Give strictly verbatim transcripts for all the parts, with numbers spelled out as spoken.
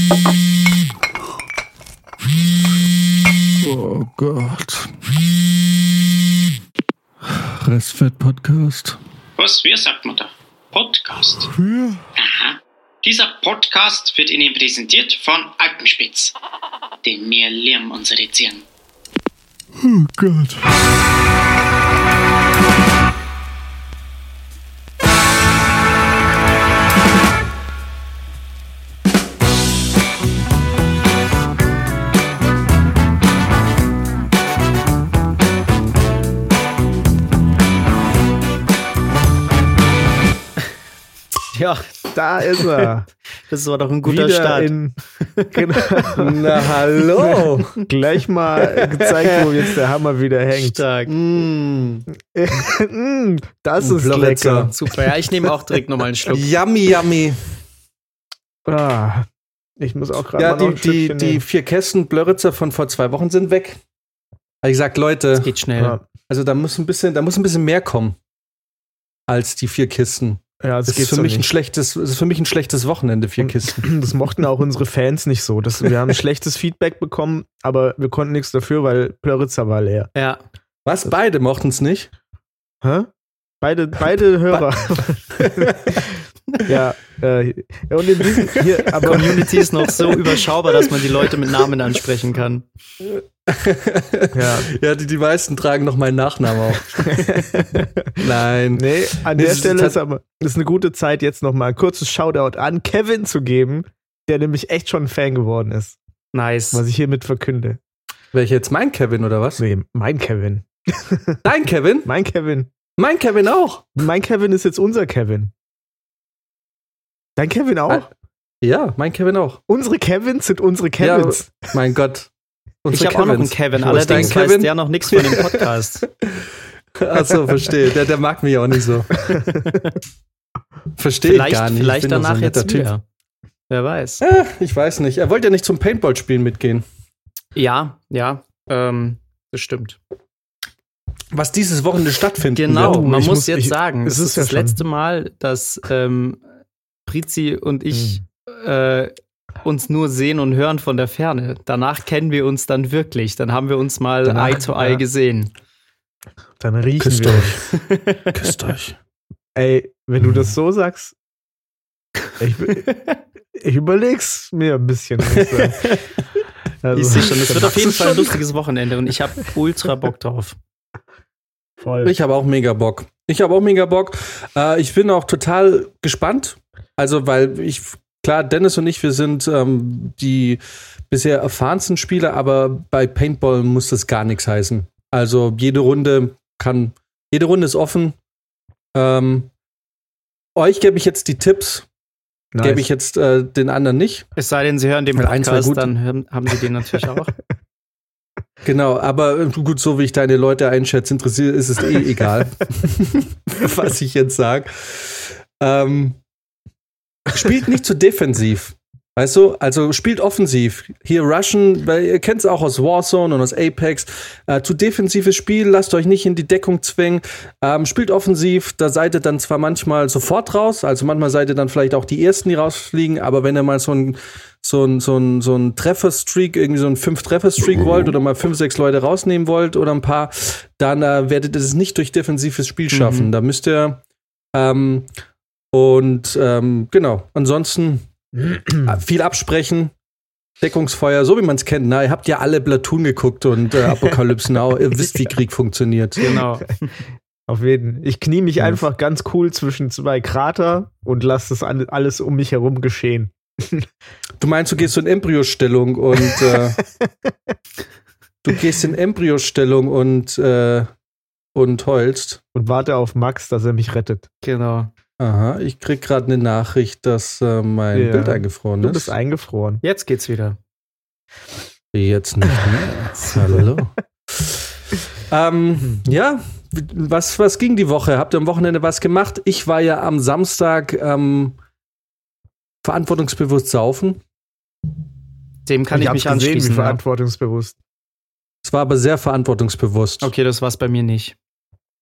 Oh Gott. Restfett-Podcast. Was? Wie sagt man da? Podcast? Ja. Aha. Dieser Podcast wird Ihnen präsentiert von Alpenspitz. Denn wir lieben unsere Tieren. Oh Gott. Ja, da ist er. Das war doch ein guter Wieder Start. In, genau. Na, hallo. Gleich mal gezeigt, wo jetzt der Hammer wieder hängt. Stark. Mm. Das ist Blöritzer. lecker. Super, ja, ich nehme auch direkt nochmal einen Schluck. Yummy, yummy. Ah, ich muss auch gerade Ja, mal noch die, ein die, Stückchen die nehmen. vier Kästen Blöritzer von vor zwei Wochen sind weg. Hab ich gesagt, Leute, Das geht schnell. Ja, also da muss ein bisschen, da muss ein bisschen mehr kommen als die vier Kisten. ja, das, Das geht ist für so mich ein nicht. schlechtes, das ist für mich ein schlechtes Wochenende, vier Kisten. Das mochten auch unsere Fans nicht so. Das, wir haben schlechtes Feedback bekommen, aber wir konnten nichts dafür, weil Plöritzer war leer. Ja. Was? Beide mochten es nicht? Hä? Beide, beide Hörer. ja, äh, und in diesem hier, Die aber Community ist noch so überschaubar, dass man die Leute mit Namen ansprechen kann. ja, Ja, die, die meisten tragen noch meinen Nachnamen auch. Nein. nee, an Nee, der das ist Stelle tat- ist aber ist eine gute Zeit, jetzt noch mal ein kurzes Shoutout an Kevin zu geben, der nämlich echt schon ein Fan geworden ist, Nice. was ich hiermit verkünde. Welcher jetzt? Mein Kevin oder was? Nee, mein Kevin. Dein Kevin? Mein Kevin. Mein Kevin auch. Mein Kevin ist jetzt unser Kevin. Dein Kevin auch? Ah, Ja, mein Kevin auch. Unsere Kevins sind unsere Kevins. Mein Gott. Ich habe auch noch einen Kevin, Wo ist dein allerdings weiß Kevin? der noch nichts von dem Podcast. Achso, verstehe. Der, der mag mich auch nicht so. Verstehe ich Vielleicht, gar nicht. vielleicht Ich bin doch so danach ein netter jetzt Typ. wieder. Wer weiß. Äh, ich weiß nicht. Er wollte ja nicht zum Paintball-Spielen mitgehen. Ja, ja, ähm, das stimmt. Was dieses Wochenende stattfindet. Genau, Ja, man ich muss muss- jetzt ich- sagen, es es ist ist ja das schon- letzte Mal, dass ähm, Prizi und ich äh, uns nur sehen und hören von der Ferne. Danach kennen wir uns dann wirklich. Dann haben wir uns mal Danach, Eye to Eye ja. gesehen. Dann riechen Küsst wir. euch. Küsst euch. Ey, wenn du das so sagst, ich, ich überleg's mir ein bisschen. muss ich sagen. Also, Ich sehe schon, es wird auf jeden das ist Fall ein schon lustiges Wochenende und ich habe ultra Bock drauf. voll. Ich habe auch mega Bock. Ich habe auch mega Bock. Äh, ich bin auch total gespannt. Also, weil ich, klar, Dennis und ich, wir sind ähm, die bisher erfahrensten Spieler, aber bei Paintball muss das gar nichts heißen. Also, jede Runde kann, jede Runde ist offen. Ähm, euch gebe ich jetzt die Tipps, Nice. gebe ich jetzt äh, den anderen nicht. Es sei denn, Sie hören den Weil ein, zwei Podcast, gute- dann hören, haben Sie den natürlich auch. Genau, aber äh, gut, so wie ich deine Leute einschätze, interessiert, ist es eh egal, was ich jetzt sage. Ähm, spielt nicht zu defensiv. Weißt du, also spielt offensiv. Hier Rushen, weil ihr kennt es auch aus Warzone und aus Apex. Äh, zu defensives Spiel, lasst euch nicht in die Deckung zwingen. Ähm, spielt offensiv, da seid ihr dann zwar manchmal sofort raus, also manchmal seid ihr dann vielleicht auch die Ersten, die rausfliegen, aber wenn ihr mal so ein so ein, so ein, so ein Trefferstreak, irgendwie so ein Fünf-Treffer-Streak wollt oder mal fünf, sechs Leute rausnehmen wollt oder ein paar, dann äh, werdet ihr es nicht durch defensives Spiel schaffen. Mhm. Da müsst ihr ähm, und ähm, genau, ansonsten viel absprechen, Deckungsfeuer, so wie man es kennt. Na, ihr habt ja alle Platoon geguckt und äh, Apocalypse Now, ihr wisst, wie Krieg funktioniert. Genau. Auf jeden. Ich knie mich Ja. einfach ganz cool zwischen zwei Krater und lasse das an- alles um mich herum geschehen. Du meinst, du gehst so in Embryostellung und äh, du gehst in Embryostellung und äh, und heulst. Und warte auf Max, dass er mich rettet. Genau. Aha, ich krieg gerade eine Nachricht, dass äh, mein Ja. Bild eingefroren Du ist. bist eingefroren. Jetzt geht's wieder. Jetzt nicht mehr. Hallo. ähm, ja, was, was ging die Woche? Habt ihr am Wochenende was gemacht? Ich war ja am Samstag ähm, verantwortungsbewusst saufen. Dem kann ich, hab's mich gesehen, anschließen. wie Ja. verantwortungsbewusst. Es war aber sehr verantwortungsbewusst. Okay, das war's bei mir nicht.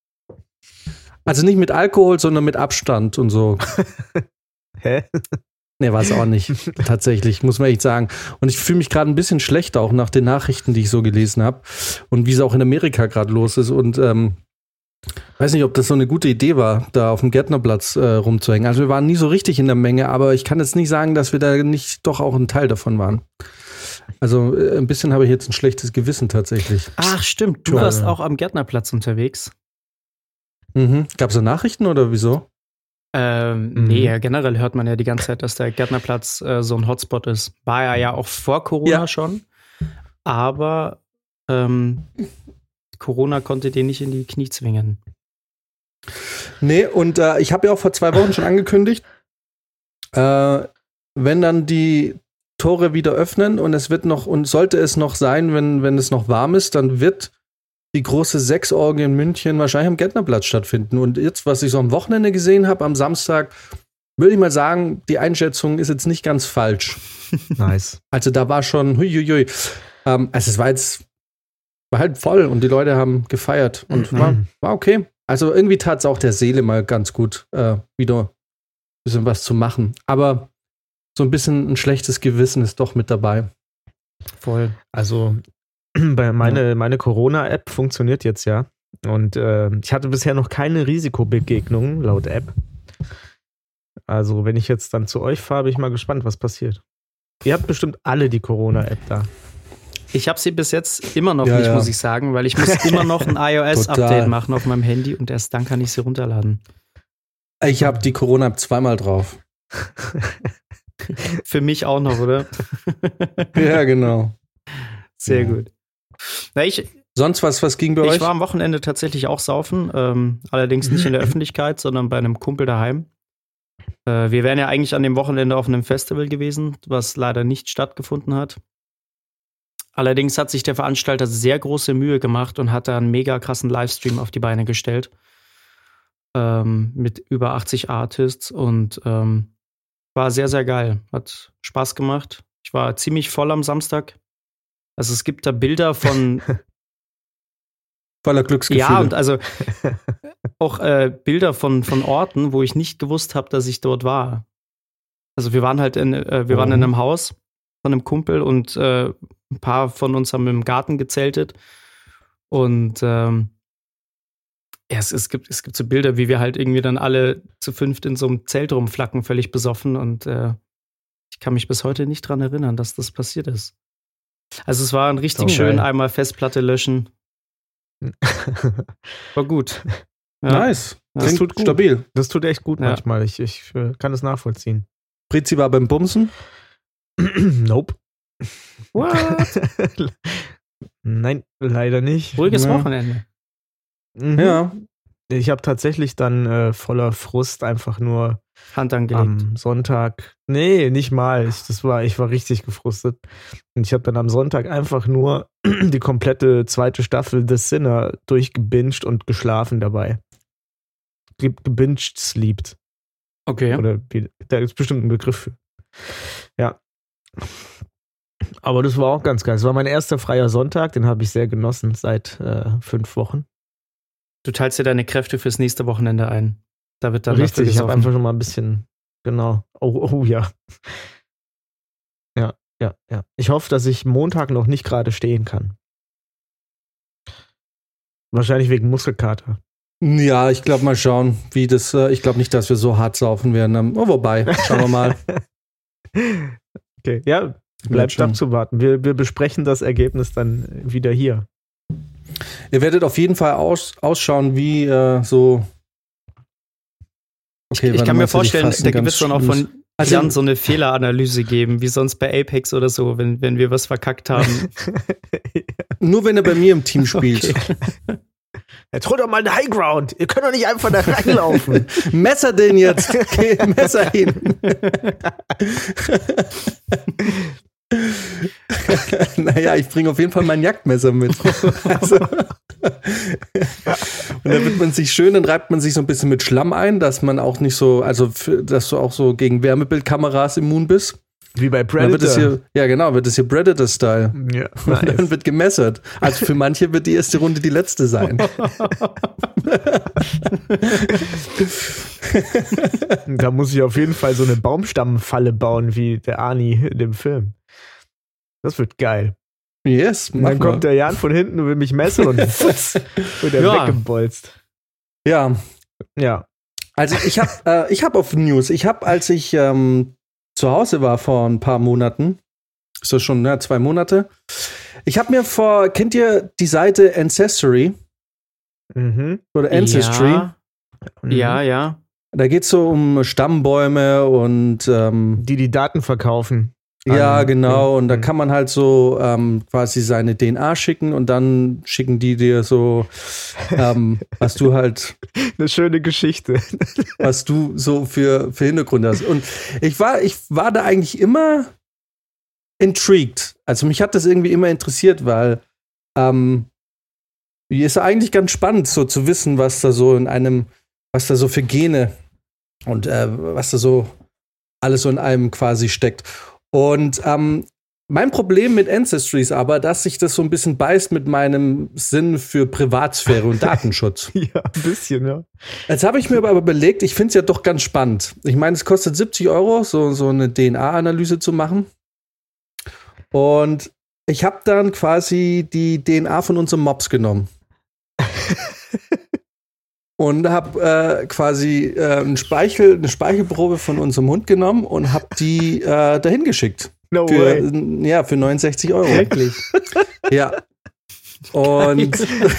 Also nicht mit Alkohol, sondern mit Abstand und so. Hä? Nee, war es auch nicht. Tatsächlich, muss man echt sagen. Und ich fühle mich gerade ein bisschen schlecht auch nach den Nachrichten, die ich so gelesen habe. Und wie es auch in Amerika gerade los ist. Und ähm, weiß nicht, ob das so eine gute Idee war, da auf dem Gärtnerplatz äh, rumzuhängen. Also wir waren nie so richtig in der Menge, aber ich kann jetzt nicht sagen, dass wir da nicht doch auch ein Teil davon waren. Also äh, ein bisschen habe ich jetzt ein schlechtes Gewissen tatsächlich. Ach, stimmt. Du Ja. warst auch am Gärtnerplatz unterwegs. Mhm. Gab es da Nachrichten oder wieso? Ähm, Mhm. Nee, generell hört man ja die ganze Zeit, dass der Gärtnerplatz äh, so ein Hotspot ist. War er ja auch vor Corona Ja. schon. Aber ähm, Corona konnte den nicht in die Knie zwingen. Nee, und äh, ich habe ja auch vor zwei Wochen schon angekündigt, äh, wenn dann die Tore wieder öffnen und es wird noch, und sollte es noch sein, wenn, wenn es noch warm ist, dann wird die große Sechsorgie in München wahrscheinlich am Gärtnerplatz stattfinden. Und jetzt, was ich so am Wochenende gesehen habe, am Samstag, würde ich mal sagen, die Einschätzung ist jetzt nicht ganz falsch. Nice. Also da war schon, huiuiui. Ähm, also es war jetzt, war halt voll und die Leute haben gefeiert und Mhm. war, war okay. Also irgendwie tat es auch der Seele mal ganz gut, äh, wieder ein bisschen was zu machen. Aber so ein bisschen ein schlechtes Gewissen ist doch mit dabei. Voll. Also bei meine, meine Corona-App funktioniert jetzt ja. Und äh, ich hatte bisher noch keine Risikobegegnungen laut App. Also wenn ich jetzt dann zu euch fahre, bin ich mal gespannt, was passiert. Ihr habt bestimmt alle die Corona-App da. Ich habe sie bis jetzt immer noch Ja, nicht, ja. muss ich sagen, weil ich muss immer noch ein iOS-Update Total. machen auf meinem Handy und erst dann kann ich sie runterladen. Ich habe die Corona-App zweimal drauf. Für mich auch noch, oder? Ja, genau. Sehr Ja. gut. Na, ich, Sonst was, was ging bei ich euch? war am Wochenende tatsächlich auch saufen, ähm, allerdings nicht in der Öffentlichkeit, sondern bei einem Kumpel daheim. Äh, wir wären ja eigentlich an dem Wochenende auf einem Festival gewesen, was leider nicht stattgefunden hat. Allerdings hat sich der Veranstalter sehr große Mühe gemacht und hat da einen mega krassen Livestream auf die Beine gestellt. Ähm, mit über achtzig Artists und ähm, war sehr, sehr geil. Hat Spaß gemacht. Ich war ziemlich voll am Samstag. Also es gibt da Bilder von, Voller Glücksgefühle. ja, und also auch äh, Bilder von, von Orten, wo ich nicht gewusst habe, dass ich dort war. Also wir waren halt in, äh, wir waren in einem Haus von einem Kumpel und äh, ein paar von uns haben im Garten gezeltet. Und ähm, ja, es, es, gibt, es gibt so Bilder, wie wir halt irgendwie dann alle zu fünft in so einem Zelt rumflacken, völlig besoffen. Und äh, ich kann mich bis heute nicht dran erinnern, dass das passiert ist. Also es war ein richtig Oh, schön, geil. einmal Festplatte löschen. War gut. Ja. Nice. Das Klingt tut gut. stabil. Das tut echt gut Ja. manchmal. Ich, ich äh, kann es nachvollziehen. Prizi war beim Bumsen. Nope. What? Nein, leider nicht. Ruhiges Ja. Wochenende. Mhm. Ja. Ich habe tatsächlich dann äh, voller Frust einfach nur Hand angelegt. am Sonntag, nee, nicht mal, ich, das war, ich war richtig gefrustet. Und ich habe dann am Sonntag einfach nur die komplette zweite Staffel The Sinner durchgebinged und geschlafen dabei. Ge- Gebinged sleept. Okay. Oder wie, da ist bestimmt ein Begriff für. Ja. Aber das war auch ganz geil. Es war mein erster freier Sonntag, den habe ich sehr genossen seit äh, fünf Wochen. Du teilst dir deine Kräfte fürs nächste Wochenende ein. Da wird dann Richtig, ich habe dafür einfach gesoffen. schon mal ein bisschen, genau. Oh, oh ja. Ja, ja, ja. Ich hoffe, dass ich Montag noch nicht gerade stehen kann. Wahrscheinlich wegen Muskelkater. Ja, ich glaube mal schauen, wie das, äh, ich glaube nicht, dass wir so hart saufen werden. Ähm, Oh, wobei, schauen wir mal. Okay, ja, bleibt schon. abzuwarten. Wir, wir besprechen das Ergebnis dann wieder hier. Ihr werdet auf jeden Fall aus, ausschauen, wie äh, so. Okay, Ich warte kann mal, mir jetzt hätte ich vorstellen, fast da einen gibt es ganz dann auch Schluss. von Also- Jan so eine Fehleranalyse geben, wie sonst bei Apex oder so, wenn, wenn wir was verkackt haben. Nur wenn er bei mir im Team spielt. Okay. Jetzt holt doch mal den Highground. Ihr könnt doch nicht einfach da reinlaufen. Messer den jetzt. Okay, Messer hin. Naja, ich bringe auf jeden Fall mein Jagdmesser mit. Also, und dann wird man sich schön, dann reibt man sich so ein bisschen mit Schlamm ein, dass man auch nicht so, also für, dass du auch so gegen Wärmebildkameras immun bist. Wie bei Dann Predator. wird es hier, ja, genau, wird es hier Predator-Style. Ja, Und dann nice. wird gemessert. Also für manche wird die erste Runde die letzte sein. Da muss ich auf jeden Fall so eine Baumstammfalle bauen, wie der Arnie in dem Film. Das wird geil. Yes, Und mach dann mal. kommt der Jan von hinten und will mich messen und futz, wird er Ja. weggebolzt. Ja, Ja. also ich habe äh, ich hab auf News, ich habe, als ich ähm, zu Hause war vor ein paar Monaten, ist das schon ne, zwei Monate, ich habe mir vor, kennt ihr die Seite Ancestry Mhm. oder Ancestry? Ja, Mhm. ja, ja. Da geht es so um Stammbäume und ähm, Die die Daten verkaufen. ja, An- genau. Und da Mhm. kann man halt so ähm, quasi seine D N A schicken und dann schicken die dir so, ähm, was du halt, Eine schöne Geschichte. was du so für, für Hintergründe hast. Und ich war, ich war da eigentlich immer intrigued. Also mich hat das irgendwie immer interessiert, weil ähm, ist eigentlich ganz spannend, so zu wissen, was da so in einem, was da so für Gene und äh, was da so alles so in einem quasi steckt. Und ähm, mein Problem mit Ancestry ist aber, dass sich das so ein bisschen beißt mit meinem Sinn für Privatsphäre und Datenschutz. Ja, ein bisschen, ja. Jetzt habe ich mir aber überlegt, ich finde es ja doch ganz spannend. Ich meine, es kostet siebzig Euro, so, so eine D N A-Analyse zu machen. Und ich habe dann quasi die D N A von unserem Mops genommen. Und habe äh, quasi äh, einen Speichel, eine Speichelprobe von unserem Hund genommen und habe die äh, dahin geschickt. No Für, way. ja, für neunundsechzig Euro. Wirklich. Ja. Und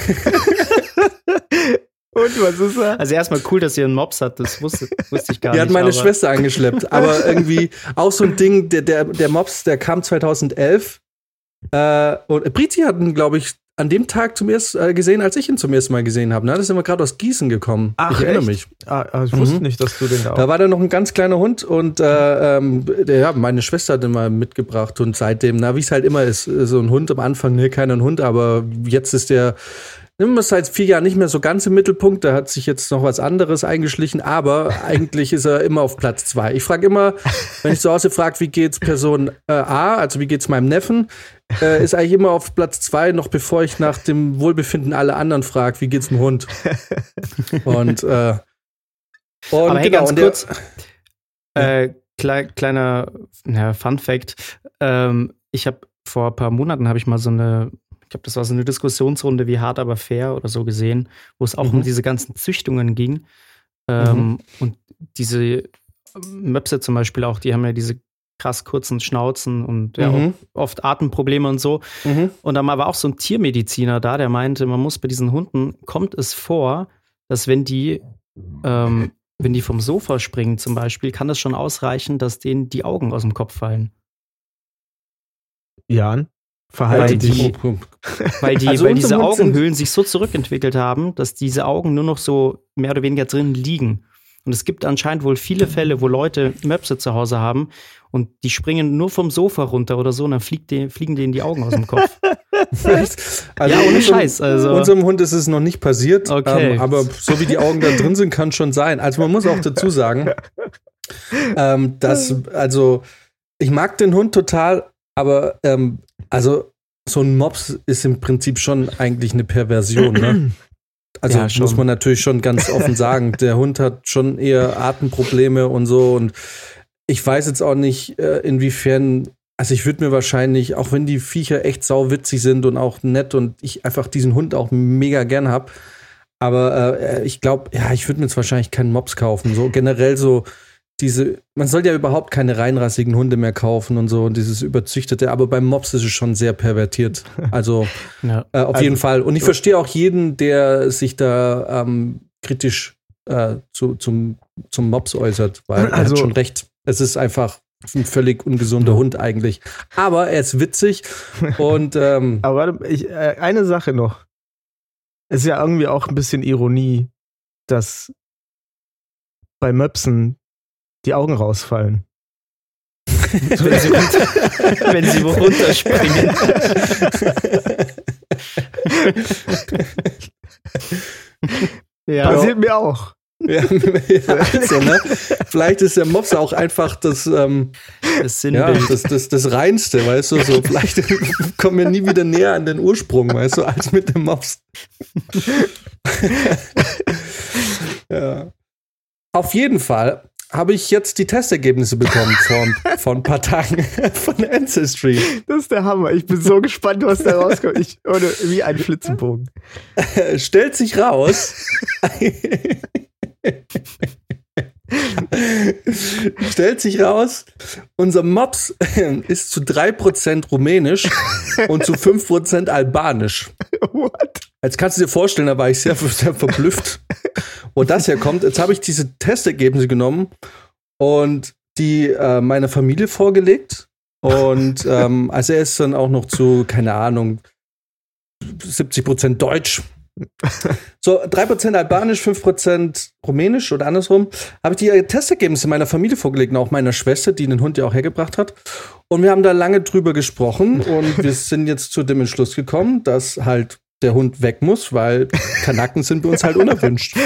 Und was ist er? Also erstmal cool, dass ihr einen Mops hat, das wusste, wusste ich gar die nicht. hat meine aber- Schwester angeschleppt. Aber irgendwie auch so ein Ding, der, der, der Mops, der kam zweitausendelf. Äh, und Brizi hat ihn, glaube ich, an dem Tag zum ersten äh, gesehen, als ich ihn zum ersten Mal gesehen habe. Ne? Da sind wir gerade aus Gießen gekommen. Ach, ich erinnere echt? mich. Ah, ah, ich wusste Mhm. nicht, dass du den da auch. Da war da noch ein ganz kleiner Hund und äh, ähm, der, ja, meine Schwester hat ihn mal mitgebracht und seitdem, na, wie es halt immer ist, so ein Hund am Anfang, ne, keiner ein Hund, aber jetzt ist der, nimmt es seit vier Jahren nicht mehr so ganz im Mittelpunkt, da hat sich jetzt noch was anderes eingeschlichen, aber eigentlich ist er immer auf Platz zwei. Ich frage immer, wenn ich zu Hause frage, wie geht's Person äh, A, also wie geht's meinem Neffen, äh, ist eigentlich immer auf Platz zwei, noch bevor ich nach dem Wohlbefinden aller anderen frage, wie geht's dem Hund? Und, äh, und Aber hey, genau, ganz und der- kurz, äh, klei kleiner ja, Fun-Fact. Ähm, ich habe vor ein paar Monaten habe ich mal so eine, ich glaube, das war so eine Diskussionsrunde wie Hart aber fair oder so gesehen, wo es auch Mhm. um diese ganzen Züchtungen ging. Ähm, Mhm. Und diese Möpse zum Beispiel auch, die haben ja diese krass kurzen Schnauzen und ja, Mhm. auch oft Atemprobleme und so. Mhm. Und dann war auch so ein Tiermediziner da, der meinte, man muss bei diesen Hunden, kommt es vor, dass wenn die, ähm, wenn die vom Sofa springen zum Beispiel, kann das schon ausreichen, dass denen die Augen aus dem Kopf fallen. Jan, verhalte Weil dich. die- Weil, die, Also weil unsere diese Hunde sind- Augenhöhlen sich so zurückentwickelt haben, dass diese Augen nur noch so mehr oder weniger drin liegen. Und es gibt anscheinend wohl viele Fälle, wo Leute Möpse zu Hause haben und die springen nur vom Sofa runter oder so und dann fliegt die, fliegen denen die Augen aus dem Kopf. Also Ja, ohne unserem- Scheiß, also- Unserem Hund ist es noch nicht passiert, Okay. ähm, aber so wie die Augen da drin sind, kann schon sein. Also man muss auch dazu sagen, ähm, dass, also ich mag den Hund total, aber ähm, also so ein Mops ist im Prinzip schon eigentlich eine Perversion, ne? Also Ja, schon. muss man natürlich schon ganz offen sagen, der Hund hat schon eher Atemprobleme und so und ich weiß jetzt auch nicht, äh, inwiefern, also ich würde mir wahrscheinlich, auch wenn die Viecher echt sauwitzig sind und auch nett und ich einfach diesen Hund auch mega gern hab, aber äh, ich glaube, ja, ich würde mir jetzt wahrscheinlich keinen Mops kaufen. So generell so diese, man soll ja überhaupt keine reinrassigen Hunde mehr kaufen und so und dieses Überzüchtete, aber beim Mops ist es schon sehr pervertiert. Also Ja. äh, auf Also- jeden Fall. Und ich verstehe auch jeden, der sich da ähm, kritisch äh, zu, zum, zum Mops äußert, weil er Also- hat schon recht. Es ist einfach ein völlig ungesunder Hund eigentlich. Aber er ist witzig und ähm, Aber warte, ich, äh, eine Sache noch. Es ist ja irgendwie auch ein bisschen Ironie, dass bei Möpsen die Augen rausfallen. Wenn sie, runter, wenn sie wo runterspringen. ja. Passiert mir auch. Ja, ja, also, ne? Vielleicht ist der Mops auch einfach das, ähm, Das ja, Sinnbild. das, das, das Reinste, weißt du? So, vielleicht kommen wir nie wieder näher an den Ursprung, weißt du, als mit dem Mops. Ja. Auf jeden Fall habe ich jetzt die Testergebnisse bekommen vor, vor ein paar Tagen von Ancestry. Das ist der Hammer. Ich bin so gespannt, was da rauskommt. Ich, oder wie ein Flitzenbogen. Stellt sich raus. Stellt sich raus, unser Mops ist zu drei Prozent rumänisch und zu fünf Prozent albanisch. What? Jetzt kannst du dir vorstellen, da war ich sehr, sehr verblüfft, wo das herkommt. Jetzt habe ich diese Testergebnisse genommen und die äh, meiner Familie vorgelegt. Und ähm, also er ist dann auch noch zu, keine Ahnung, siebzig Prozent Deutsch. So, drei Prozent Albanisch, fünf Prozent Rumänisch oder andersrum. Habe ich die Testergebnisse meiner Familie vorgelegt und auch meiner Schwester, die den Hund ja auch hergebracht hat. Und wir haben da lange drüber gesprochen und wir sind jetzt zu dem Entschluss gekommen, dass halt der Hund weg muss, weil Kanaken sind bei uns halt unerwünscht.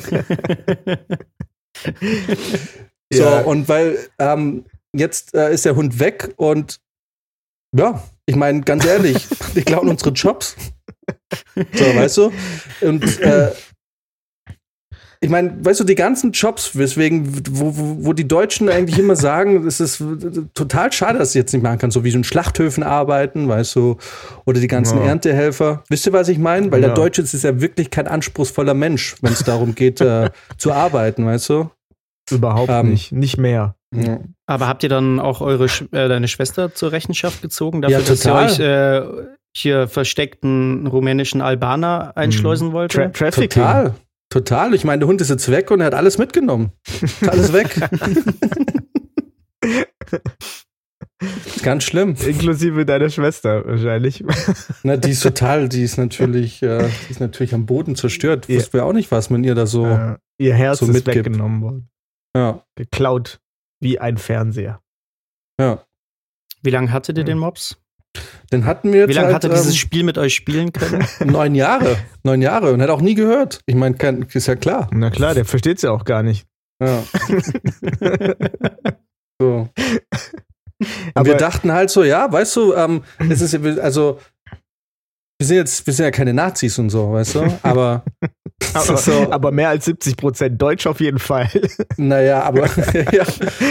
So, Ja. und weil ähm, jetzt äh, ist der Hund weg und ja, ich meine, ganz ehrlich, die klauen unsere Jobs. So, weißt du? Und äh, ich meine, weißt du, die ganzen Jobs, weswegen, wo, wo, wo die Deutschen eigentlich immer sagen, es ist total schade, dass sie jetzt nicht machen kann, so wie so in Schlachthöfen arbeiten, weißt du, oder die ganzen Ja. Erntehelfer. Wisst ihr, was ich meine? Weil Ja. der Deutsche ist ja wirklich kein anspruchsvoller Mensch, wenn es darum geht, äh, zu arbeiten, weißt du? Überhaupt Ähm, nicht. Nicht mehr. Ja. Aber habt ihr dann auch eure Sch äh, deine Schwester zur Rechenschaft gezogen, dafür, Ja, dass ihr total. euch äh, hier versteckten rumänischen Albaner einschleusen wollte? Tra Trafficking. Total. Total. Ich meine, der Hund ist jetzt weg und er hat alles mitgenommen. Ist alles weg. Ist ganz schlimm. Inklusive deiner Schwester wahrscheinlich. Na, die ist total, die ist natürlich, äh, die ist natürlich am Boden zerstört. Ja. Wussten wir auch nicht, was man ihr da so. Äh, ihr Herz so ist mitgibt. weggenommen worden. Ja, Geklaut wie ein Fernseher. ja. Wie lange hattet ihr den Mops? Den hatten wir jetzt Wie lange halt, hat er dieses Spiel mit euch spielen können? ähm, neun Jahre. Neun Jahre und hat auch nie gehört. Ich meine, kein- ist ja klar. Na klar, der versteht's ja auch gar nicht. Ja. So. Und Aber- wir dachten halt so, ja, weißt du, ähm, es ist ja- also wir sind jetzt, wir sind ja keine Nazis und so, weißt du, aber Aber, so, aber mehr als siebzig Prozent Deutsch auf jeden Fall. naja, aber ja.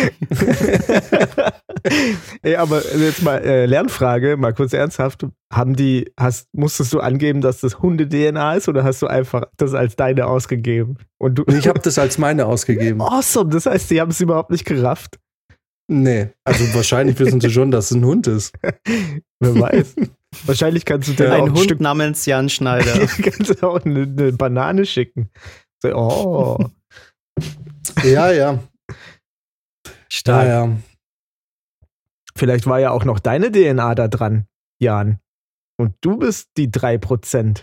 Ey, aber jetzt mal äh, Lernfrage, mal kurz ernsthaft. Haben die, hast, musstest du angeben, dass das Hunde-D N A ist oder hast du einfach das als deine ausgegeben? Und du, Ich habe das als meine ausgegeben. awesome, das heißt, die haben es überhaupt nicht gerafft. Nee, also wahrscheinlich wissen sie schon, dass es ein Hund ist. Wer weiß. Wahrscheinlich kannst du dir auch Ein ein Hund Stück, namens Jan Schneider. kannst du auch eine, eine Banane schicken. So, oh, Ja, ja. Stark. Ja, ja. vielleicht war ja auch noch deine D N A da dran, Jan. Und du bist die drei Prozent.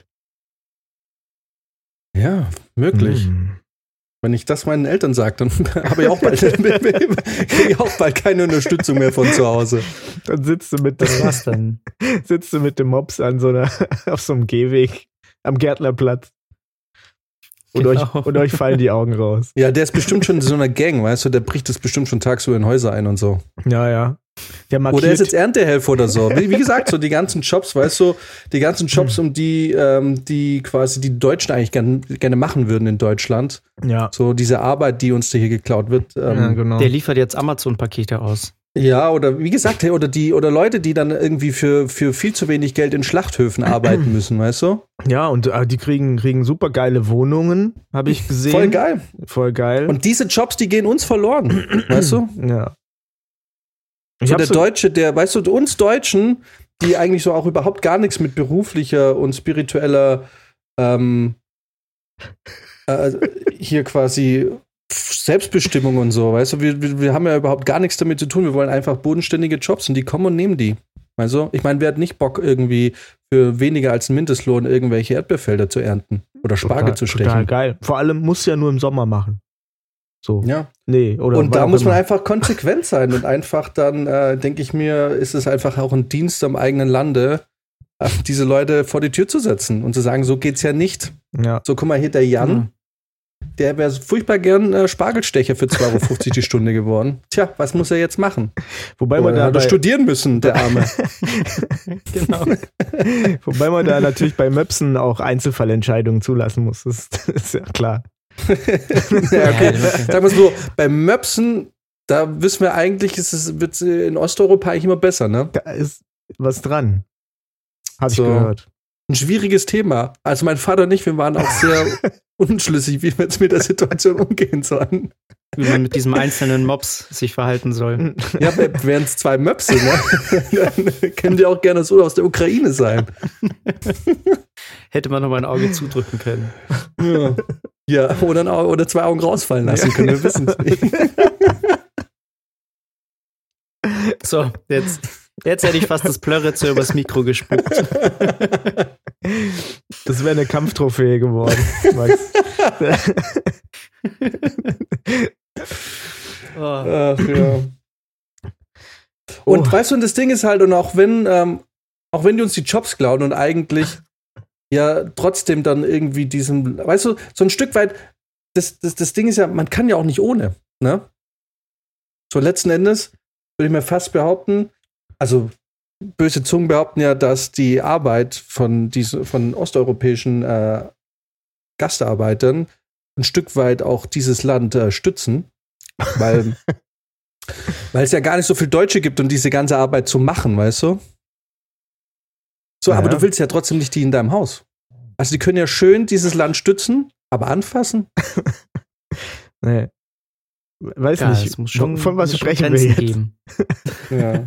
Ja, möglich. Hm. Wenn ich das meinen Eltern sage, dann habe ich auch bald, kriege ich auch bald keine Unterstützung mehr von zu Hause. Dann sitzt du mit Was dem, war's denn? sitzt du mit dem Mops an so einer, auf so einem Gehweg am Gärtnerplatz. Und, Genau. euch, und euch fallen die Augen raus. Ja, der ist bestimmt schon in so einer Gang, weißt du, der bricht das bestimmt schon tagsüber in Häuser ein und so. Ja, ja. Der markiert, Oder er ist jetzt Erntehelfer oder so. Wie, wie gesagt, so die ganzen Jobs, weißt du, die ganzen Jobs, um die, ähm, die quasi die Deutschen eigentlich gern, gerne machen würden in Deutschland. ja, So diese Arbeit, die uns da hier geklaut wird. Ähm, ja, genau. Der liefert jetzt Amazon-Pakete aus. Ja, oder wie gesagt, hey, oder die, oder Leute, die dann irgendwie für, für viel zu wenig Geld in Schlachthöfen arbeiten müssen, weißt du? Ja, und äh, die kriegen, kriegen super geile Wohnungen, habe ich gesehen. Voll geil. Voll geil. Und diese Jobs, die gehen uns verloren, weißt du? ja. Ich So hab der so, Deutsche, der, weißt du, uns Deutschen, die eigentlich so auch überhaupt gar nichts mit beruflicher und spiritueller ähm, äh, hier quasi Selbstbestimmung und so, weißt du, wir, wir, wir haben ja überhaupt gar nichts damit zu tun. Wir wollen einfach bodenständige Jobs und die kommen und nehmen die. Also, ich meine, wer hat nicht Bock, irgendwie für weniger als einen Mindestlohn irgendwelche Erdbeerfelder zu ernten oder Spargel total, zu stechen? total geil. Vor allem muss ja nur im Sommer machen. So. Ja. Nee, oder Und wann da auch muss man immer. einfach konsequent sein und einfach dann, äh, denke ich mir, ist es einfach auch ein Dienst am eigenen Lande, äh, diese Leute vor die Tür zu setzen und zu sagen, so geht's ja nicht. Ja. So, guck mal, hier der Jan, Mhm. der wäre furchtbar gern äh, Spargelstecher für zwei Euro fünfzig die Stunde geworden. Tja, was muss er jetzt machen? Wobei man Oder da hat er bei, studieren müssen, der Arme. Genau. Wobei man da natürlich bei Möpsen auch Einzelfallentscheidungen zulassen muss. Das, das ist ja klar. Ja, okay. Sagen wir so, bei Möpsen, da wissen wir eigentlich, ist es wird in Osteuropa eigentlich immer besser, ne? Da ist was dran. Habe ich So. gehört. Ein schwieriges Thema. Also mein Vater und ich, wir waren auch sehr unschlüssig, wie wir jetzt mit der Situation umgehen sollen. Wie man mit diesem einzelnen Mops sich verhalten soll. Ja, wären es zwei Möpse, ne? Dann können die auch gerne so aus der Ukraine sein. Hätte man noch mal ein Auge zudrücken können. Ja, ja oder, ein Auge, oder zwei Augen rausfallen lassen können, wir wissen es nicht. So, jetzt, jetzt hätte ich fast das Plörretze übers Mikro gespuckt. Das wäre eine Kampftrophäe geworden, Max. Oh. Ach ja. Und Oh. weißt du, und das Ding ist halt, und auch wenn, ähm, auch wenn die uns die Jobs klauen und eigentlich ja trotzdem dann irgendwie diesem, weißt du, so ein Stück weit, das, das, das Ding ist ja, man kann ja auch nicht ohne, ne? So letzten Endes würde ich mir fast behaupten, also böse Zungen behaupten ja, dass die Arbeit von diesen, von osteuropäischen äh, Gastarbeitern ein Stück weit auch dieses Land äh, stützen, weil, weil es ja gar nicht so viel Deutsche gibt, um diese ganze Arbeit zu machen, weißt du? So, Ja, aber ja. du willst ja trotzdem nicht die in deinem Haus. Also die können ja schön dieses Land stützen, aber anfassen? Nee. Weiß Ja, nicht, es muss schon, von was muss schon sprechen wir Grenzen jetzt? geben. Ja.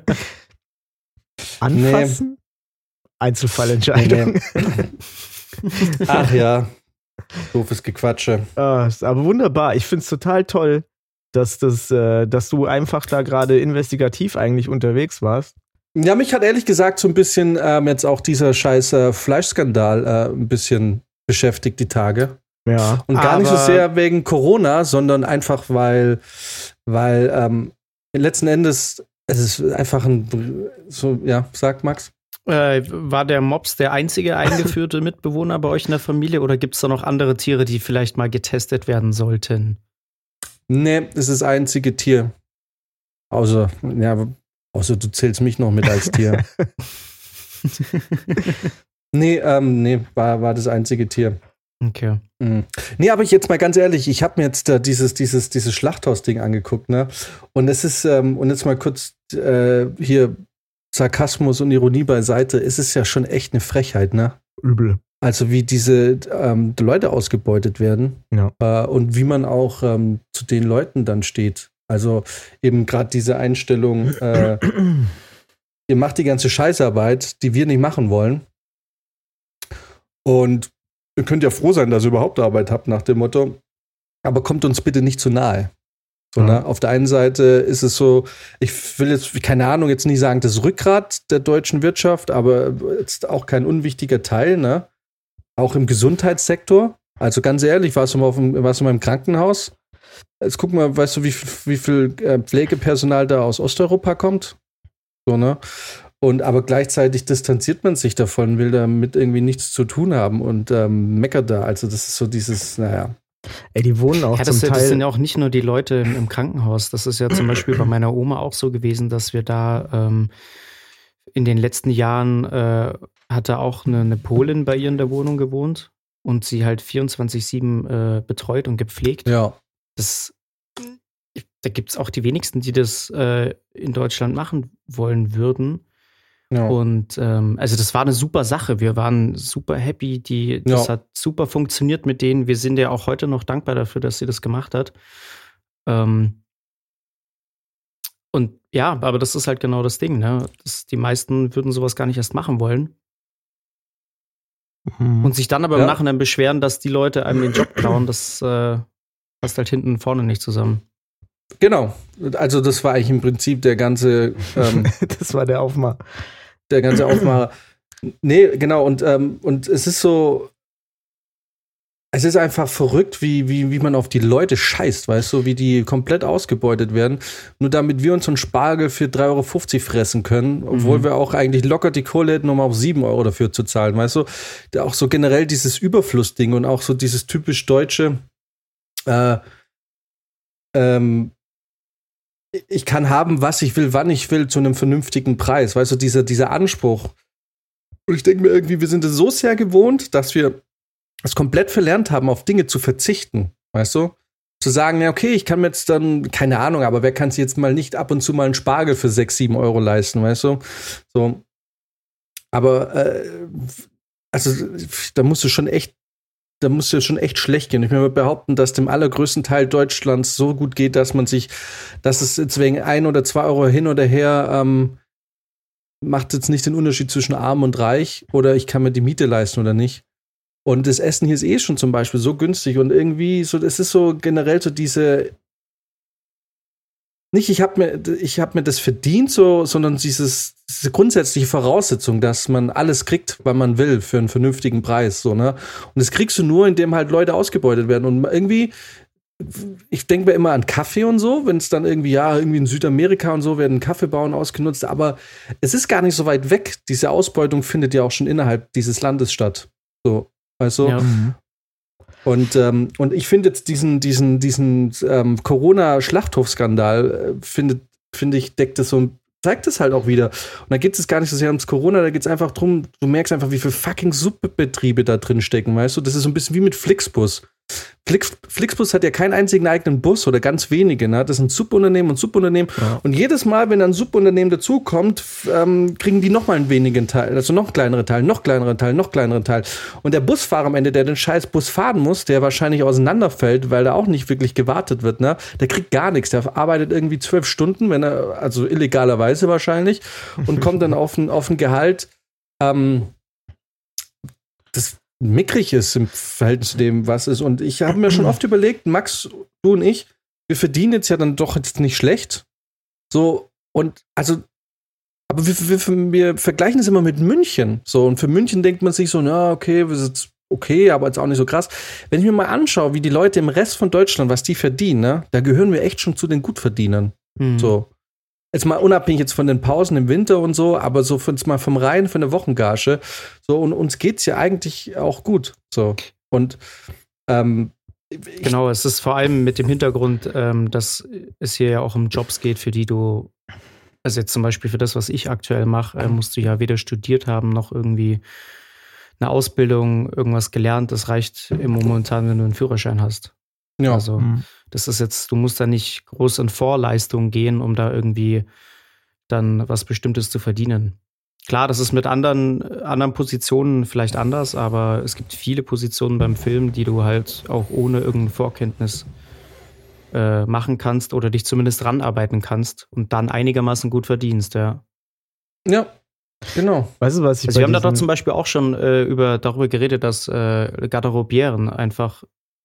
Anfassen? Einzelfallentscheidung. Ach ja, doofes Gequatsche. Ah, ist aber wunderbar. Ich finde es total toll, dass, das, äh, dass du einfach da gerade investigativ eigentlich unterwegs warst. Ja, mich hat ehrlich gesagt so ein bisschen ähm, jetzt auch dieser scheiß äh, Fleischskandal äh, ein bisschen beschäftigt die Tage. Ja. Und gar nicht so Aber- sehr wegen Corona, sondern einfach, weil, weil ähm, letzten Endes, es ist einfach ein, so, ja, sag Max. Äh, war der Mops der einzige eingeführte Mitbewohner bei euch in der Familie oder gibt es da noch andere Tiere, die vielleicht mal getestet werden sollten? Nee, das ist das einzige Tier. Außer, ja, außer du zählst mich noch mit als Tier. nee, ähm, nee, war, war das einzige Tier. Okay. Mhm. Nee, aber ich jetzt mal ganz ehrlich, ich habe mir jetzt da dieses, dieses, dieses Schlachthaus-Ding angeguckt, ne? Und es ist, ähm, und jetzt mal kurz äh, hier Sarkasmus und Ironie beiseite, es ist ja schon echt eine Frechheit, ne? Übel. Also wie diese ähm, die Leute ausgebeutet werden Ja. äh, und wie man auch ähm, zu den Leuten dann steht. Also eben gerade diese Einstellung, äh, ihr macht die ganze Scheißarbeit, die wir nicht machen wollen. Und ihr könnt ja froh sein, dass ihr überhaupt Arbeit habt, nach dem Motto. Aber kommt uns bitte nicht zu nahe. So, Ja. ne? Auf der einen Seite ist es so, ich will jetzt, keine Ahnung, jetzt nicht sagen, das Rückgrat der deutschen Wirtschaft, aber jetzt auch kein unwichtiger Teil, ne? Auch im Gesundheitssektor. Also ganz ehrlich, warst du mal, auf dem, warst du mal im Krankenhaus? Jetzt guck mal, weißt du, wie, wie viel äh, Pflegepersonal da aus Osteuropa kommt? So, ne? Und aber gleichzeitig distanziert man sich davon, will damit irgendwie nichts zu tun haben und ähm, meckert da. Also das ist so dieses, naja. Ey, die wohnen auch Ja, das, zum das Teil. sind ja auch nicht nur die Leute im, im Krankenhaus. Das ist ja zum Beispiel bei meiner Oma auch so gewesen, dass wir da ähm, in den letzten Jahren äh, hatte auch eine, eine Polin bei ihr in der Wohnung gewohnt und sie halt vierundzwanzig sieben äh, betreut und gepflegt. Ja. Das, da gibt es auch die wenigsten, die das äh, in Deutschland machen wollen würden. Ja. Und ähm, also das war eine super Sache. Wir waren super happy. Die, das Ja. hat super funktioniert mit denen. Wir sind ja auch heute noch dankbar dafür, dass sie das gemacht hat. Ähm, und ja, aber das ist halt genau das Ding, ne? Das, die meisten würden sowas gar nicht erst machen wollen. Mhm. Und sich dann aber Ja. im Nachhinein beschweren, dass die Leute einem den Job klauen, das äh, passt halt hinten und vorne nicht zusammen. Genau. Also das war eigentlich im Prinzip der ganze, ähm, Das war der Aufmacher. der ganze Aufmacher. Nee, genau. Und, ähm, und es ist so, es ist einfach verrückt, wie, wie, wie man auf die Leute scheißt, weißt du, wie die komplett ausgebeutet werden. Nur damit wir uns so einen Spargel für drei Euro fünfzig fressen können, obwohl Mhm. wir auch eigentlich locker die Kohle hätten, um auf sieben Euro dafür zu zahlen, weißt du. Da auch so generell dieses Überflussding und auch so dieses typisch deutsche, äh, ähm, ich kann haben, was ich will, wann ich will, zu einem vernünftigen Preis. Weißt du, dieser, dieser Anspruch. Und ich denke mir irgendwie, wir sind es so sehr gewohnt, dass wir es komplett verlernt haben, auf Dinge zu verzichten. Weißt du? Zu sagen, ja, okay, ich kann mir jetzt dann, keine Ahnung, aber wer kann sich jetzt mal nicht ab und zu mal einen Spargel für sechs, sieben Euro leisten, weißt du? So. Aber, äh, also, da musst du schon echt, da musst du schon echt schlecht gehen. Ich will mal behaupten, dass dem allergrößten Teil Deutschlands so gut geht, dass man sich, dass es jetzt wegen ein oder zwei Euro hin oder her, ähm, macht jetzt nicht den Unterschied zwischen arm und reich oder ich kann mir die Miete leisten oder nicht. Und das Essen hier ist eh schon zum Beispiel so günstig und irgendwie so, es ist so generell so diese, nicht ich habe mir, ich habe mir das verdient, so, sondern dieses, diese grundsätzliche Voraussetzung, dass man alles kriegt, was man will, für einen vernünftigen Preis, so, ne? Und das kriegst du nur, indem halt Leute ausgebeutet werden und irgendwie, ich denke mir immer an Kaffee und so, wenn es dann irgendwie, ja, irgendwie in Südamerika und so werden Kaffeebauern ausgenutzt, aber es ist gar nicht so weit weg. Diese Ausbeutung findet ja auch schon innerhalb dieses Landes statt. So, weißt du? Ja. Und, ähm, und ich finde jetzt diesen, diesen, diesen ähm, Corona-Schlachthofskandal, äh, finde find ich, deckt das so, zeigt es halt auch wieder. Und da geht es gar nicht so sehr ums Corona, da geht es einfach drum, du merkst einfach, wie viele fucking Subbetriebe da drin stecken, weißt du? Das ist so ein bisschen wie mit Flixbus. Flix, Flixbus hat ja keinen einzigen eigenen Bus oder ganz wenige, ne? Das sind Subunternehmen und Subunternehmen. Ja. Und jedes Mal, wenn ein Subunternehmen dazukommt, ähm, kriegen die nochmal einen wenigen Teil, also noch kleinere Teil, noch kleinere Teil, noch kleinere Teil. Und der Busfahrer am Ende, der den scheiß Bus fahren muss, der wahrscheinlich auseinanderfällt, weil da auch nicht wirklich gewartet wird, ne? Der kriegt gar nichts. Der arbeitet irgendwie zwölf Stunden, wenn er, also illegalerweise wahrscheinlich, und kommt dann auf ein, auf ein Gehalt, ähm, das mickrig ist im Verhältnis zu dem, was ist. Und ich habe mir schon oft überlegt, Max, du und ich, wir verdienen jetzt ja dann doch jetzt nicht schlecht. So, und also, aber wir, wir, wir vergleichen es immer mit München. So, und für München denkt man sich so, na, okay, wir sind okay, aber jetzt auch nicht so krass. Wenn ich mir mal anschaue, wie die Leute im Rest von Deutschland, was die verdienen, ne, da gehören wir echt schon zu den Gutverdienern. Mhm. So. Jetzt mal unabhängig jetzt von den Pausen im Winter und so, aber so von, jetzt mal vom Reihen, von der Wochengage. So, und uns geht's ja eigentlich auch gut. So. Und ähm, genau, es ist vor allem mit dem Hintergrund, ähm, dass es hier ja auch um Jobs geht, für die du, also jetzt zum Beispiel für das, was ich aktuell mache, äh, musst du ja weder studiert haben, noch irgendwie eine Ausbildung, irgendwas gelernt. Das reicht im Momentan, wenn du einen Führerschein hast. Ja. Also, mhm. das ist jetzt, du musst da nicht groß in Vorleistung gehen, um da irgendwie dann was Bestimmtes zu verdienen. Klar, das ist mit anderen, anderen Positionen vielleicht anders, aber es gibt viele Positionen beim Film, die du halt auch ohne irgendeine Vorkenntnis äh, machen kannst oder dich zumindest ranarbeiten kannst und dann einigermaßen gut verdienst, ja. Ja, genau. Weißt du, was ich also wir haben da doch zum Beispiel auch schon äh, über, darüber geredet, dass äh, Garderobieren einfach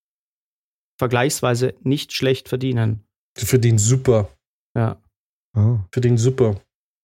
vergleichsweise nicht schlecht verdienen. Die verdienen super. Ja. Oh. Verdienen super.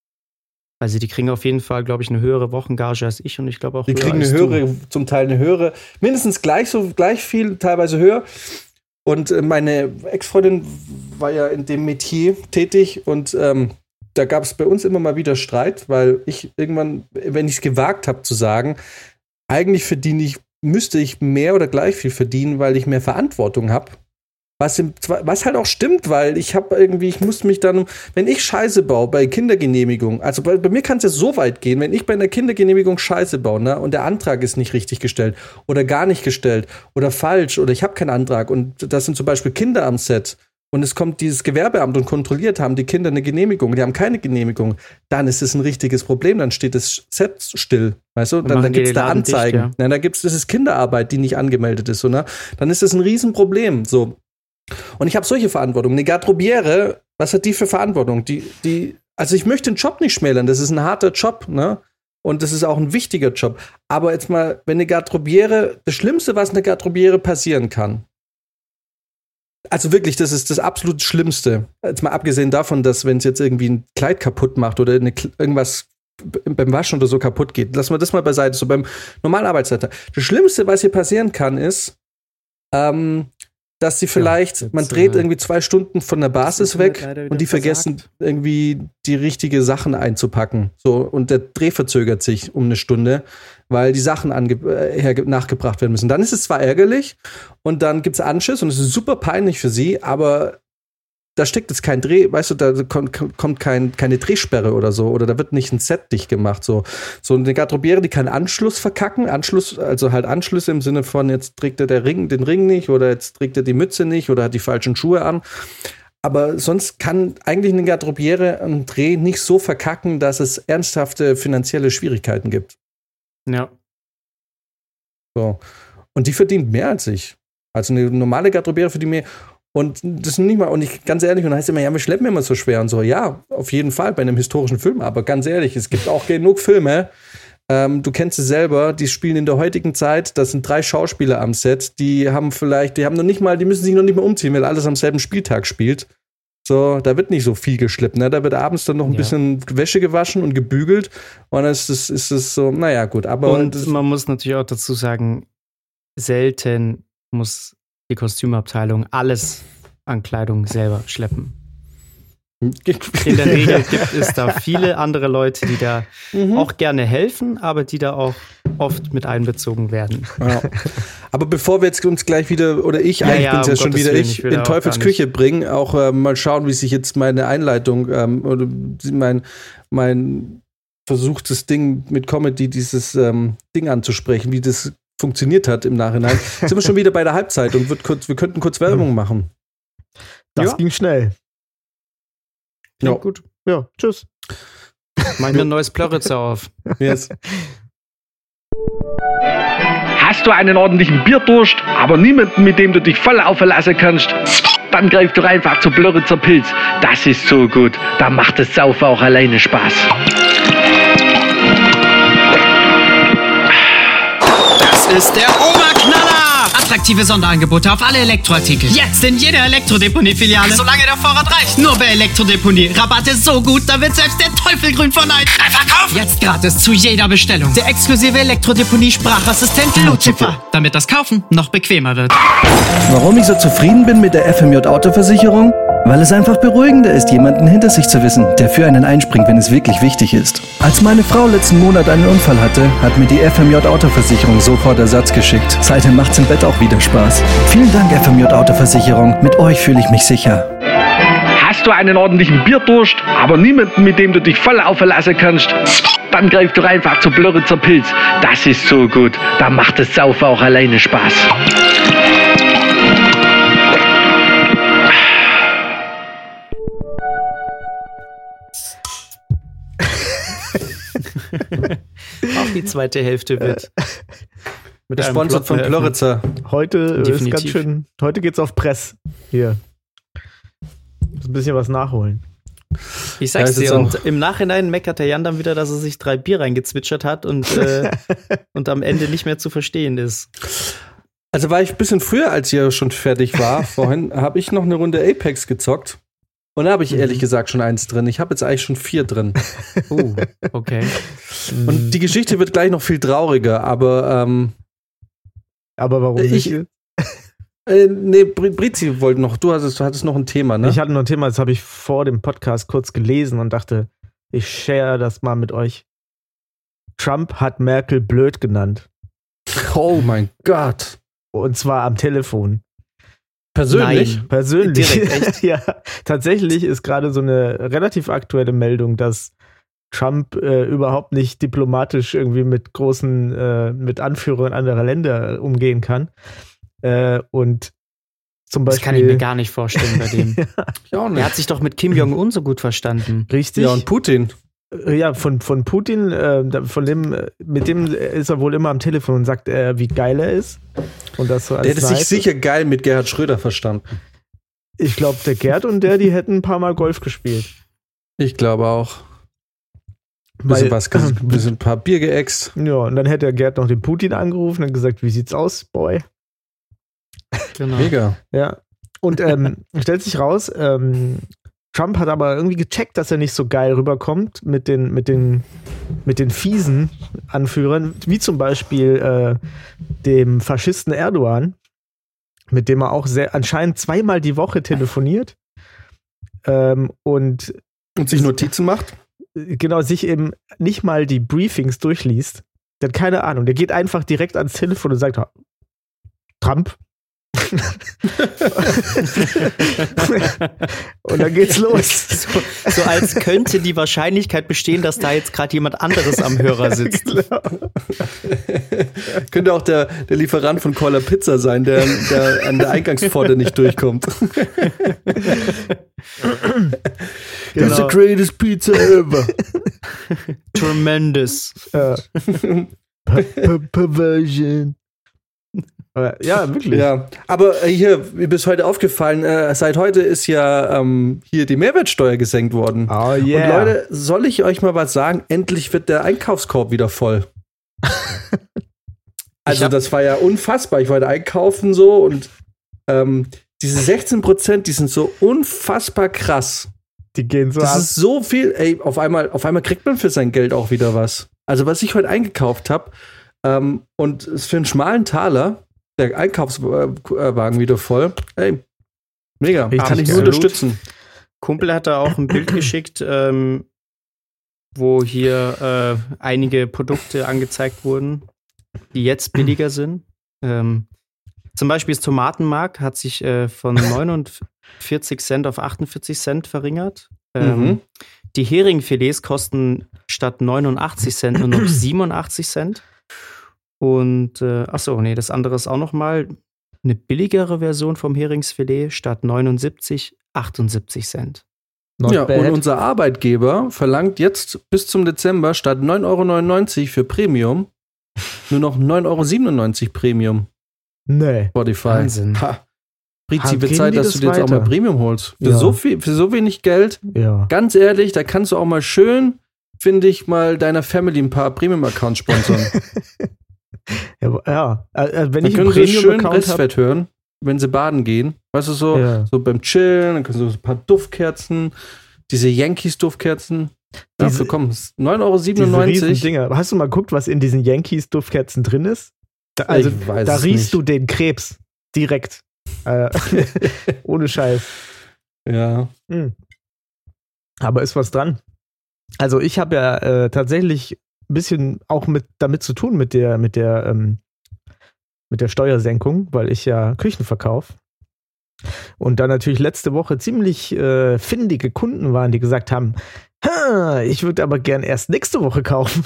Also die kriegen auf jeden Fall, glaube ich, eine höhere Wochengage als ich und ich glaube auch die höher kriegen eine als höhere, du. Zum Teil eine höhere, mindestens gleich so, gleich viel, teilweise höher. Und äh, meine Ex-Freundin war ja in dem Metier tätig und ähm, da gab es bei uns immer mal wieder Streit, weil ich irgendwann, wenn ich es gewagt habe zu sagen, eigentlich verdiene ich müsste ich mehr oder gleich viel verdienen, weil ich mehr Verantwortung habe. Was, im, was halt auch stimmt, weil ich habe irgendwie, ich muss mich dann, wenn ich Scheiße baue bei Kindergenehmigung, also bei, bei mir kann es ja so weit gehen, wenn ich bei einer Kindergenehmigung Scheiße baue, ne, und der Antrag ist nicht richtig gestellt oder gar nicht gestellt oder falsch oder ich habe keinen Antrag und das sind zum Beispiel Kinder am Set und es kommt dieses Gewerbeamt und kontrolliert, haben die Kinder eine Genehmigung, die haben keine Genehmigung, dann ist es ein richtiges Problem, dann steht das Set still, weißt du, dann, dann gibt es da Anzeigen, dicht, ja. Nein, da gibt es, das ist Kinderarbeit, die nicht angemeldet ist, so, ne? Dann ist das ein Riesenproblem, so. Und ich habe solche Verantwortung. Eine Garderobiere, was hat die für Verantwortung? Die, die, also ich möchte den Job nicht schmälern, das ist ein harter Job, ne? Und das ist auch ein wichtiger Job. Aber jetzt mal, wenn eine Garderobiere, das Schlimmste, was eine Garderobiere passieren kann, also wirklich, das ist das absolut Schlimmste. Jetzt mal abgesehen davon, dass wenn es jetzt irgendwie ein Kleid kaputt macht oder eine, irgendwas beim Waschen oder so kaputt geht, lassen wir das mal beiseite, so beim normalen Arbeitsleiter. Das Schlimmste, was hier passieren kann, ist, ähm, dass sie vielleicht, ja, jetzt, man dreht äh, irgendwie zwei Stunden von der Basis weg und die vergessen versagt. irgendwie die richtige Sachen einzupacken. So, und der Dreh verzögert sich um eine Stunde, weil die Sachen ange- äh, nachgebracht werden müssen. Dann ist es zwar ärgerlich und dann gibt es Anschiss und es ist super peinlich für sie, aber da steckt jetzt kein Dreh, weißt du, da kommt, kommt kein, keine Drehsperre oder so, oder da wird nicht ein Set dicht gemacht. So, so eine Garderobiere, die kann Anschluss verkacken, Anschluss, also halt Anschlüsse im Sinne von, jetzt trägt er der Ring, den Ring nicht oder jetzt trägt er die Mütze nicht oder hat die falschen Schuhe an. Aber sonst kann eigentlich eine Garderobiere einen Dreh nicht so verkacken, dass es ernsthafte finanzielle Schwierigkeiten gibt. Ja. So. Und die verdient mehr als ich. Also eine normale Garderobiere verdient mehr. Und das ist nicht mal, und ich, ganz ehrlich, und dann heißt immer, ja, wir schleppen immer so schwer und so. Ja, auf jeden Fall bei einem historischen Film, aber ganz ehrlich, es gibt auch genug Filme, ähm, du kennst es selber, die spielen in der heutigen Zeit, das sind drei Schauspieler am Set, die haben vielleicht, die haben noch nicht mal, die müssen sich noch nicht mal umziehen, weil alles am selben Spieltag spielt. So, da wird nicht so viel geschleppt, ne? Da wird abends dann noch ein Ja. bisschen Wäsche gewaschen und gebügelt und dann ist es, ist es so, naja, gut, aber. Und das, man muss natürlich auch dazu sagen, selten muss die Kostümabteilung alles an Kleidung selber schleppen. In der Regel gibt es da viele andere Leute, die da Mhm. auch gerne helfen, aber die da auch oft mit einbezogen werden. Ja. Aber bevor wir jetzt uns gleich wieder, oder ich, Ja, eigentlich ja, bin es ja um schon Gottes wieder Willen, ich, ich will in da auch Teufels gar nicht. Küche bringen, auch äh, mal schauen, wie sich jetzt meine Einleitung ähm, oder mein, mein versuchtes Ding mit Comedy, dieses ähm, Ding anzusprechen, wie das funktioniert hat im Nachhinein. Sind wir schon wieder bei der Halbzeit und wird kurz, wir könnten kurz Werbung machen. Das Ja. ging schnell. Ja. Gut. Ja, tschüss. Machen wir ein neues Plörritzer auf. Yes. Hast du einen ordentlichen Bierdurst, aber niemanden, mit dem du dich voll aufverlassen kannst? Dann greif doch einfach zu Plöritzer Pilz. Das ist so gut. Da macht das Saufen auch alleine Spaß. Das ist der Oberknaller! Attraktive Sonderangebote auf alle Elektroartikel. Jetzt in jeder Elektrodeponie-Filiale. Solange der Vorrat reicht. Nur bei Elektrodeponie. Rabatte so gut, da wird selbst der Teufel grün vor Neid. Einfach kaufen! Jetzt gratis zu jeder Bestellung. Der exklusive Elektrodeponie-Sprachassistent Lucifer. Damit das Kaufen noch bequemer wird. Warum ich so zufrieden bin mit der F M J Autoversicherung? Weil es einfach beruhigender ist, jemanden hinter sich zu wissen, der für einen einspringt, wenn es wirklich wichtig ist. Als meine Frau letzten Monat einen Unfall hatte, hat mir die F M J Autoversicherung sofort Ersatz geschickt. Seitdem macht's im Bett auch wieder Spaß. Vielen Dank, F M J Autoversicherung. Mit euch fühle ich mich sicher. Hast du einen ordentlichen Bierdurst, aber niemanden, mit dem du dich voll aufverlassen kannst? Dann greif doch einfach zu Plöritzer Pilz. Das ist so gut. Da macht das Saufen auch alleine Spaß. Auch die zweite Hälfte wird mit einem Gesponsert Plot von eröffnet. Plöritzer. Heute ist Definitiv. ganz schön. Heute geht's auf Press. Hier. Muss ein bisschen was nachholen. Ich sag's Ja, ist dir, jetzt und im Nachhinein meckert der Jan dann wieder, dass er sich drei Bier reingezwitschert hat und, äh, und am Ende nicht mehr zu verstehen ist. Also war ich ein bisschen früher, als ihr schon fertig war. Vorhin habe ich noch eine Runde Apex gezockt. Und da habe ich ehrlich gesagt schon eins drin. Ich habe jetzt eigentlich schon vier drin. Uh, okay. Und die Geschichte wird gleich noch viel trauriger, aber ähm, Aber warum Ich- nicht? äh, nee, Bri- Brizi wollte noch, du hattest, du hattest noch ein Thema, ne? Ich hatte noch ein Thema, das habe ich vor dem Podcast kurz gelesen und dachte, ich share das mal mit euch. Trump hat Merkel blöd genannt. Oh mein Gott. Und zwar am Telefon. Persönlich? Nein. Persönlich. Direkt, echt? Ja, tatsächlich ist gerade so eine relativ aktuelle Meldung, dass Trump äh, überhaupt nicht diplomatisch irgendwie mit großen, äh, mit Anführern anderer Länder umgehen kann. Äh, und zum Das Beispiel. kann ich mir gar nicht vorstellen bei dem. Ich auch Er nicht. hat sich doch mit Kim Jong-un so gut verstanden. Richtig. Ja, und Putin. Äh, Ja, von, von Putin, äh, da- von dem, äh, mit dem ist er wohl immer am Telefon und sagt, äh, wie geil er ist. Und das so Der alles hätte sich nice. sicher geil mit Gerhard Schröder verstanden. Ich glaube, der Gerd und der, die hätten ein paar Mal Golf gespielt. Ich glaube auch. Bisschen Weil- was, ges- bisschen ein paar Bier geäxt. Ja, und dann hätte der Gerd noch den Putin angerufen und gesagt, wie sieht's aus, Boy? Genau. Mega. Ja. Und ähm, stellt sich raus, ähm, Trump hat aber irgendwie gecheckt, dass er nicht so geil rüberkommt mit den, mit den, mit den fiesen Anführern, wie zum Beispiel äh, dem Faschisten Erdogan. mit dem er auch sehr, anscheinend zweimal die Woche telefoniert ähm, und, und sich Notizen macht. Genau, sich eben nicht mal die Briefings durchliest. Der hat keine Ahnung. Der geht einfach direkt ans Telefon und sagt, Trump. Und dann geht's los. So, so als könnte die Wahrscheinlichkeit bestehen, dass da jetzt gerade jemand anderes am Hörer sitzt. Genau. Könnte auch der, der Lieferant von Cola Pizza sein, der, der an der Eingangspforte nicht durchkommt. That's the greatest pizza ever. Tremendous. Ja. Perversion. Ja, wirklich. Ja, aber hier, mir ist heute aufgefallen, äh, seit heute ist ja ähm, hier die Mehrwertsteuer gesenkt worden. Oh yeah. Und Leute, soll ich euch mal was sagen? Endlich wird der Einkaufskorb wieder voll. Also das war ja unfassbar. Ich wollte einkaufen so und ähm, diese sechzehn Prozent, die sind so unfassbar krass. Die gehen so Das ab. ist so viel. Ey, auf einmal, auf einmal kriegt man für sein Geld auch wieder was. Also was ich heute eingekauft habe ähm, und ist für einen schmalen Taler der Einkaufswagen wieder voll. Ey, mega. Richtig Kann ich nur geil. unterstützen. Kumpel hat da auch ein Bild geschickt, ähm, wo hier äh, einige Produkte angezeigt wurden, die jetzt billiger sind. Ähm, zum Beispiel das Tomatenmark hat sich äh, von neunundvierzig Cent auf achtundvierzig Cent verringert. Ähm, Mhm. Die Heringfilets kosten statt neunundachtzig Cent nur noch siebenundachtzig Cent. Und, äh, achso, nee, das andere ist auch noch mal eine billigere Version vom Heringsfilet statt neunundsiebzig, achtundsiebzig Cent. Not Ja, bad. und unser Arbeitgeber verlangt jetzt bis zum Dezember statt neun Euro neunundneunzig für Premium nur noch neun Euro siebenundneunzig Premium Nee. Spotify. Wahnsinn. Ha. Brizi, Ha, wird geben Zeit, die dass das du dir jetzt auch weiter? mal Premium holst. Für, Ja. so viel, für so wenig Geld, Ja. ganz ehrlich, da kannst du auch mal schön, finde ich, mal deiner Family ein paar Premium-Accounts sponsern. Ja, ja. Äh, wenn Dann ich einen können sie schön Premium-Account habe. Restfett hören, wenn sie baden gehen. Weißt du, so, Ja. so beim Chillen, dann können sie so ein paar Duftkerzen, diese Yankees-Duftkerzen. Diese- Dafür kommen neun Euro Diese riesen siebenundneunzig. Dinger. Hast du mal geguckt, was in diesen Yankees-Duftkerzen drin ist? Da, also, Ich weiß da es riechst nicht. du den Krebs direkt. Äh, ohne Scheiß. Ja. Hm. Aber ist was dran. Also ich habe ja äh, tatsächlich ein bisschen auch mit damit zu tun mit der mit der ähm, mit der Steuersenkung, weil ich ja Küchen verkaufe. Und dann natürlich letzte Woche ziemlich äh, findige Kunden waren, die gesagt haben, "Ha, ich würde aber gern erst nächste Woche kaufen."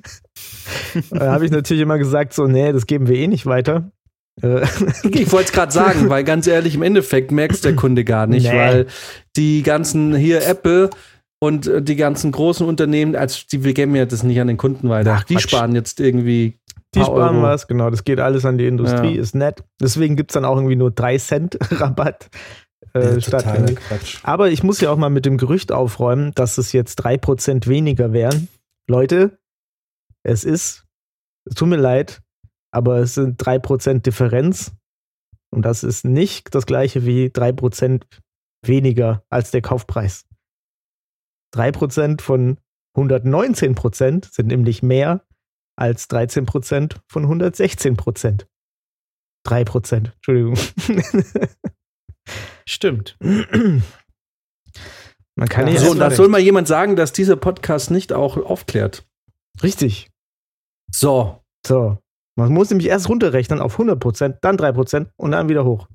Da habe ich natürlich immer gesagt, so, nee, das geben wir eh nicht weiter. Äh, Ich wollte es gerade sagen, weil ganz ehrlich, im Endeffekt merkt der Kunde gar nicht, Nee. weil die ganzen hier Apple und äh, die ganzen großen Unternehmen, also die wir geben ja das nicht an den Kunden weiter. Ach, Die Quatsch. sparen jetzt irgendwie Die paar sparen Euro. was, genau. Das geht alles an die Industrie, Ja. ist nett. Deswegen gibt es dann auch irgendwie nur drei Cent Rabatt. Äh, Ja, statt totaler irgendwie- Quatsch. Aber ich muss ja auch mal mit dem Gerücht aufräumen, dass es jetzt drei Prozent weniger wären. Leute, es ist, es tut mir leid, aber es sind drei Prozent Differenz. Und das ist nicht das gleiche wie drei Prozent weniger als der Kaufpreis. drei Prozent von hundertneunzehn Prozent sind nämlich mehr als dreizehn Prozent von hundertsechzehn Prozent. drei Prozent, Entschuldigung. Stimmt. Man kann ja, So, und da erst- soll mal jemand sagen, dass dieser Podcast nicht auch aufklärt. Richtig. So. So. Man muss nämlich erst runterrechnen auf hundert Prozent, dann drei Prozent und dann wieder hoch.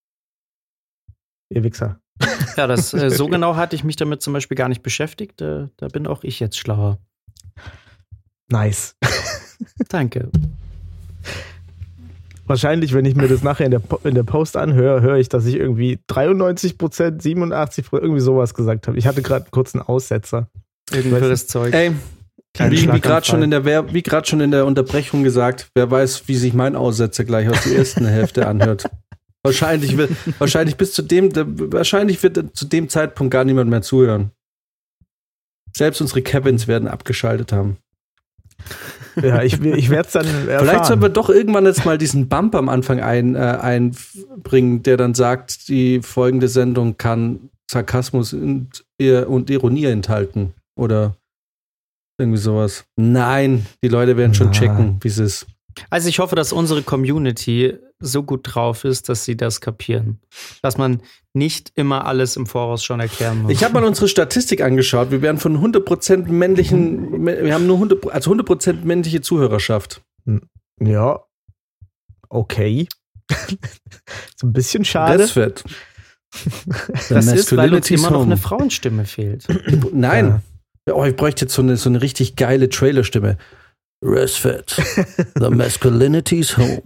Ihr Wichser. Ja, das äh, so genau hatte ich mich damit zum Beispiel gar nicht beschäftigt. Äh, da bin auch ich jetzt schlauer. Nice. Danke. Wahrscheinlich, wenn ich mir das nachher in der, Po- in der Post anhöre, höre ich, dass ich irgendwie dreiundneunzig Prozent, siebenundachtzig Prozent, irgendwie sowas gesagt habe. Ich hatte gerade kurz einen Aussetzer. Irgendwelches Zeug. Ey, Kein wie, wie Schlaganfall. gerade schon in der Wer- wie gerade schon in der Unterbrechung gesagt, wer weiß, wie sich mein Aussetzer gleich aus der ersten Hälfte anhört. Wahrscheinlich wird, wahrscheinlich bis zu dem, der, wahrscheinlich wird zu dem Zeitpunkt gar niemand mehr zuhören. Selbst unsere Kevins werden abgeschaltet haben. Ja, ich, ich werde es dann erfahren. Vielleicht sollten wir doch irgendwann jetzt mal diesen Bump am Anfang ein, äh, einbringen, der dann sagt, die folgende Sendung kann Sarkasmus und, und Ironie enthalten. Oder irgendwie sowas. Nein, die Leute werden schon Na. checken, wie es ist. Also ich hoffe, dass unsere Community so gut drauf ist, dass sie das kapieren. Dass man nicht immer alles im Voraus schon erklären muss. Ich habe mal unsere Statistik angeschaut. Wir werden von hundert Prozent männlichen, wir haben nur hundert, also hundert Prozent männliche Zuhörerschaft. Ja. Okay. So ein bisschen schade. Das wird. Das ist, weil uns immer noch eine Frauenstimme fehlt. Nein. Ja. Oh, ich bräuchte jetzt so eine, so eine richtig geile Trailerstimme. Resfed. The masculinity's home.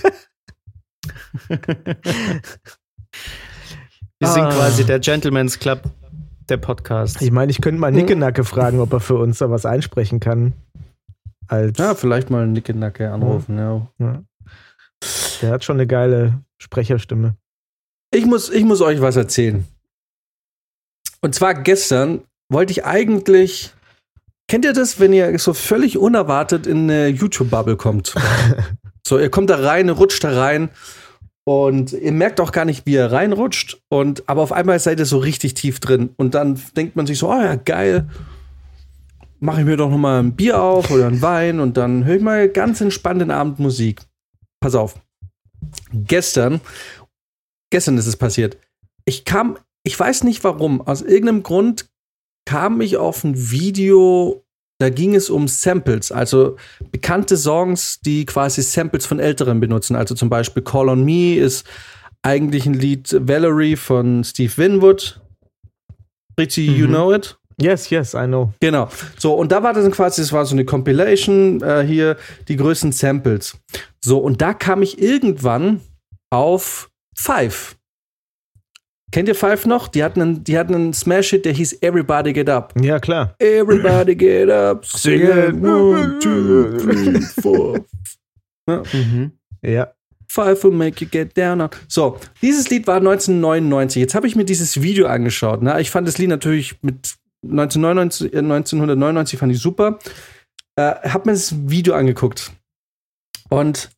Wir sind Ah. quasi der Gentleman's Club der Podcast. Ich meine, ich könnte mal Nickenacke fragen, ob er für uns da was einsprechen kann. Als, Ja, vielleicht mal Nickenacke anrufen, ja. ja. Der hat schon eine geile Sprecherstimme. Ich muss, ich muss euch was erzählen. Und zwar gestern wollte ich eigentlich. Kennt ihr das, wenn ihr so völlig unerwartet in eine YouTube-Bubble kommt? So, ihr kommt da rein, rutscht da rein und ihr merkt auch gar nicht, wie ihr reinrutscht. Und, aber auf einmal seid ihr so richtig tief drin. Und dann denkt man sich so, oh ja, geil. Mache ich mir doch noch mal ein Bier auf oder einen Wein und dann höre ich mal ganz entspannt den Abend Musik. Pass auf. Gestern, gestern ist es passiert. Ich kam, ich weiß nicht warum, aus irgendeinem Grund kam ich auf ein Video, da ging es um Samples, also bekannte Songs, die quasi Samples von Älteren benutzen. Also zum Beispiel Call on Me ist eigentlich ein Lied Valerie von Steve Winwood. Richie, you Mhm. know it? Yes, yes, I know. Genau. So, und da war das dann quasi, das war so eine Compilation, äh, hier, die größten Samples. So, und da kam ich irgendwann auf Five. Kennt ihr Five noch? Die hatten einen, die hatten einen Smash-Hit, der hieß Everybody Get Up. Ja, klar. Everybody get up, sing it, one, two, three, four. Ja. Mhm. Ja. Five will make you get down. On. So, dieses Lied war neunzehnhundertneunundneunzig. Jetzt habe ich mir dieses Video angeschaut. Ne? Ich fand das Lied natürlich mit neunzehnhundertneunundneunzig, äh, neunzehnhundertneunundneunzig fand ich super. Äh, hab mir das Video angeguckt. Und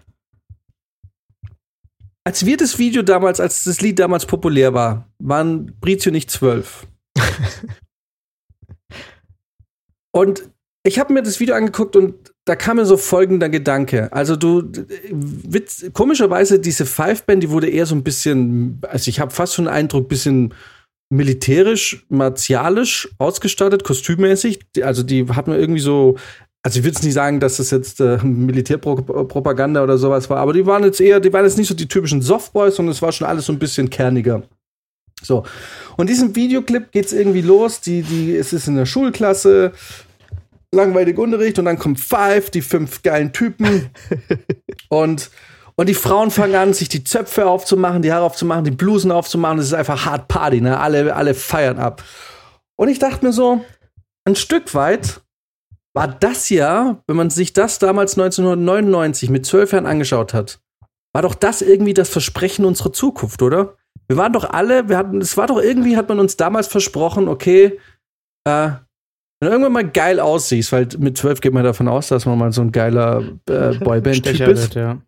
als wir das Video damals, als das Lied damals populär war, waren Brizio nicht zwölf. Und ich habe mir das Video angeguckt und da kam mir so folgender Gedanke. Also du, witz, komischerweise diese Five-Band, die wurde eher so ein bisschen, also ich habe fast schon den Eindruck, bisschen militärisch, martialisch ausgestattet, kostümmäßig. Die, also die hat man irgendwie so, also ich würde jetzt nicht sagen, dass das jetzt äh, Militärpropaganda oder sowas war, aber die waren jetzt eher, die waren jetzt nicht so die typischen Softboys, sondern es war schon alles so ein bisschen kerniger. So. Und diesem Videoclip geht's irgendwie los, die, die, es ist in der Schulklasse, langweiliger Unterricht und dann kommt Five, die fünf geilen Typen und, und die Frauen fangen an, sich die Zöpfe aufzumachen, die Haare aufzumachen, die Blusen aufzumachen, das ist einfach hart Party, ne? Alle, alle feiern ab. Und ich dachte mir so, ein Stück weit war das ja, wenn man sich das damals neunzehnhundertneunundneunzig mit zwölf Jahren angeschaut hat, war doch das irgendwie das Versprechen unserer Zukunft, oder? Wir waren doch alle, wir hatten, es war doch irgendwie, hat man uns damals versprochen, okay, äh, wenn du irgendwann mal geil aussiehst, weil mit zwölf geht man davon aus, dass man mal so ein geiler äh, Boyband-Typ ist. Wird, ja.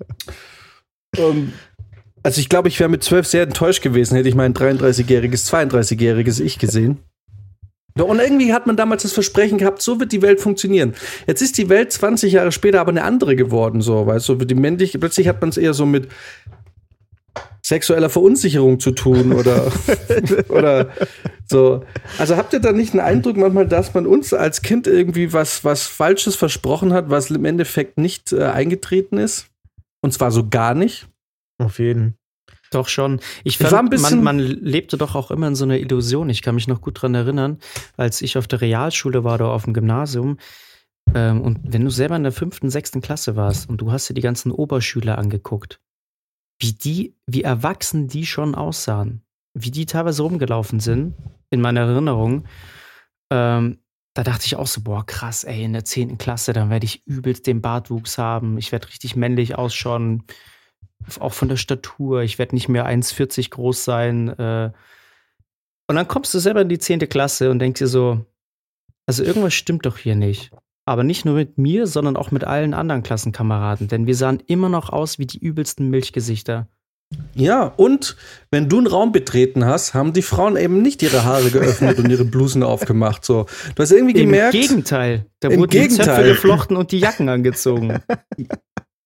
um, also ich glaube, ich wäre mit zwölf sehr enttäuscht gewesen, hätte ich mein dreiunddreißigjähriges, zweiunddreißigjähriges Ich gesehen. Und irgendwie hat man damals das Versprechen gehabt, so wird die Welt funktionieren. Jetzt ist die Welt zwanzig Jahre später aber eine andere geworden, so, weißt du, die männliche, plötzlich hat man es eher so mit sexueller Verunsicherung zu tun oder, oder so. Also habt ihr da nicht einen Eindruck manchmal, dass man uns als Kind irgendwie was, was Falsches versprochen hat, was im Endeffekt nicht äh, eingetreten ist? Und zwar so gar nicht? Auf jeden. Doch schon. Ich war fand, ein bisschen- man, man lebte doch auch immer in so einer Illusion. Ich kann mich noch gut dran erinnern, als ich auf der Realschule war oder auf dem Gymnasium. Ähm, und wenn du selber in der fünften, sechsten Klasse warst und du hast dir die ganzen Oberschüler angeguckt, wie die, wie erwachsen die schon aussahen, wie die teilweise rumgelaufen sind, in meiner Erinnerung, ähm, da dachte ich auch so, boah, krass, ey, in der zehnten Klasse, dann werde ich übelst den Bartwuchs haben, ich werde richtig männlich ausschauen, auch von der Statur, ich werde nicht mehr eins vierzig groß sein. Äh. Und dann kommst du selber in die zehnte Klasse und denkst dir so, also irgendwas stimmt doch hier nicht. Aber nicht nur mit mir, sondern auch mit allen anderen Klassenkameraden, denn wir sahen immer noch aus wie die übelsten Milchgesichter. Ja, und wenn du einen Raum betreten hast, haben die Frauen eben nicht ihre Haare geöffnet und ihre Blusen aufgemacht. So. Du hast irgendwie gemerkt. Im Gegenteil. Da Im wurden die Gegenteil. Zöpfe geflochten und die Jacken angezogen.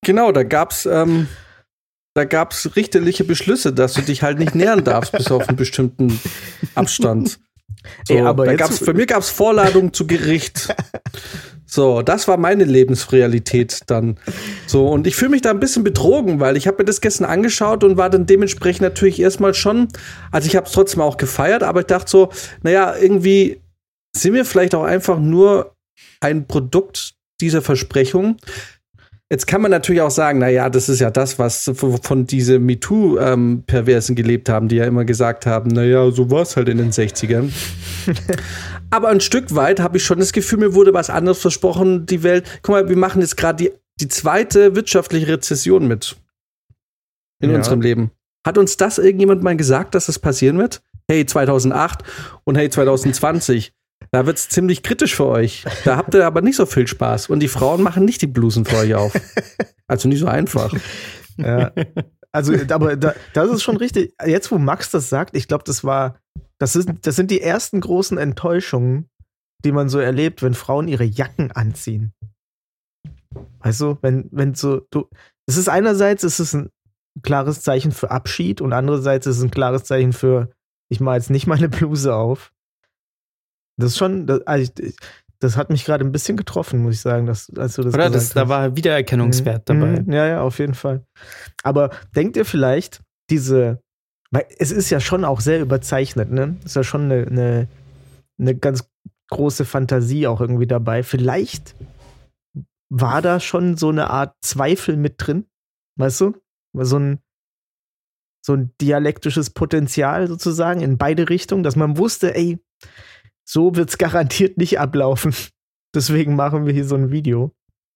Genau, da gab's, ähm, da gab's richterliche Beschlüsse, dass du dich halt nicht nähern darfst bis auf einen bestimmten Abstand. So, Ey, aber da jetzt- gab's, bei mir gab's Vorladungen zu Gericht. So, das war meine Lebensrealität dann. So, und ich fühle mich da ein bisschen betrogen, weil ich habe mir das gestern angeschaut und war dann dementsprechend natürlich erstmal schon, also ich habe es trotzdem auch gefeiert, aber ich dachte so, naja, irgendwie sind wir vielleicht auch einfach nur ein Produkt dieser Versprechung. Jetzt kann man natürlich auch sagen, naja, das ist ja das, was von diese MeToo-Perversen gelebt haben, die ja immer gesagt haben, naja, so war es halt in den sechzigern. Aber ein Stück weit habe ich schon das Gefühl, mir wurde was anderes versprochen, die Welt. Guck mal, wir machen jetzt gerade die, die zweite wirtschaftliche Rezession mit in Ja. unserem Leben. Hat uns das irgendjemand mal gesagt, dass das passieren wird? Hey, zweitausendacht und hey, zwanzig zwanzig. Da wird's ziemlich kritisch für euch. Da habt ihr aber nicht so viel Spaß. Und die Frauen machen nicht die Blusen für euch auf. Also nicht so einfach. Ja. Also, aber da, das ist schon richtig. Jetzt, wo Max das sagt, ich glaube, das war, das ist, das sind die ersten großen Enttäuschungen, die man so erlebt, wenn Frauen ihre Jacken anziehen. Weißt du, wenn, wenn so, du, es ist einerseits, es ist ein klares Zeichen für Abschied und andererseits ist es ein klares Zeichen für, ich mache jetzt nicht meine Bluse auf. Das ist schon, das, also ich, das hat mich gerade ein bisschen getroffen, muss ich sagen, dass, als du das Oder? gesagt Das, hast. da war Wiedererkennungswert Mhm. dabei. Mhm. Ja, ja, auf jeden Fall. Aber denkt ihr vielleicht, diese, weil es ist ja schon auch sehr überzeichnet, ne? Ist ja schon eine, eine, eine ganz große Fantasie auch irgendwie dabei. Vielleicht war da schon so eine Art Zweifel mit drin, weißt du? So ein, so ein dialektisches Potenzial sozusagen in beide Richtungen, dass man wusste, ey, so wird's garantiert nicht ablaufen. Deswegen machen wir hier so ein Video.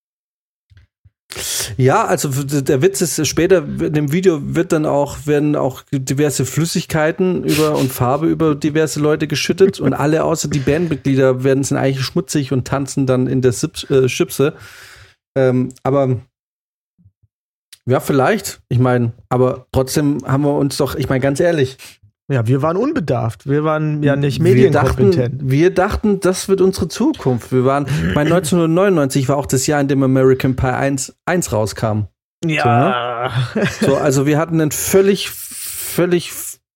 Ja, also der Witz ist, später in dem Video wird dann auch, werden auch diverse Flüssigkeiten über und Farbe über diverse Leute geschüttet und alle außer die Bandmitglieder werden sind eigentlich schmutzig und tanzen dann in der Sip, äh, Chipse. Ähm, aber ja, vielleicht. Ich meine, aber trotzdem haben wir uns doch, ich meine, ganz ehrlich, Ja, wir waren unbedarft. Wir waren ja nicht wir medienkompetent. dachten, wir dachten, das wird unsere Zukunft. Wir waren, ich meine, neunzehnhundertneunundneunzig war auch das Jahr, in dem American Pie eins, eins rauskam. Ja. So, also wir hatten einen völlig, völlig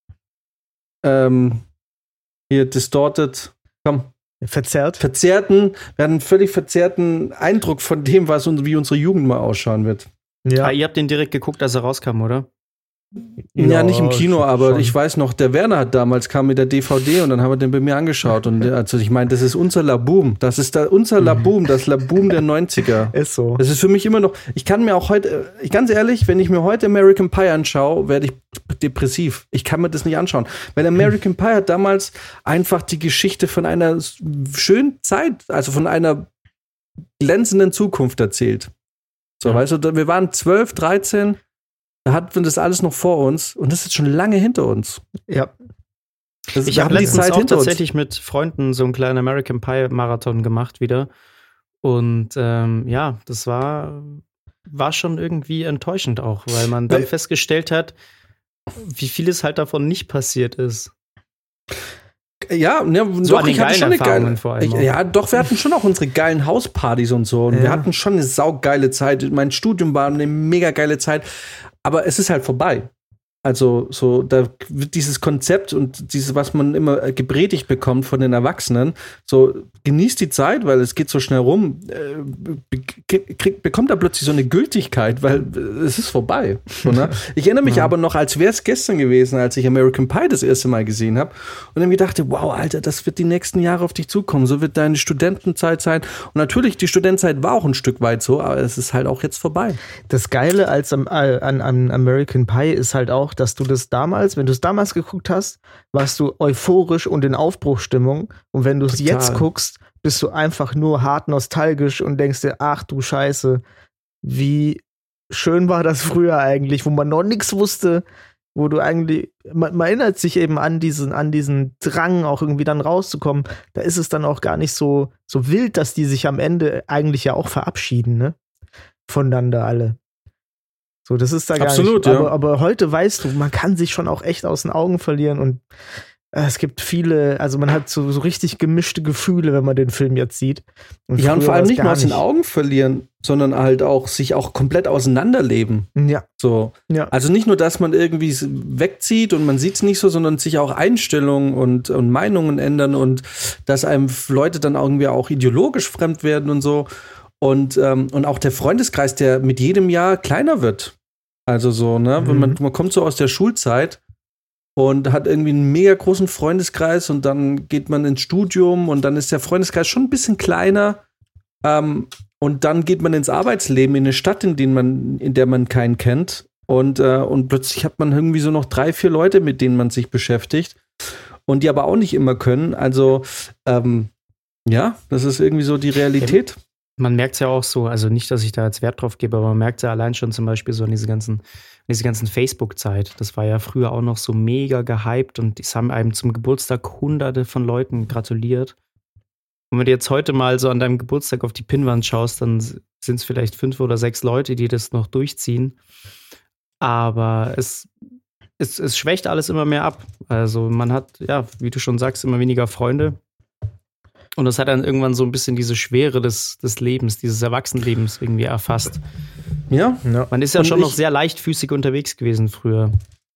ähm, hier distorted, komm, Verzerrt. verzerrten, wir hatten einen völlig verzerrten Eindruck von dem, was und wie unsere Jugend mal ausschauen wird. Ja. Ah, ihr habt den direkt geguckt, als er rauskam, oder? Ja, nicht im Kino, schon- aber schon. ich weiß noch, der Werner hat damals kam mit der D V D und dann haben wir den bei mir angeschaut und also ich meine, das ist unser Laboom, das ist da unser Laboom, das Laboom der neunziger. Ist so. Das ist für mich immer noch, ich kann mir auch heute, ich ganz ehrlich, wenn ich mir heute American Pie anschaue, werde ich depressiv. Ich kann mir das nicht anschauen. Weil American Pie hat damals einfach die Geschichte von einer schönen Zeit, also von einer glänzenden Zukunft erzählt. So, weißt du, da- wir waren zwölf, dreizehn, da hatten wir das alles noch vor uns und das ist schon lange hinter uns. Ja. Das, Ich wir habe haben die letztens Zeit auch hinter uns. tatsächlich mit Freunden so einen kleinen American Pie Marathon gemacht wieder. Und ähm, ja, das war, war schon irgendwie enttäuschend auch, weil man dann Weil- festgestellt hat, wie vieles halt davon nicht passiert ist. Ja, ne, So doch, an den ich hatte geilen schon eine Erfahrungen geile. vor allem Ich, auch. ja, doch, wir hatten schon auch unsere geilen Hauspartys und so. Und wir Ja. hatten schon eine saugeile Zeit. Mein Studium war eine mega geile Zeit. Aber es ist halt vorbei. Also, so, da wird dieses Konzept und dieses, was man immer gepredigt bekommt von den Erwachsenen, so, genießt die Zeit, weil es geht so schnell rum, äh, be krieg, bekommt da plötzlich so eine Gültigkeit, weil äh, es ist vorbei. So, ne? Ich erinnere mich Ja. aber noch, als wäre es gestern gewesen, als ich American Pie das erste Mal gesehen habe und dann mir dachte, wow, Alter, das wird die nächsten Jahre auf dich zukommen. So wird deine Studentenzeit sein. Und natürlich, die Studentenzeit war auch ein Stück weit so, aber es ist halt auch jetzt vorbei. Das Geile als am, äh, an, an American Pie ist halt auch, dass du das damals, wenn du es damals geguckt hast, warst du euphorisch und in Aufbruchstimmung. Und wenn du es Total. jetzt guckst, bist du einfach nur hart nostalgisch und denkst dir, ach du Scheiße, wie schön war das früher eigentlich, wo man noch nichts wusste, wo du eigentlich, man, man erinnert sich eben an diesen, an diesen Drang, auch irgendwie dann rauszukommen. Da ist es dann auch gar nicht so, so wild, dass die sich am Ende eigentlich ja auch verabschieden, ne? Voneinander alle. So, das ist da gar Absolut, nicht. ja. Aber, aber heute weißt du, man kann sich schon auch echt aus den Augen verlieren und Es gibt viele, also man hat so, so richtig gemischte Gefühle, wenn man den Film jetzt sieht. Und ja, und vor allem nicht nur aus den Augen verlieren, sondern halt auch sich auch komplett auseinanderleben. Ja. So. Ja. Also nicht nur, dass man irgendwie wegzieht und man sieht es nicht so, sondern sich auch Einstellungen und, und Meinungen ändern und dass einem Leute dann irgendwie auch ideologisch fremd werden und so. Und, ähm, und auch der Freundeskreis, der mit jedem Jahr kleiner wird. Also so, ne, mhm. wenn man, man kommt so aus der Schulzeit und hat irgendwie einen mega großen Freundeskreis und dann geht man ins Studium und dann ist der Freundeskreis schon ein bisschen kleiner. Ähm, und dann geht man ins Arbeitsleben in eine Stadt, in, denen man, in der man keinen kennt. Und, äh, und plötzlich hat man irgendwie so noch drei, vier Leute, mit denen man sich beschäftigt. Und die aber auch nicht immer können. Also, ähm, ja, das ist irgendwie so die Realität. Man merkt es ja auch so, also nicht, dass ich da jetzt Wert drauf gebe, aber man merkt es ja allein schon zum Beispiel so in diese ganzen, diese ganzen Facebook-Zeit. Das war ja früher auch noch so mega gehypt und es haben einem zum Geburtstag hunderte von Leuten gratuliert. Und wenn du jetzt heute mal so an deinem Geburtstag auf die Pinnwand schaust, dann sind es vielleicht fünf oder sechs Leute, die das noch durchziehen. Aber es, es, es schwächt alles immer mehr ab. Also man hat, ja, wie du schon sagst, immer weniger Freunde. Und das hat dann irgendwann so ein bisschen diese Schwere des, des Lebens, dieses Erwachsenenlebens irgendwie erfasst. Ja. ja. Man ist ja und schon ich, noch sehr leichtfüßig unterwegs gewesen früher.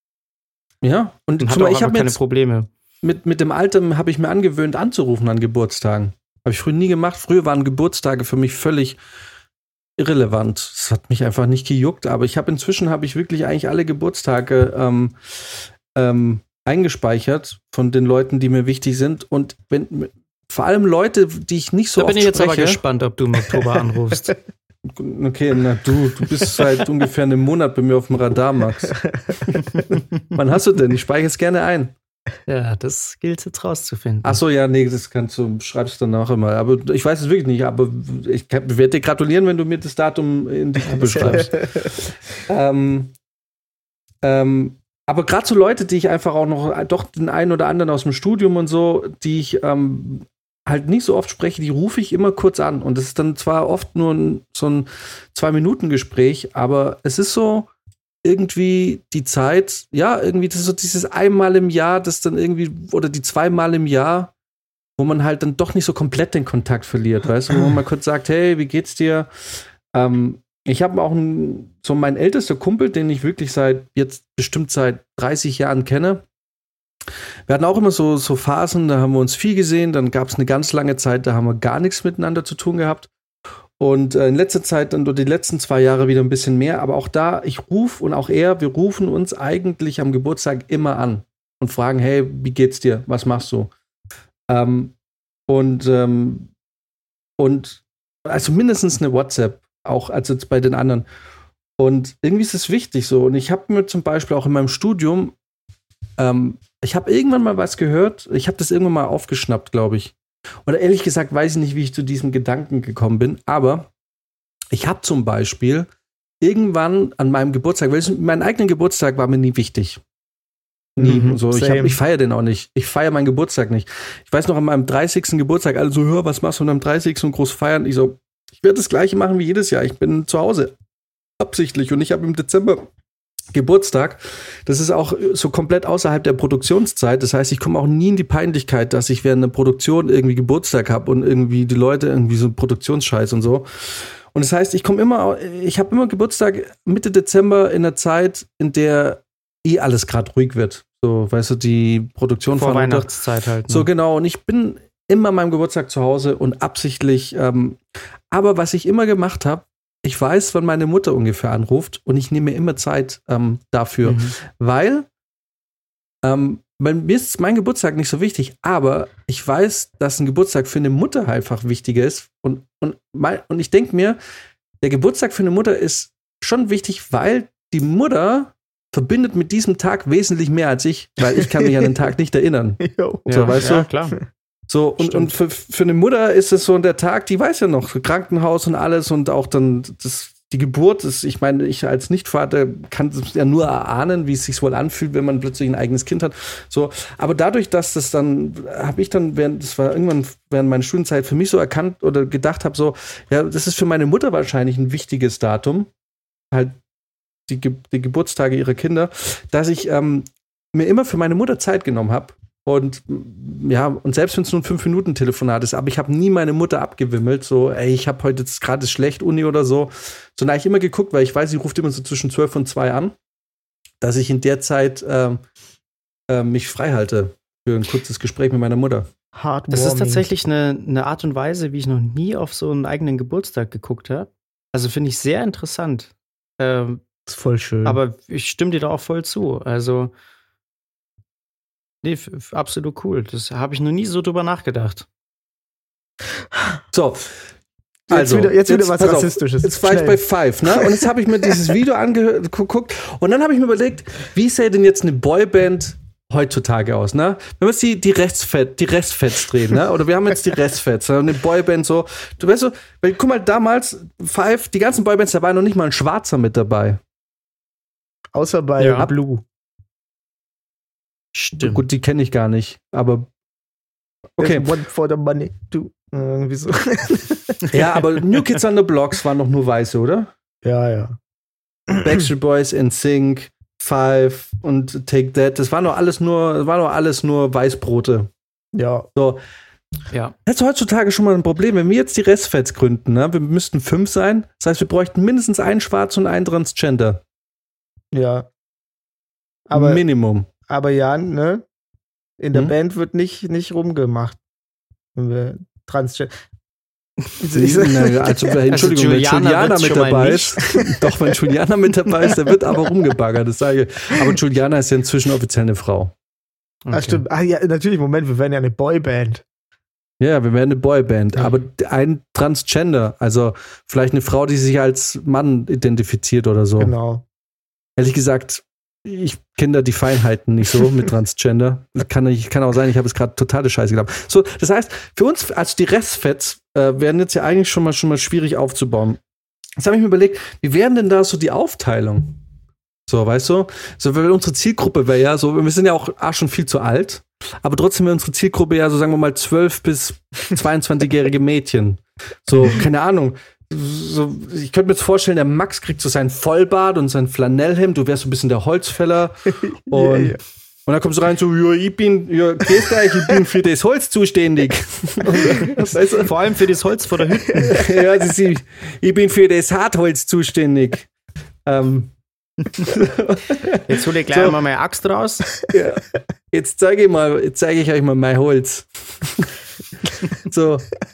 Ja. Und, und hat auch ich habe keine Probleme. Mit, mit dem Alter habe ich mir angewöhnt, anzurufen an Geburtstagen. Habe ich früher nie gemacht. Früher waren Geburtstage für mich völlig irrelevant. Das hat mich einfach nicht gejuckt. Aber ich habe inzwischen habe ich wirklich eigentlich alle Geburtstage ähm, ähm, eingespeichert von den Leuten, die mir wichtig sind. Und wenn vor allem Leute, die ich nicht so da oft bin ich jetzt spreche. aber gespannt, ob du im Oktober anrufst. Okay, na du, du bist seit ungefähr einem Monat bei mir auf dem Radar, Max. Wann hast du denn? Ich speichere es gerne ein. Ja, das gilt jetzt rauszufinden. Ach so, ja, nee, das kannst du, schreibst du danach immer. Aber ich weiß es wirklich nicht, aber ich werde dir gratulieren, wenn du mir das Datum in die Gruppe schreibst. ähm, ähm, aber gerade so Leute, die ich einfach auch noch, doch den einen oder anderen aus dem Studium und so, die ich ähm, halt nicht so oft spreche, die rufe ich immer kurz an. Und das ist dann zwar oft nur ein, so ein Zwei-Minuten-Gespräch, aber es ist so irgendwie die Zeit, ja, irgendwie das ist so dieses einmal im Jahr, das dann irgendwie, oder die zweimal im Jahr, wo man halt dann doch nicht so komplett den Kontakt verliert, weißt du, wo man mal kurz sagt, hey, wie geht's dir? Ähm, ich habe auch einen, so mein ältester Kumpel, den ich wirklich seit, jetzt bestimmt seit dreißig Jahren kenne. Wir hatten auch immer so, so Phasen, da haben wir uns viel gesehen, dann gab es eine ganz lange Zeit, da haben wir gar nichts miteinander zu tun gehabt. Und äh, in letzter Zeit, dann die letzten zwei Jahre wieder ein bisschen mehr, aber auch da, ich rufe und auch er, wir rufen uns eigentlich am Geburtstag immer an und fragen, hey, wie geht's dir? Was machst du? Ähm, und, ähm, und also mindestens eine WhatsApp, auch als jetzt bei den anderen. Und irgendwie ist es wichtig so. Und ich habe mir zum Beispiel auch in meinem Studium, ähm, ich habe irgendwann mal was gehört, ich habe das irgendwann mal aufgeschnappt, glaube ich. Oder ehrlich gesagt weiß ich nicht, wie ich zu diesem Gedanken gekommen bin, aber ich habe zum Beispiel irgendwann an meinem Geburtstag, weil mein eigener Geburtstag war mir nie wichtig. Nie. Mhm, so, ich ich feiere den auch nicht. Ich feiere meinen Geburtstag nicht. Ich weiß noch, an meinem dreißigsten Geburtstag, alle so, hör, was machst du an deinem dreißigsten und groß feiern? Ich so, ich werde das Gleiche machen wie jedes Jahr. Ich bin zu Hause. Absichtlich. Und ich habe im Dezember Geburtstag. Das ist auch so komplett außerhalb der Produktionszeit. Das heißt, ich komme auch nie in die Peinlichkeit, dass ich während einer Produktion irgendwie Geburtstag habe und irgendwie die Leute irgendwie so Produktionsscheiß und so. Und das heißt, ich komme immer, ich habe immer Geburtstag Mitte Dezember in der Zeit, in der eh alles gerade ruhig wird. So, weißt du, die Produktion vor von Weihnachtszeit halt. Ne? So genau. Und ich bin immer an meinem Geburtstag zu Hause und absichtlich. Ähm, aber was ich immer gemacht habe, ich weiß, wann meine Mutter ungefähr anruft und ich nehme mir immer Zeit ähm, dafür, mhm. weil ähm, mir ist mein Geburtstag nicht so wichtig, aber ich weiß, dass ein Geburtstag für eine Mutter einfach wichtiger ist und, und, mein, und ich denke mir, der Geburtstag für eine Mutter ist schon wichtig, weil die Mutter verbindet mit diesem Tag wesentlich mehr als ich, weil ich kann mich an den Tag nicht erinnern. Jo. So, ja, weißt ja, du? Klar. So, und, und für, für eine Mutter ist es so der Tag, die weiß ja noch, Krankenhaus und alles und auch dann das, die Geburt. Ist, ich meine, ich als Nichtvater kann es ja nur erahnen, wie es sich wohl anfühlt, wenn man plötzlich ein eigenes Kind hat. So, aber dadurch, dass das dann, habe ich dann, während, das war irgendwann während meiner Studienzeit für mich so erkannt oder gedacht habe, so, ja, das ist für meine Mutter wahrscheinlich ein wichtiges Datum, halt die, die Geburtstage ihrer Kinder, dass ich ähm, mir immer für meine Mutter Zeit genommen habe. Und ja, und selbst wenn es nur ein fünf Minuten Telefonat ist, aber ich habe nie meine Mutter abgewimmelt, so, ey, ich habe heute jetzt gerade schlecht Uni oder so. So, da habe ich immer geguckt, weil ich weiß, sie ruft immer so zwischen zwölf und zwei an, dass ich in der Zeit ähm, äh, mich frei halte für ein kurzes Gespräch mit meiner Mutter. Das ist tatsächlich eine, eine Art und Weise, wie ich noch nie auf so einen eigenen Geburtstag geguckt habe. Also finde ich sehr interessant. Ähm, das ist voll schön. Aber ich stimme dir da auch voll zu. Also nee, f- f- absolut cool. Das habe ich noch nie so drüber nachgedacht. So. Jetzt Also, wieder- jetzt wieder was pass auf, Rassistisches. Jetzt war ich Schnell. bei Five, ne? Und jetzt habe ich mir dieses Video angeguckt und dann habe ich mir überlegt, wie sähe denn jetzt eine Boyband heutzutage aus, ne? Wenn wir jetzt die, die Restfett, die Restfets drehen, ne? Oder wir haben jetzt die Restfets, ne? Eine Boyband so. Du weißt so, weil guck mal, damals, Five, die ganzen Boybands, da war noch nicht mal ein Schwarzer mit dabei. Außer bei Ja. Blue. Stimmt. Gut, die kenne ich gar nicht, aber okay. There's one for the money. Du. Irgendwie so. Ja, aber New Kids on the Blocks waren doch nur Weiße, oder? Ja, ja. Backstreet Boys, N Sync, Five und Take That, das war doch alles nur, das war doch alles nur Weißbrote. Ja. So. Ja. Das ist heutzutage schon mal ein Problem. Wenn wir jetzt die Restfets gründen, ne? Wir müssten fünf sein. Das heißt, wir bräuchten mindestens einen Schwarz und einen Transgender. Ja. Aber, Minimum. aber Jan, ne? In der Hm? Band wird nicht, nicht rumgemacht. Wenn wir Transgender. Na, also, Entschuldigung, wenn Juliana Juliana wird's mit schon mal dabei nicht. ist. Doch, wenn Juliana mit dabei ist, der wird aber rumgebaggert, das sage ich. Aber Juliana ist ja inzwischen offiziell eine Frau. Okay. Ah, stimmt. Ah, ja, natürlich, Moment, wir werden ja eine Boyband. Ja, wir werden eine Boyband, Ja. aber ein Transgender, also vielleicht eine Frau, die sich als Mann identifiziert oder so. Genau. Ehrlich gesagt, ich kenne da die Feinheiten nicht so mit Transgender. Kann, ich, kann auch sein, ich habe es gerade totale Scheiße geglaubt. So, das heißt, für uns, also die Restfets, äh, werden jetzt ja eigentlich schon mal, schon mal schwierig aufzubauen. Jetzt habe ich mir überlegt, wie wären denn da so die Aufteilung? So, weißt du? So, weil unsere Zielgruppe wäre ja so, wir sind ja auch ah, schon viel zu alt, aber trotzdem wäre unsere Zielgruppe ja so, sagen wir mal, zwölf- bis zweiundzwanzigjährige Mädchen. So, keine Ahnung. So, ich könnte mir jetzt vorstellen, der Max kriegt so sein Vollbart und sein Flanellhemd, du wärst so ein bisschen der Holzfäller. Und, Ja, ja. und dann kommst du rein so, ja, ich bin, ja, grüß dich, ich bin für das Holz zuständig. Weißt du? Vor allem für das Holz vor der Hütte. Ja, das ist, ich, ich bin für das Hartholz zuständig. Ähm, Jetzt hol ich gleich So. mal meine Axt raus. ja. Jetzt zeige ich mal, jetzt zeige ich euch mal mein Holz. So.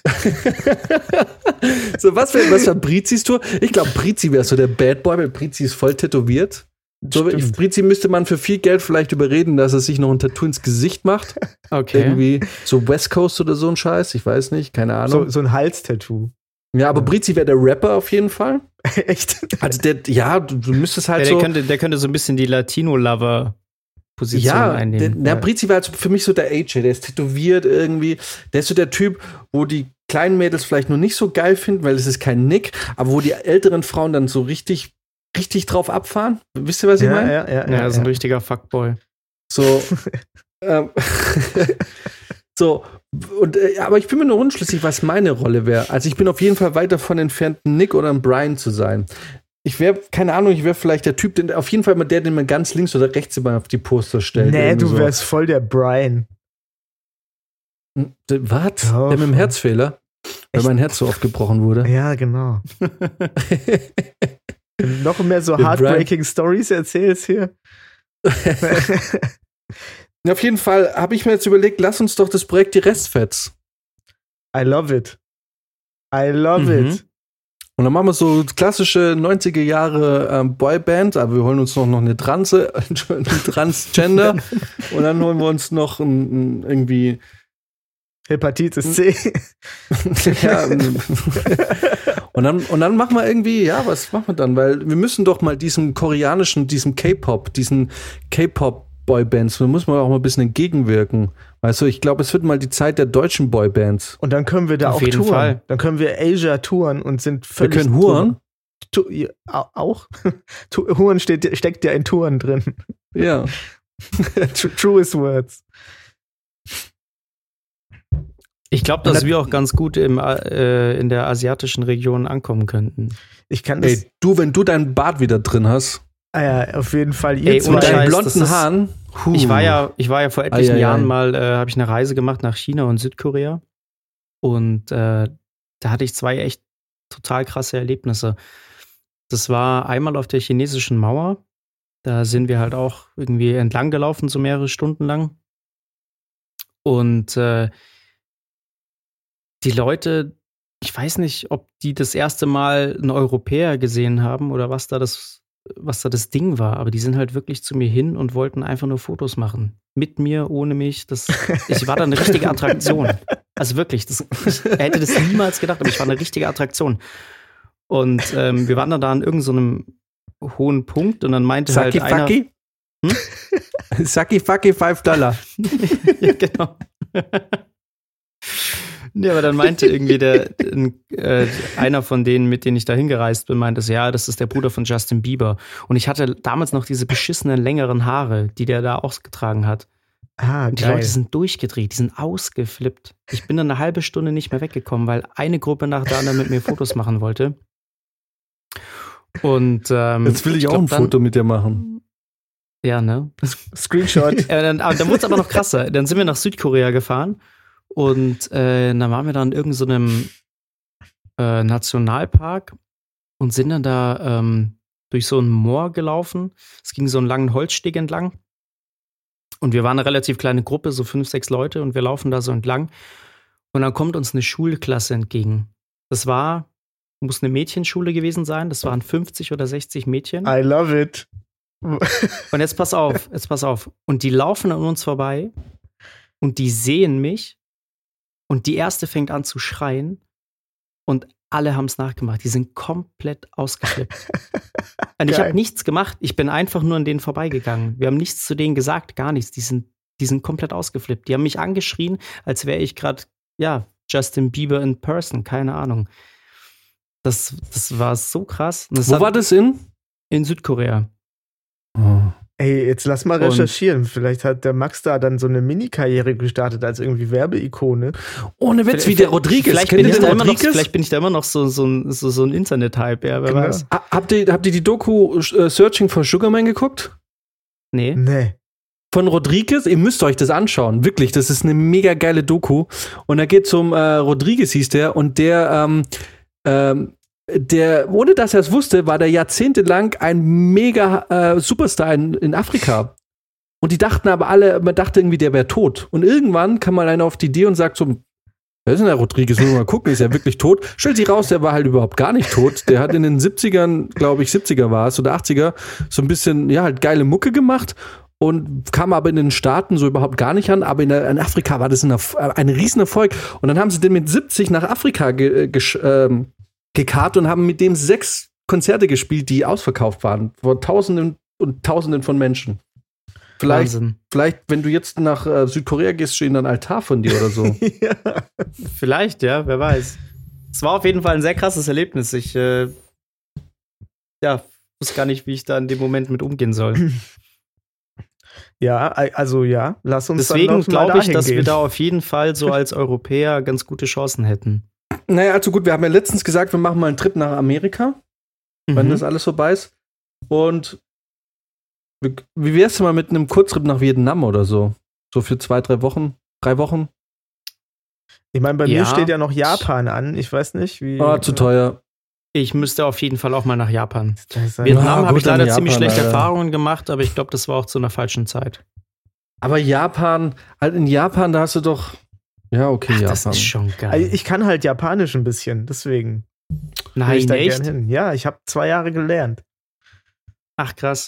So, was wäre was wär Brizis Tour? Ich glaube, Brizi wäre so der Bad Boy, weil Brizi ist voll tätowiert. So, ich, Brizi müsste man für viel Geld vielleicht überreden, dass er sich noch ein Tattoo ins Gesicht macht. Okay. Irgendwie so West Coast oder so ein Scheiß, ich weiß nicht, keine Ahnung. So, so ein Halstattoo. Ja, aber Brizi wäre der Rapper auf jeden Fall. Echt? Also der, ja, du, du müsstest halt Ja, der, so. könnte, der könnte so ein bisschen die Latino-Lover-Position Ja, der, einnehmen. na, Ja. Brizi war also für mich so der A J, der ist tätowiert irgendwie. Der ist so der Typ, wo die kleinen Mädels vielleicht noch nicht so geil finden, weil es ist kein Nick, aber wo die älteren Frauen dann so richtig, richtig drauf abfahren. Wisst ihr, was ich Ja, meine? ja, ja, Ja, ja, ist ein ja. richtiger Fuckboy. So. ähm, so. Und, äh, aber ich bin mir nur unschlüssig, was meine Rolle wäre. Also ich bin auf jeden Fall weit davon entfernt, ein Nick oder ein Brian zu sein. Ich wäre, keine Ahnung, ich wäre vielleicht der Typ, den, auf jeden Fall immer der, den man ganz links oder rechts immer auf die Poster stellt. Nee, Irgendwie du so. wärst voll der Brian. Hm, Was? Doch. Der mit dem Herzfehler? Weil Echt? mein Herz so oft gebrochen wurde. Ja, genau. Noch mehr so Der heartbreaking Stories erzählst hier. Auf jeden Fall habe ich mir jetzt überlegt, lass uns doch das Projekt die Restfets. I love it. I love Mhm. it. Und dann machen wir so klassische neunziger Jahre ähm, Boyband, aber wir holen uns noch, noch eine Transe, einen Transgender und dann holen wir uns noch ein, ein, irgendwie Hepatitis C. ja, und dann und dann machen wir irgendwie, ja, was machen wir dann? Weil wir müssen doch mal diesem koreanischen, diesem K-Pop, diesen K-Pop-Boybands, da muss man auch mal ein bisschen entgegenwirken. Weißt du, ich glaube, es wird mal die Zeit der deutschen Boybands. Und dann können wir da Auf auch jeden touren. Fall. Dann können wir Asia touren und sind Wir völlig. können huren. Tu ja, au- auch? Tu Huren steht, steckt ja in Touren drin. Ja. Tru- Truest words. Ich glaube, dass wir auch ganz gut im, äh, in der asiatischen Region ankommen könnten. Ich kann das. Ey, du, wenn du deinen Bart wieder drin hast, Ah ja, auf jeden Fall. Ihr Ey, zwei. Mit deinen Scheiß, blonden das ist- Haaren. Huh. Ich war ja, ich war ja vor etlichen Ei, ei, Jahren ei. mal, äh, habe ich eine Reise gemacht nach China und Südkorea. Und äh, da hatte ich zwei echt total krasse Erlebnisse. Das war einmal auf der chinesischen Mauer. Da sind wir halt auch irgendwie entlang gelaufen, so mehrere Stunden lang. Und äh, die Leute, ich weiß nicht, ob die das erste Mal einen Europäer gesehen haben oder was da das, was da das Ding war, aber die sind halt wirklich zu mir hin und wollten einfach nur Fotos machen. Mit mir, ohne mich. Das, ich war da eine richtige Attraktion. Also wirklich, das, ich hätte das niemals gedacht, aber ich war eine richtige Attraktion. Und ähm, wir waren dann da an irgendeinem so hohen Punkt und dann meinte Saki halt einer... Faki? Hm? Saki Faki, five Dollar. Ja, genau. Nee, aber dann meinte irgendwie der, äh, einer von denen, mit denen ich da hingereist bin, meinte, ja, das ist der Bruder von Justin Bieber. Und ich hatte damals noch diese beschissenen längeren Haare, die der da ausgetragen hat. Ah, Und die geil. Leute sind durchgedreht, die sind ausgeflippt. Ich bin dann eine halbe Stunde nicht mehr weggekommen, weil eine Gruppe nach der anderen mit mir Fotos machen wollte. Und ähm, Jetzt will ich, auch glaub ein dann, Foto mit dir machen. Ja, ne? Screenshot. Äh, dann aber dann wurde es aber noch krasser. Dann sind wir nach Südkorea gefahren und äh, dann waren wir dann in irgendeinem äh, Nationalpark und sind dann da ähm, durch so ein Moor gelaufen. Es ging so einen langen Holzsteg entlang. Und wir waren eine relativ kleine Gruppe, so fünf, sechs Leute, und wir laufen da so entlang. Und dann kommt uns eine Schulklasse entgegen. Das war, muss eine Mädchenschule gewesen sein. Das waren fünfzig oder sechzig Mädchen. I love it. Und jetzt pass auf, jetzt pass auf. Und die laufen an uns vorbei und die sehen mich und die erste fängt an zu schreien und alle haben es nachgemacht. Die sind komplett ausgeflippt. Und ich Geil. habe nichts gemacht. Ich bin einfach nur an denen vorbeigegangen. Wir haben nichts zu denen gesagt, gar nichts. Die sind, die sind komplett ausgeflippt. Die haben mich angeschrien, als wäre ich gerade, ja, Justin Bieber in person. Keine Ahnung. Das, das war so krass. Das Wo hat- war das in? In Südkorea. Ey, jetzt lass mal Und- recherchieren. Vielleicht hat der Max da dann so eine Mini-Karriere gestartet als irgendwie Werbeikone. Ohne Witz, wie der Rodriguez. Vielleicht Kennt bin, ihr ich den da immer noch, Rodriguez? vielleicht bin ich da immer noch so, so, ein- so, so ein Internet-Hype, ja, wer Genau. weiß. Ha- Habt ihr, habt ihr die Doku äh, Searching for Sugar Man geguckt? Nee. Nee. Von Rodriguez, ihr müsst euch das anschauen. Wirklich, das ist eine mega geile Doku. Und da geht es um äh, Rodriguez, hieß der, und der, ähm, ähm, der, ohne dass er es wusste, war der jahrzehntelang ein mega äh, Superstar in, in Afrika. Und die dachten aber alle, man dachte irgendwie, der wäre tot. Und irgendwann kam mal einer auf die Idee und sagt so, wer ist denn der Rodriguez? Wollen wir mal gucken, ist er wirklich tot? Stellt sich raus, der war halt überhaupt gar nicht tot. Der hat in den siebzigern, glaube ich, siebziger war es, oder achtziger, so ein bisschen, ja, halt geile Mucke gemacht. Und kam aber in den Staaten so überhaupt gar nicht an. Aber in, der, in Afrika war das ein, Erf- ein Riesenerfolg. Und dann haben sie den mit siebzig nach Afrika ge, gesch, ähm, gekarrt und haben mit dem sechs Konzerte gespielt, die ausverkauft waren. Vor Tausenden und Tausenden von Menschen. Vielleicht, Wahnsinn. vielleicht wenn du jetzt nach äh, Südkorea gehst, steht da ein Altar von dir oder so. Ja. Vielleicht, ja, wer weiß. Es war auf jeden Fall ein sehr krasses Erlebnis. Ich, äh, ja, wusste gar nicht, wie ich da in dem Moment mit umgehen soll. Ja, also ja, lass uns Deswegen dann noch mal glaube ich, dahin dass wir gehen. da auf jeden Fall so als Europäer ganz gute Chancen hätten. Naja, also gut, wir haben ja letztens gesagt, wir machen mal einen Trip nach Amerika, wenn Mhm. das alles vorbei ist. Und wie wie wär's denn mal mit einem Kurztrip nach Vietnam oder so? So für zwei, drei Wochen, drei Wochen? Ich meine, bei Ja. mir steht ja noch Japan an. Ich weiß nicht, wie. Ah, zu teuer. Ich müsste auf jeden Fall auch mal nach Japan. Das ist ein- Vietnam Ja, habe gut, ich leider dann ziemlich Japan, schlechte Alter. Erfahrungen gemacht, aber ich glaube, das war auch zu einer falschen Zeit. Aber Japan, halt in Japan, da hast du doch. Ja, okay, Ach, Japan. das ist schon geil. Also ich kann halt Japanisch ein bisschen, deswegen will Nein, ich da echt? gern hin. Ja, ich habe zwei Jahre gelernt. Ach, krass.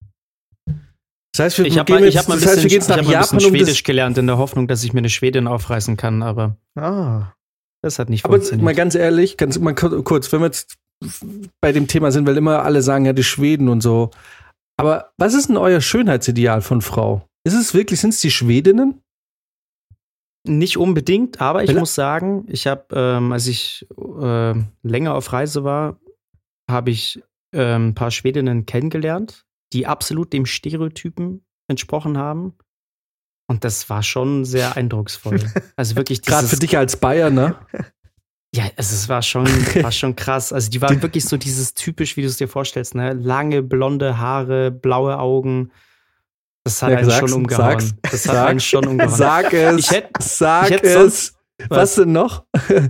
Das heißt, wir Ich habe gehen mal, jetzt, ich hab mal ein das heißt, bisschen, wir gehen jetzt ich nach hab mal ein Japan, bisschen um Schwedisch das. gelernt, in der Hoffnung, dass ich mir eine Schwedin aufreißen kann, aber Ah. das hat nicht Aber funktioniert. mal ganz ehrlich, ganz mal kur- kurz, wenn wir jetzt bei dem Thema sind, weil immer alle sagen, ja, die Schweden und so. Aber was ist denn euer Schönheitsideal von Frau? Ist es wirklich, sind es die Schwedinnen? Nicht unbedingt, aber ich Weil- muss sagen, ich habe, ähm, als ich äh, länger auf Reise war, habe ich ähm, ein paar Schwedinnen kennengelernt, die absolut dem Stereotypen entsprochen haben. Und das war schon sehr eindrucksvoll. Also wirklich Gerade dieses, für dich als Bayer, ne? Ja, also es war schon, war schon krass. Also die waren wirklich so dieses typisch, wie du es dir vorstellst, ne? Lange, blonde Haare, blaue Augen. Das hat Ja, einen sag's, schon umgehauen. sag's, das hat sag, einen schon umgehauen. Sag es, Ich hätt- sag ich hätt es. sonst- Was? Was? denn noch?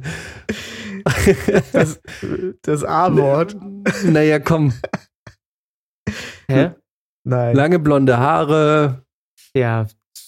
Das, das A-Wort. Naja, komm. Hä? Nein. Lange blonde Haare. Ja.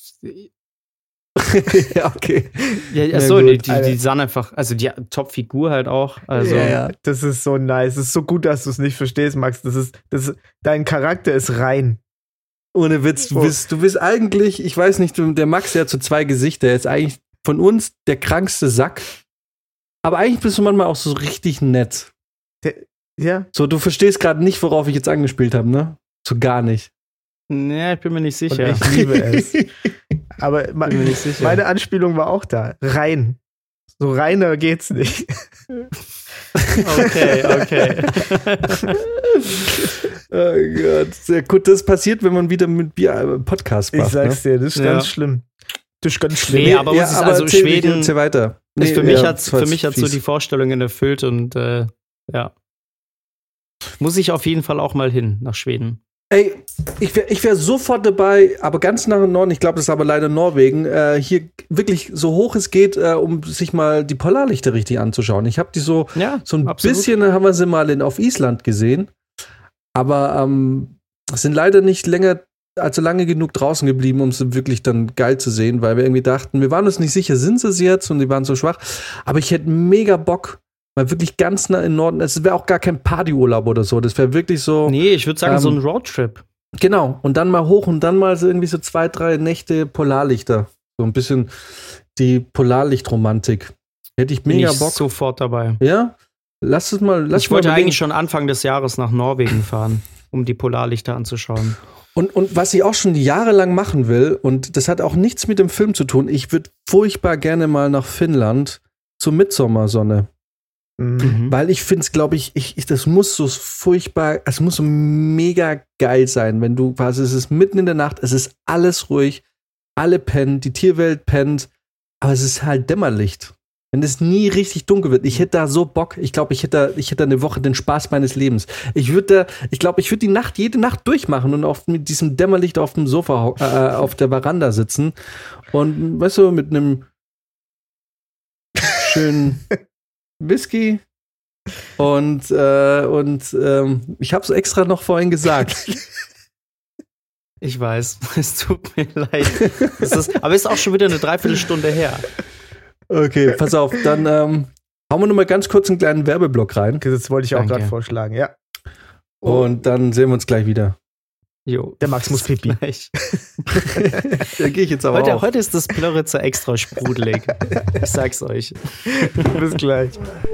Ja, okay. Ja, Na achso, gut, die, die, Alter. die sahen einfach, also die Top-Figur halt auch. Also, ja, ja, das ist so nice. Das ist so gut, dass du es nicht verstehst, Max. Das ist, das ist, dein Charakter ist rein. Ohne Witz, du Oh. bist, du bist eigentlich, ich weiß nicht, du- der Max, der hat so zwei Gesichter, der ist eigentlich von uns der krankste Sack. Aber eigentlich bist du manchmal auch so richtig nett. Ja. So, du verstehst gerade nicht, worauf ich jetzt angespielt habe, ne? So gar nicht. ne, ich bin mir nicht Und sicher. ich liebe es. Aber ma- Bin mir nicht sicher. meine Anspielung war auch da. Rein. So reiner geht's nicht. Okay, okay. Oh Gott, sehr gut. Das passiert, wenn man wieder mit Bier äh, Podcast Ich macht. sag's ne? dir, das ist Ja. ganz schlimm. Das ist ganz schlimm. Nee, aber uns ist also erzähl, Schweden- erzähl weiter. Ist Nee, für mich ja, hat das war für jetzt mich hat so fies. die Vorstellungen erfüllt und äh, ja. Muss ich auf jeden Fall auch mal hin nach Schweden. Ey, ich wäre ich wär sofort dabei, aber ganz nach Norden, ich glaube, das ist aber leider Norwegen, äh, hier wirklich so hoch es geht, äh, um sich mal die Polarlichter richtig anzuschauen. Ich habe die so, Ja, so ein absolut. bisschen, haben wir sie mal in, auf Island gesehen, aber ähm, sind leider nicht länger, also lange genug draußen geblieben, um sie wirklich dann geil zu sehen, weil wir irgendwie dachten, wir waren uns nicht sicher, sind sie es jetzt und die waren so schwach, aber ich hätte mega Bock, mal wirklich ganz nah im Norden, es wäre auch gar kein Partyurlaub oder so, das wäre wirklich so. Nee, ich würde sagen, Ähm, so ein Roadtrip. Genau, und dann mal hoch und dann mal so irgendwie so zwei, drei Nächte Polarlichter. So ein bisschen die Polarlichtromantik. Hätte ich Bin mega ich Bock. sofort dabei. Ja? Lass es mal. Lass Ich wollte mal eigentlich schon Anfang des Jahres nach Norwegen fahren, um die Polarlichter anzuschauen. Und, und was ich auch schon jahrelang machen will, und das hat auch nichts mit dem Film zu tun, ich würde furchtbar gerne mal nach Finnland zur Mitsommersonne. Mhm. Weil ich finde es, glaube ich, ich, ich, das muss so furchtbar, es muss so mega geil sein, wenn du quasi, es ist mitten in der Nacht, es ist alles ruhig, alle pennen, die Tierwelt pennt, aber es ist halt Dämmerlicht. Wenn es nie richtig dunkel wird, ich hätte da so Bock, ich glaube, ich hätte da, ich hätte da eine Woche den Spaß meines Lebens. Ich würde da, ich glaube, ich würde die Nacht, jede Nacht durchmachen und auf, mit diesem Dämmerlicht auf dem Sofa, hau- äh, auf der Veranda sitzen und, weißt du, mit einem schönen Whisky und, äh, und ähm, ich habe es extra noch vorhin gesagt. Ich weiß, es tut mir leid. Es ist, aber es ist auch schon wieder eine Dreiviertelstunde her. Okay, pass auf, dann ähm, hauen wir noch mal ganz kurz einen kleinen Werbeblock rein Das wollte ich auch Danke. gerade vorschlagen, ja. und dann sehen wir uns gleich wieder. Jo. Der Max muss pipi. Gleich. Da gehe ich jetzt aber Heute, auch. heute ist das Plöritzer extra sprudelig. Ich sag's euch. Bis gleich.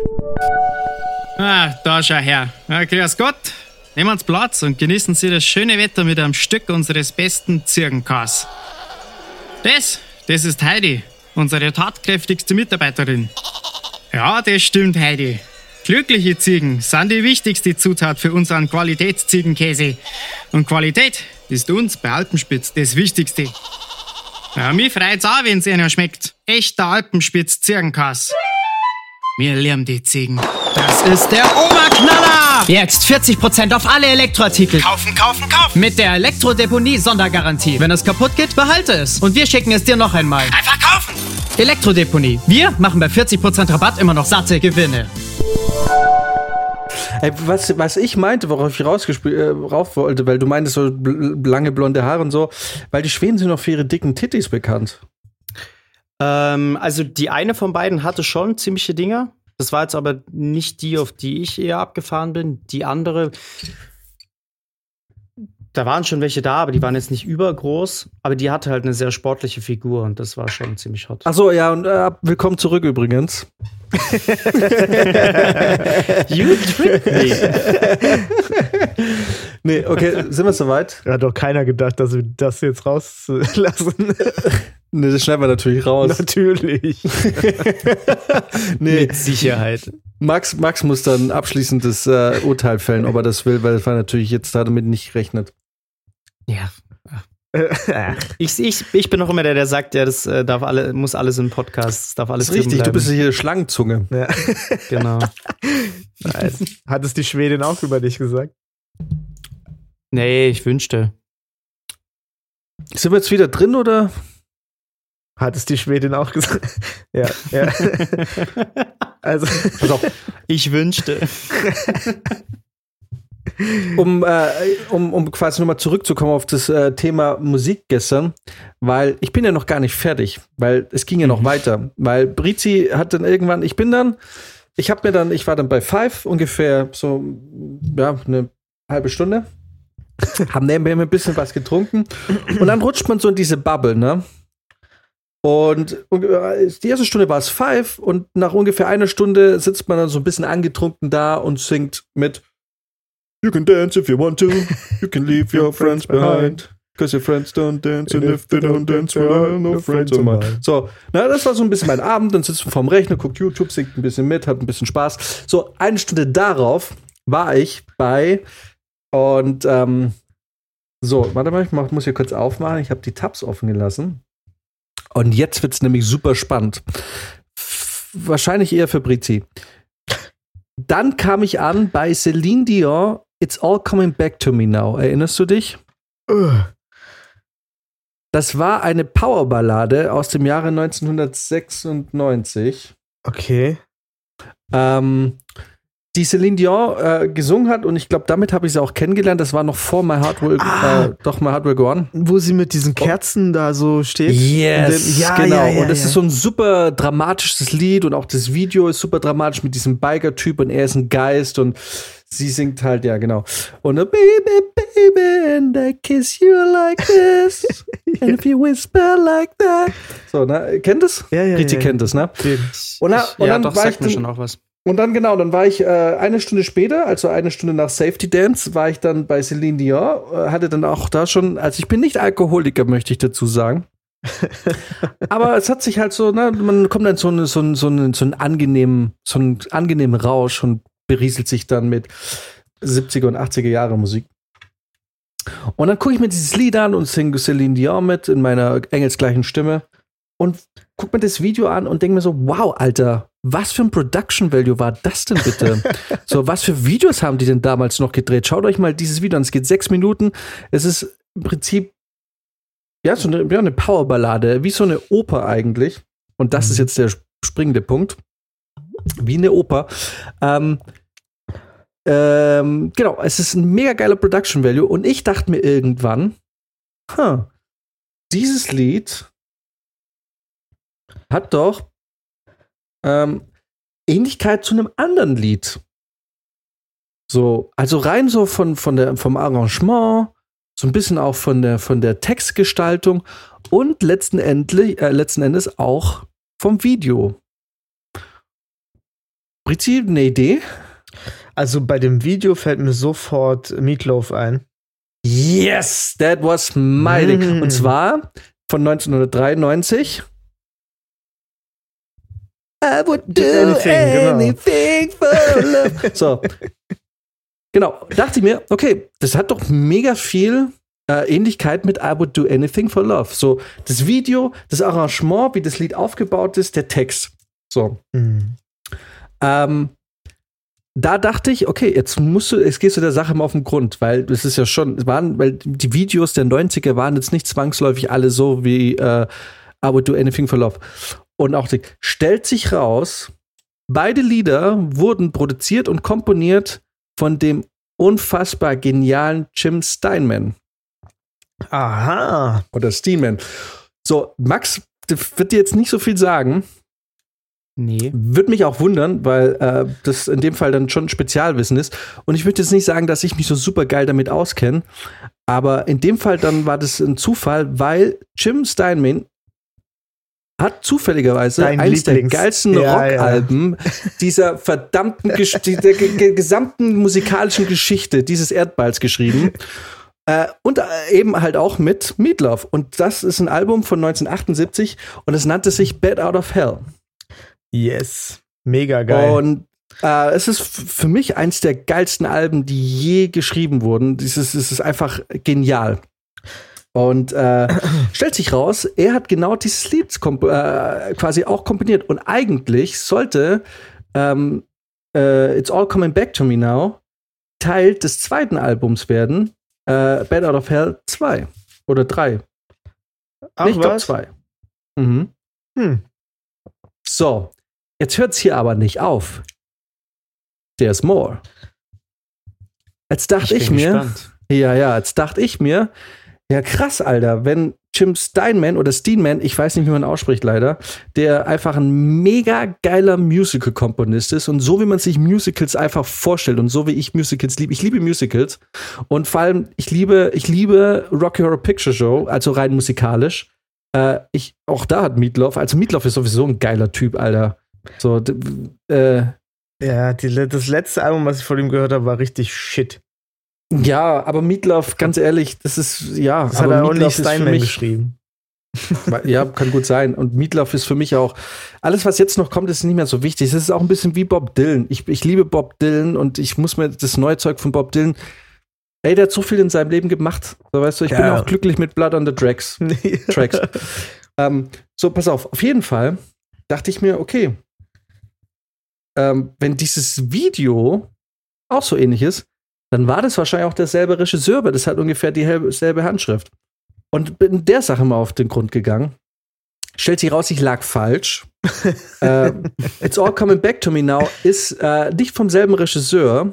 Ah, da schau her. Ja, grüß Gott. Nehmen uns Platz und genießen Sie das schöne Wetter mit einem Stück unseres besten Zirkenkas. Das, das ist Heidi, unsere tatkräftigste Mitarbeiterin. Ja, das stimmt, Heidi. Glückliche Ziegen sind die wichtigste Zutat für unseren Qualitätsziegenkäse. Und Qualität ist uns bei Alpenspitz das Wichtigste. Ja, mich freut's auch, wenn's einer schmeckt. Echter Alpenspitz-Zirkenkas. Wir lieben die Ziegen. Das ist der Oberknaller! Jetzt vierzig Prozent auf alle Elektroartikel. Kaufen, kaufen, kaufen! Mit der Elektrodeponie-Sondergarantie. Wenn es kaputt geht, behalte es. Und wir schicken es dir noch einmal. Einfach kaufen! Elektrodeponie. Wir machen bei vierzig Prozent Rabatt immer noch satte Gewinne. Ey, was, was ich meinte, worauf ich rausgespr- äh, rauf wollte, weil du meintest so bl- lange blonde Haare und so, weil die Schweden sind noch für ihre dicken Tittis bekannt. Ähm, also die eine von beiden hatte schon ziemliche Dinger. Das war jetzt aber nicht die, auf die ich eher abgefahren bin. Die andere, da waren schon welche da, aber die waren jetzt nicht übergroß. Aber die hatte halt eine sehr sportliche Figur und das war schon ziemlich hot. Ach so, ja, und äh, willkommen zurück übrigens. You tricked me. Nee, okay, sind wir soweit? Hat doch keiner gedacht, dass wir das jetzt rauslassen. Nee, das schneiden wir natürlich raus. Natürlich. Nee, Mit Sicherheit. Max, Max muss dann ein abschließendes äh, Urteil fällen, ob er das will, weil das war natürlich jetzt damit nicht gerechnet. Ja, ich, ich, ich bin noch immer der, der sagt, ja, das äh, darf alle, muss alles im Podcast, das darf alles das ist richtig, bleiben. du bist hier Schlangenzunge. Ja. Genau. Nice. Hat es die Schwedin auch über dich gesagt? Nee, ich wünschte. Sind wir jetzt wieder drin, oder? Hat es die Schwedin auch gesagt? Ja, ja. Also, Pass auf. Ich wünschte. Um, äh, um, um quasi nochmal zurückzukommen auf das äh, Thema Musik gestern, weil ich bin ja noch gar nicht fertig, weil es ging ja noch mhm. weiter, weil Brizi hat dann irgendwann, ich bin dann, ich hab mir dann, ich war dann bei Five ungefähr so, ja, eine halbe Stunde, haben nebenbei ein bisschen was getrunken und dann rutscht man so in diese Bubble, ne? Und die erste Stunde war es Five und nach ungefähr einer Stunde sitzt man dann so ein bisschen angetrunken da und singt mit You can dance if you want to. You can leave your friends behind. Because your friends don't dance. And if they don't dance, well, no friends of mine. So, na, das war so ein bisschen mein Abend. Dann sitzt man vorm Rechner, guckt YouTube, singt ein bisschen mit, hat ein bisschen Spaß. So, eine Stunde darauf war ich bei und, ähm, so, warte mal, ich mach, muss hier kurz aufmachen. Ich habe die Tabs offen gelassen. Und jetzt wird's nämlich super spannend. F- wahrscheinlich eher für Brizi. Dann kam ich an bei Celine Dion, It's All Coming Back to Me Now. Erinnerst du dich? uh. Das war eine Powerballade aus dem Jahre neunzehnhundertsechsundneunzig. Okay. Ähm, die Celine Dion äh, gesungen hat und ich glaube, damit habe ich sie auch kennengelernt. Das war noch vor My Heart Will, ah. äh, doch My Heart Will Go On. Wo sie mit diesen Kerzen oh. da so steht. Yes, ja, genau. Ja, ja, und es ja. ist so ein super dramatisches Lied und auch das Video ist super dramatisch mit diesem Biker-Typ und er ist ein Geist und sie singt halt, ja, genau. Und uh, Baby, baby, and I kiss you like this. And if you whisper like that. So, ne? Kennt das? Ja, ja, Richtig ja. kennt das, ne? Und, na, und ja, dann doch, war sagt ich mir dann, schon auch was. Und dann, genau, dann war ich äh, eine Stunde später, also eine Stunde nach Safety Dance, war ich dann bei Celine Dion, äh, hatte dann auch da schon, also ich bin nicht Alkoholiker, möchte ich dazu sagen. Aber es hat sich halt so, ne, man kommt dann so, eine, so, ein, so, einen, so einen angenehmen, so einen angenehmen Rausch und berieselt sich dann mit siebziger und achtziger Jahre Musik. Und dann gucke ich mir dieses Lied an und singe Celine Dion mit in meiner engelsgleichen Stimme und guck mir das Video an und denke mir so, wow, Alter, was für ein Production Value war das denn bitte? So, was für Videos haben die denn damals noch gedreht? Schaut euch mal dieses Video an, es geht sechs Minuten. Es ist im Prinzip ja, so eine, ja, eine Powerballade, wie so eine Oper eigentlich. Und das mhm. ist jetzt der springende Punkt. Wie eine Oper. Ähm, ähm, genau, es ist ein mega geiler Production Value. Und ich dachte mir irgendwann, huh, dieses Lied hat doch ähm, Ähnlichkeit zu einem anderen Lied. So, also rein so von, von der, vom Arrangement, so ein bisschen auch von der, von der Textgestaltung und letzten, endlich, äh, letzten Endes auch vom Video. Brizi, eine Idee? Also bei dem Video fällt mir sofort Meatloaf ein. Yes, that was my mm. thing. Und zwar von neunzehnhundertdreiundneunzig. I would do anything, anything genau. for love. So. Genau, dachte ich mir, okay, das hat doch mega viel äh, Ähnlichkeit mit I Would Do Anything for Love. So, das Video, das Arrangement, wie das Lied aufgebaut ist, der Text. So. Mhm. Ähm, da dachte ich, okay, jetzt musst du, jetzt gehst du der Sache mal auf den Grund, weil das ist ja schon, es waren, weil die Videos der neunziger waren jetzt nicht zwangsläufig alle so wie äh, I Would Do Anything for Love. Und auch die, stellt sich raus, beide Lieder wurden produziert und komponiert von dem unfassbar genialen Jim Steinman. Aha. Oder Steinman. So, Max wird dir jetzt nicht so viel sagen. Nee. Würde mich auch wundern, weil äh, das in dem Fall dann schon Spezialwissen ist. Und ich würde jetzt nicht sagen, dass ich mich so super geil damit auskenne. Aber in dem Fall dann war das ein Zufall, weil Jim Steinman hat zufälligerweise Dein eines Lieblings- der geilsten ja, Rockalben ja. dieser verdammten, Gesch- der g- g- gesamten musikalischen Geschichte dieses Erdballs geschrieben. äh, und äh, eben halt auch mit Meatloaf. Und das ist ein Album von neunzehnhundertachtundsiebzig und es nannte sich Bad Out of Hell. Yes, mega geil. Und äh, es ist f- für mich eins der geilsten Alben, die je geschrieben wurden. Dieses, es ist einfach genial. Und äh, stellt sich raus, er hat genau dieses Lied komp- äh, quasi auch komponiert. Und eigentlich sollte ähm, äh, It's All Coming Back to Me Now Teil des zweiten Albums werden, äh, Bad Out of Hell zwei oder drei. Ach, ich glaube was? zwei. Mhm. Hm. So, jetzt hört's hier aber nicht auf. There's more. Jetzt dachte ich, bin mir, gespannt. ja, ja, jetzt dachte ich mir, ja krass, Alter, wenn Jim Steinman oder Steinman, ich weiß nicht, wie man ausspricht leider, der einfach ein mega geiler Musical-Komponist ist und so wie man sich Musicals einfach vorstellt und so wie ich Musicals liebe, ich liebe Musicals und vor allem, ich liebe, ich liebe Rocky Horror Picture Show, also rein musikalisch. Äh, ich, auch da hat Meatloaf, also Meatloaf ist sowieso ein geiler Typ, Alter. So, d- äh, Ja, die, das letzte Album, was ich von ihm gehört habe, war richtig shit. ja, aber Meatloaf, ganz ehrlich, das ist, ja, Das hat aber er auch Meatloaf nicht ist für Steinman mich, geschrieben. ja, kann gut sein. Und Meatloaf ist für mich auch, alles, was jetzt noch kommt, ist nicht mehr so wichtig. Es ist auch ein bisschen wie Bob Dylan. Ich, ich liebe Bob Dylan und ich muss mir das neue Zeug von Bob Dylan, ey, der hat so viel in seinem Leben gemacht. So, weißt du, ich Ja. bin auch glücklich mit Blood on the Tracks. Tracks. ähm, so, pass auf, auf jeden Fall dachte ich mir, okay, ähm, wenn dieses Video auch so ähnlich ist, dann war das wahrscheinlich auch derselbe Regisseur, weil das hat ungefähr dieselbe Handschrift. Und bin der Sache mal auf den Grund gegangen. Stellt sich raus, ich lag falsch. äh, It's All Coming Back to Me Now ist äh, nicht vom selben Regisseur,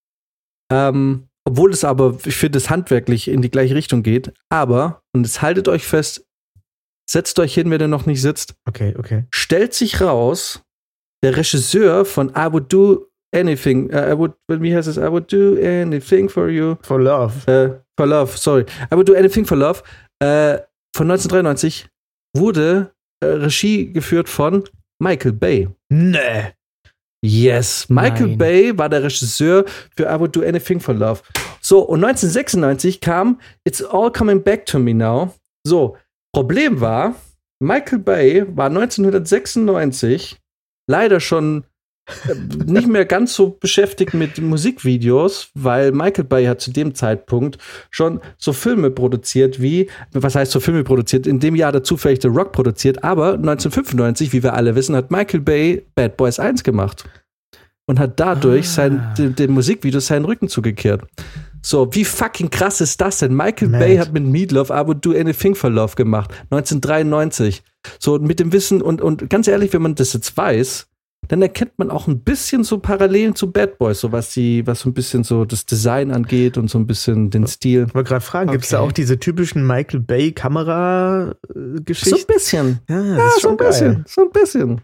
ähm, obwohl es aber, ich finde, es handwerklich in die gleiche Richtung geht. Aber, und jetzt haltet euch fest, setzt euch hin, wenn ihr noch nicht sitzt, Okay, okay. stellt sich raus, der Regisseur von I Would Do Anything, uh, I would, wie heißt es? I would do anything for you. For Love. Äh, for Love, sorry. I would do anything for love. Äh, von neunzehnhundertdreiundneunzig wurde äh, Regie geführt von Michael Bay. Nee. Yes, Michael Nein. Bay war der Regisseur für I Would Do Anything for Love. So, und neunzehnhundertsechsundneunzig kam It's All Coming Back to Me Now. So, Problem war, Michael Bay war neunzehnhundertsechsundneunzig leider schon äh, nicht mehr ganz so beschäftigt mit Musikvideos, weil Michael Bay hat zu dem Zeitpunkt schon so Filme produziert wie, was heißt so Filme produziert? In dem Jahr dazu vielleicht The Rock produziert, aber neunzehnhundertfünfundneunzig, wie wir alle wissen, hat Michael Bay Bad Boys eins gemacht und hat dadurch Ah. sein, den, den Musikvideos seinen Rücken zugekehrt. So, wie fucking krass ist das denn? Michael Mad. Bay hat mit Meatloaf I Would Do Anything for Love gemacht, neunzehnhundertdreiundneunzig. So, mit dem Wissen und, und ganz ehrlich, wenn man das jetzt weiß, dann erkennt man auch ein bisschen so Parallelen zu Bad Boys, so was die, was so ein bisschen so das Design angeht und so ein bisschen den Stil. Ich wollte gerade fragen, gibt es da Okay. auch diese typischen Michael So ein Bay-Kamera-Geschichten? bisschen. ja, das Ja, ist so schon ein bisschen. geil. So ein bisschen.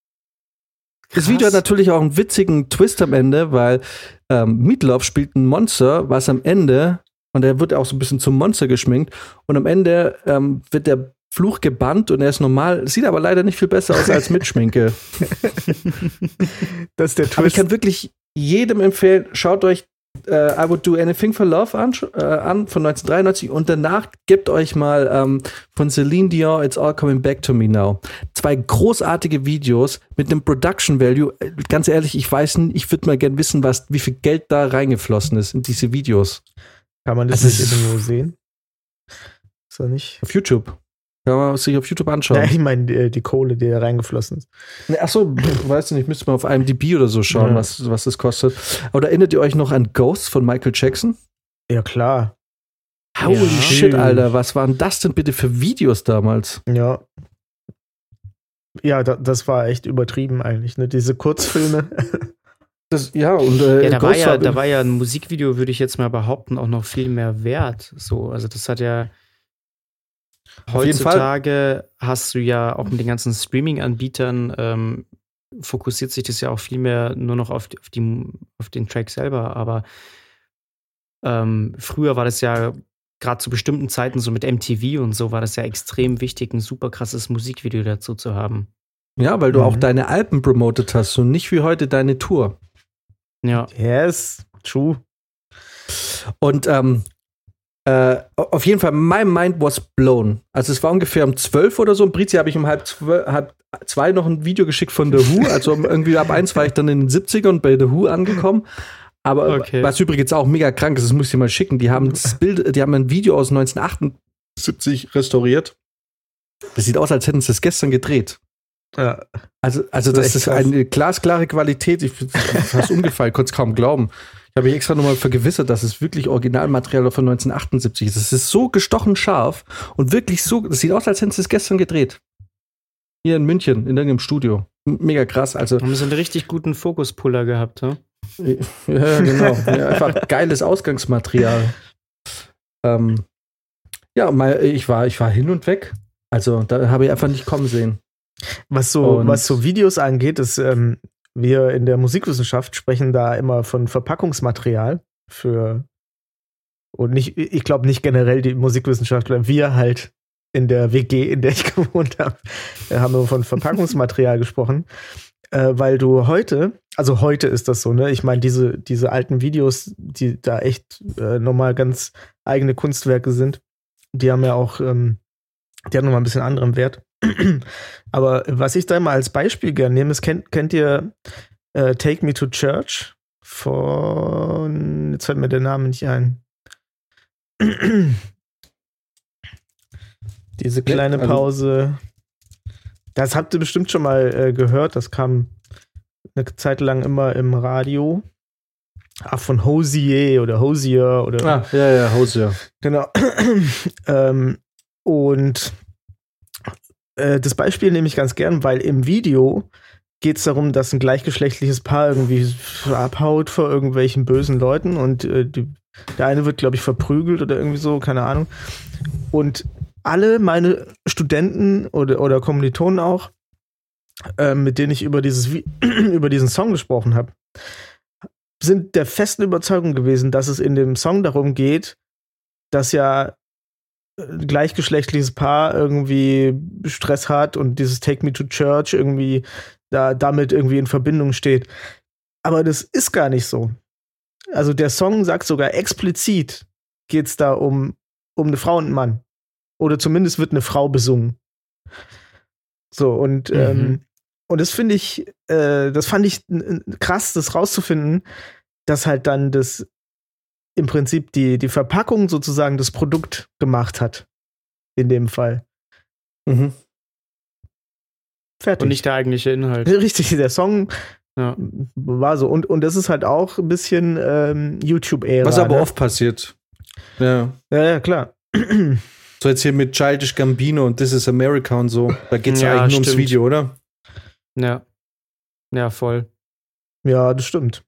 Das Video hat natürlich auch einen witzigen Twist am Ende, weil ähm, Meatloaf spielt ein Monster, was am Ende, und er wird auch so ein bisschen zum Monster geschminkt, und am Ende ähm, wird der Fluch gebannt und er ist normal, sieht aber leider nicht viel besser aus als mit Schminke. Das ist der Aber ich Twist. kann wirklich jedem empfehlen, schaut euch äh, I Would Do Anything for Love an, äh, an von neunzehnhundertdreiundneunzig und danach gebt euch mal ähm, von Celine Dion It's All Coming Back to Me Now. Zwei großartige Videos mit einem Production Value. Äh, Ganz ehrlich, ich weiß nicht, ich würde mal gern wissen, was, wie viel Geld da reingeflossen ist in diese Videos. Kann man das Also es nicht ist- irgendwo sehen? Ist das nicht? Auf YouTube. Kann man sich auf YouTube anschauen. Ja, ich meine, die, die Kohle, die da reingeflossen ist. Nee, ach so, weißt du nicht, müsste man auf I M D B oder so schauen, Ja. was, was das kostet. Oder erinnert ihr euch noch an Ghosts von Michael Jackson? Ja, klar. Holy Ja. shit, Alter, was waren das denn bitte für Videos damals? Ja. Ja, da, das war echt übertrieben eigentlich, ne? Diese Kurzfilme. Das, ja, und äh, Ja, da war Ghosts ja, da war ja ein Musikvideo, würde ich jetzt mal behaupten, auch noch viel mehr wert. So, also das hat ja Auf jeden Fall. heutzutage hast du ja auch mit den ganzen Streaming-Anbietern ähm, fokussiert sich das ja auch viel mehr nur noch auf die, auf, die, auf den Track selber. Aber ähm, früher war das ja gerade zu bestimmten Zeiten, so mit M T V und so, war das ja extrem wichtig, ein super krasses Musikvideo dazu zu haben. Ja, weil du Mhm. auch deine Alben promotet hast und nicht wie heute deine Tour. Ja. Yes, true. Und ähm, äh, auf jeden Fall, my mind was blown. Also es war ungefähr um zwölf oder so. Im Brizi habe ich um halb, zwölf, halb zwei noch ein Video geschickt von The Who. Also um irgendwie ab eins war ich dann in den siebzigern bei The Who angekommen. Aber Okay. was übrigens auch mega krank ist, das muss ich dir mal schicken. Die haben das Bild, die haben ein Video aus neunzehnhundertachtundachtzig siebzig restauriert. Das sieht aus, als hätten sie das gestern gedreht. Ja. Also, also das, das ist krass. Eine glasklare Qualität. Ich bin fast umgefallen, konnte es kaum glauben. Ich habe mich extra nochmal vergewissert, dass es wirklich Originalmaterial von neunzehnhundertachtundsiebzig ist. Es ist so gestochen scharf und wirklich so, das sieht aus, als hätten sie es gestern gedreht. Hier in München, in irgendeinem Studio. Mega krass. Also, haben sie einen richtig guten Fokuspuller gehabt, ne? Ja, genau. Ja, einfach geiles Ausgangsmaterial. Ähm, ja, mal, ich war, ich war hin und weg. Also, da habe ich einfach nicht kommen sehen. Was so, was so Videos angeht, ist, ähm, wir in der Musikwissenschaft sprechen da immer von Verpackungsmaterial für, und nicht, ich glaube nicht generell die Musikwissenschaftler, wir halt in der W G, in der ich gewohnt habe, haben wir von Verpackungsmaterial gesprochen, äh, weil du heute, also heute ist das so, ne? Ich meine, diese, diese alten Videos, die da echt äh, nochmal ganz eigene Kunstwerke sind, die haben ja auch, ähm, die haben nochmal ein bisschen anderen Wert. Aber was ich da mal als Beispiel gerne nehme, ist, kennt, kennt ihr äh, Take Me to Church von, jetzt fällt mir der Name nicht ein. Diese kleine Pause. Das habt ihr bestimmt schon mal äh, gehört. Das kam eine Zeit lang immer im Radio. Ach, von Hozier oder Hozier oder. Ah, ja, ja, Hozier. Genau. ähm, und äh, das Beispiel nehme ich ganz gern, weil im Video geht es darum, dass ein gleichgeschlechtliches Paar irgendwie abhaut vor irgendwelchen bösen Leuten und äh, die, der eine wird, glaube ich, verprügelt oder irgendwie so, keine Ahnung. Und alle meine Studenten oder, oder Kommilitonen auch, äh, mit denen ich über, dieses, über diesen Song gesprochen habe, sind der festen Überzeugung gewesen, dass es in dem Song darum geht, dass ja ein gleichgeschlechtliches Paar irgendwie Stress hat und dieses Take Me to Church irgendwie da damit irgendwie in Verbindung steht. Aber das ist gar nicht so. Also der Song sagt sogar explizit, geht es da um, um eine Frau und einen Mann. Oder zumindest wird eine Frau besungen. So, und, mhm. ähm, und das finde ich, äh, das fand ich n- krass, das rauszufinden, dass halt dann das im Prinzip die, die Verpackung sozusagen das Produkt gemacht hat. In dem Fall. Mhm. Fertig. Und nicht der eigentliche Inhalt. Richtig, der Song ja. war so. Und, und das ist halt auch ein bisschen ähm, YouTube-Ära. Was aber ne? oft passiert. Ja. Ja, ja, klar. So jetzt hier mit Childish Gambino und This is America und so. Da geht es ja, eigentlich nur stimmt. ums Video, oder? Ja. Ja, voll. Ja, das stimmt.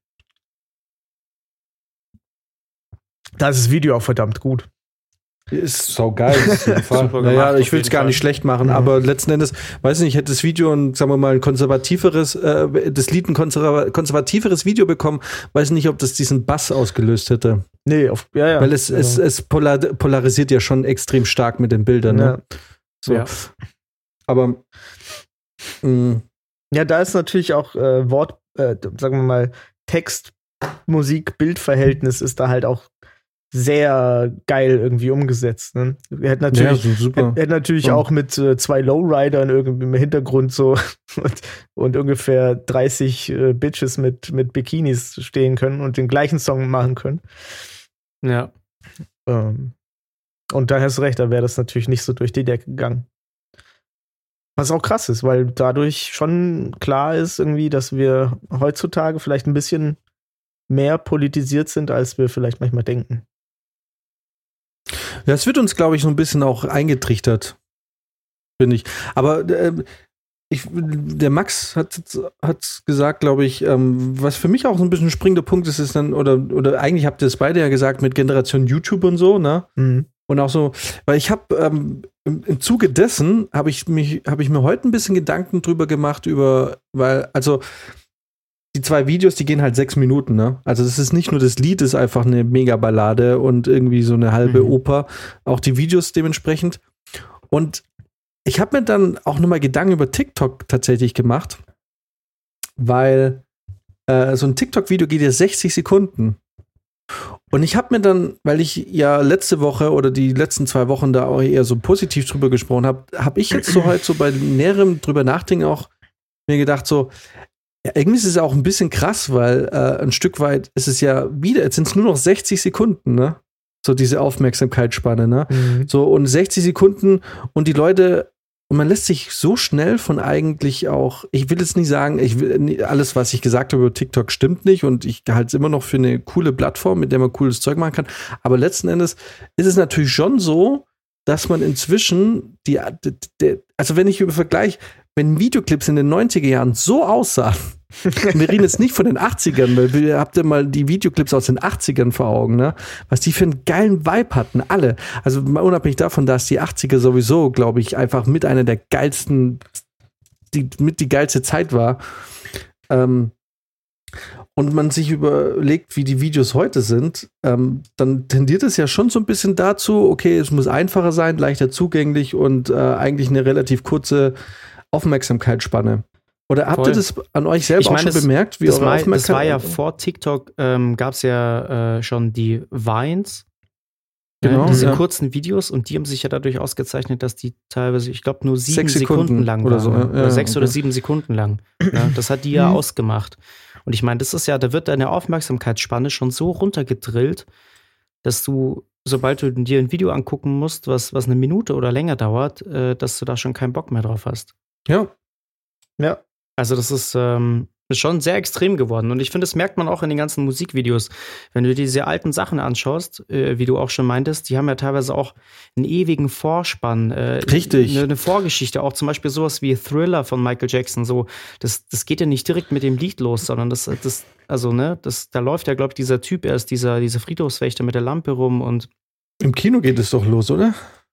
Da ist das Video auch verdammt gut. Ist saugeil. Ist Super naja, gemacht, ich will es auf gar jeden nicht schlecht machen, Mhm. aber letzten Endes, weiß nicht, hätte das Video ein, sagen wir mal, ein konservativeres, äh, das Lied ein konserva- konservativeres Video bekommen, weiß nicht, ob das diesen Bass ausgelöst hätte. Nee, auf, ja, ja. Weil es, genau. es, es polar, polarisiert ja schon extrem stark mit den Bildern. Ne? Ja. So. Ja. Aber mh, Ja, da ist natürlich auch äh, Wort, äh, sagen wir mal, Text, Musik, Bildverhältnis ist da halt auch sehr geil irgendwie umgesetzt. Ne? Er hat natürlich, ja, so super. er hat natürlich Ja. auch mit äh, zwei Lowridern irgendwie im Hintergrund so und, und ungefähr dreißig äh, Bitches mit, mit Bikinis stehen können und den gleichen Song machen können. Ja. Ähm, und da hast du recht, da wäre das natürlich nicht so durch die Decke gegangen. Was auch krass ist, weil dadurch schon klar ist irgendwie, dass wir heutzutage vielleicht ein bisschen mehr politisiert sind, als wir vielleicht manchmal denken. Ja, es wird uns, glaube ich, so ein bisschen auch eingetrichtert, finde ich. Aber äh, ich, der Max hat, hat gesagt, glaube ich, ähm, was für mich auch so ein bisschen ein springender Punkt ist, ist dann, oder, oder eigentlich habt ihr es beide ja gesagt, mit Generation YouTube und so, ne? Mhm. Und auch so, weil ich habe ähm, im, im Zuge dessen habe ich mich, habe ich mir heute ein bisschen Gedanken drüber gemacht, über, weil, also die zwei Videos, die gehen halt sechs Minuten, ne? Also das ist nicht nur das Lied, ist einfach eine Mega-Ballade und irgendwie so eine halbe Mhm. Oper, auch die Videos dementsprechend. Und ich habe mir dann auch nochmal Gedanken über TikTok tatsächlich gemacht, weil äh, so ein TikTok-Video geht ja sechzig Sekunden. Und ich habe mir dann, weil ich ja letzte Woche oder die letzten zwei Wochen da auch eher so positiv drüber gesprochen habe, habe ich jetzt so halt so bei näherem drüber nachdenken auch mir gedacht so, ja, irgendwie ist es auch ein bisschen krass, weil äh, ein Stück weit ist es ja wieder, jetzt sind es nur noch sechzig Sekunden, ne? So diese Aufmerksamkeitsspanne, ne? Mhm. So, und sechzig Sekunden und die Leute, und man lässt sich so schnell von eigentlich auch, ich will jetzt nicht sagen, ich will, alles, was ich gesagt habe über TikTok stimmt nicht und ich halte es immer noch für eine coole Plattform, mit der man cooles Zeug machen kann. Aber letzten Endes ist es natürlich schon so, dass man inzwischen die, die also wenn ich über Vergleich, wenn Videoclips in den neunziger Jahren so aussahen, wir reden jetzt nicht von den achtzigern, weil wir habt ihr mal die Videoclips aus den achtzigern vor Augen, ne? Was die für einen geilen Vibe hatten, alle. Also mal unabhängig davon, dass die achtziger sowieso, glaube ich, einfach mit einer der geilsten, die mit die geilste Zeit war. Ähm, und man sich überlegt, wie die Videos heute sind, ähm, dann tendiert es ja schon so ein bisschen dazu, okay, es muss einfacher sein, leichter zugänglich und äh, eigentlich eine relativ kurze Aufmerksamkeitsspanne. Oder habt Voll. ihr das an euch selber Ich meine, auch schon das- bemerkt, wie Das eure war, das Aufmerksamkeit war ja vor TikTok, ähm, gab es ja äh, schon die Vines. Genau, Ja, diese ja. kurzen Videos und die haben sich ja dadurch ausgezeichnet, dass die teilweise, ich glaube, nur sieben Sechs Sekunden, Sekunden lang oder waren. so, ja, oder ja, sechs okay. oder sieben Sekunden lang. Ja, das hat die ja Mhm. ausgemacht. Und ich meine, das ist ja, da wird deine Aufmerksamkeitsspanne schon so runtergedrillt, dass du, sobald du dir ein Video angucken musst, was, was eine Minute oder länger dauert, äh, dass du da schon keinen Bock mehr drauf hast. Ja. Ja. Also das ist, ähm, ist schon sehr extrem geworden. Und ich finde, das merkt man auch in den ganzen Musikvideos. Wenn du dir diese alten Sachen anschaust, äh, wie du auch schon meintest, die haben ja teilweise auch einen ewigen Vorspann. Äh, Richtig. Eine, eine Vorgeschichte. Auch zum Beispiel sowas wie Thriller von Michael Jackson. So, das, das geht ja nicht direkt mit dem Lied los, sondern das, das also, ne, das, da läuft ja, glaube ich, dieser Typ erst, dieser, dieser Friedhofswächter mit der Lampe rum und Im Kino geht es doch los, oder?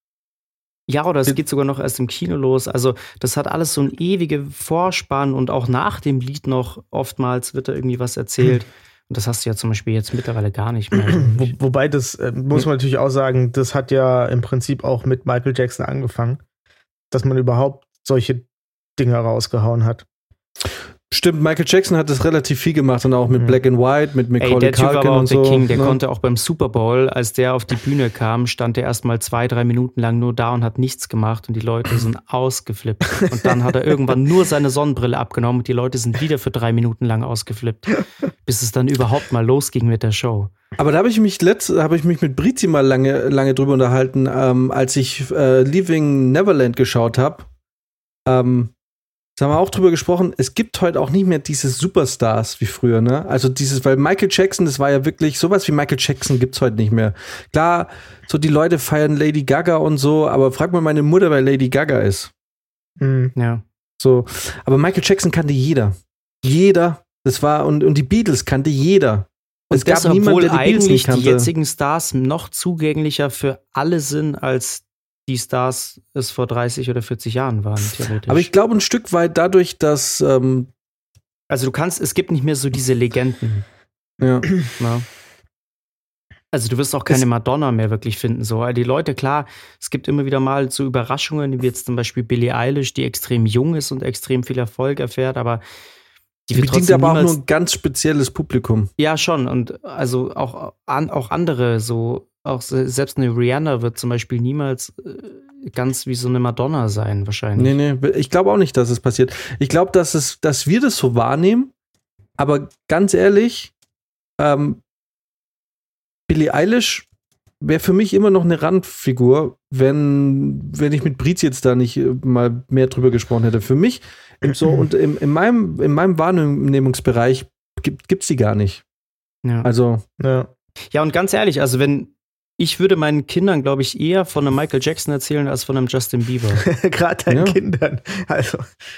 ja, oder es geht sogar noch erst im Kino los. Also, das hat alles so ein ewige Vorspann und auch nach dem Lied noch oftmals wird da irgendwie was erzählt. Und das hast du ja zum Beispiel jetzt mittlerweile gar nicht mehr. Wo, wobei das, äh, muss man natürlich auch sagen, das hat ja im Prinzip auch mit Michael Jackson angefangen, dass man überhaupt solche Dinge rausgehauen hat. Stimmt, Michael Jackson hat das relativ viel gemacht und auch mit Mhm. Black and White, mit Ey, Macaulay der Typ war Culkin aber auch und der so. King. Der ne? konnte auch beim Super Bowl, als der auf die Bühne kam, stand der erstmal zwei, drei Minuten lang nur da und hat nichts gemacht und die Leute sind ausgeflippt. Und dann hat er irgendwann nur seine Sonnenbrille abgenommen und die Leute sind wieder für drei Minuten lang ausgeflippt, bis es dann überhaupt mal losging mit der Show. Aber da habe ich mich letzt, habe ich mich mit Brizi mal lange, lange drüber unterhalten, ähm, als ich äh, Leaving Neverland geschaut habe. Ähm, da haben wir auch drüber gesprochen, es gibt heute auch nicht mehr diese Superstars wie früher, ne? Also dieses, weil Michael Jackson, das war ja wirklich, sowas wie Michael Jackson gibt's heute nicht mehr. Klar, so die Leute feiern Lady Gaga und so, aber frag mal meine Mutter, wer Lady Gaga ist. Mhm. Ja. So, aber Michael Jackson kannte jeder. Jeder. Das war, und, und die Beatles kannte jeder. Und es gab das, niemanden, obwohl der die Beatles eigentlich nicht die kannte. jetzigen Stars noch zugänglicher für alle sind, als die Stars es vor dreißig oder vierzig Jahren waren, theoretisch. Aber ich glaube ein Stück weit dadurch, dass ähm, also du kannst, es gibt nicht mehr so diese Legenden. ja. Ne? Also du wirst auch keine Es- Madonna mehr wirklich finden. So, die Leute, klar, es gibt immer wieder mal so Überraschungen, wie jetzt zum Beispiel Billie Eilish, die extrem jung ist und extrem viel Erfolg erfährt, aber die Die wird bedient trotzdem aber auch niemals, nur ein ganz spezielles Publikum. ja, schon. Und also auch, an, auch andere, so, auch se- selbst eine Rihanna wird zum Beispiel niemals äh, ganz wie so eine Madonna sein, wahrscheinlich. Nee, nee, ich glaube auch nicht, dass es passiert. Ich glaube, dass es, dass wir das so wahrnehmen, aber ganz ehrlich, ähm, Billie Eilish wäre für mich immer noch eine Randfigur, wenn, wenn ich mit Briz jetzt da nicht äh, mal mehr drüber gesprochen hätte. Für mich, im so, und im, in, meinem, in meinem Wahrnehmungsbereich gibt es die gar nicht. Ja. Also, Ja. Ja, und ganz ehrlich, also wenn ich würde meinen Kindern, glaube ich, eher von einem Michael Jackson erzählen als von einem Justin Bieber. Gerade deinen Ja. Kindern. Also.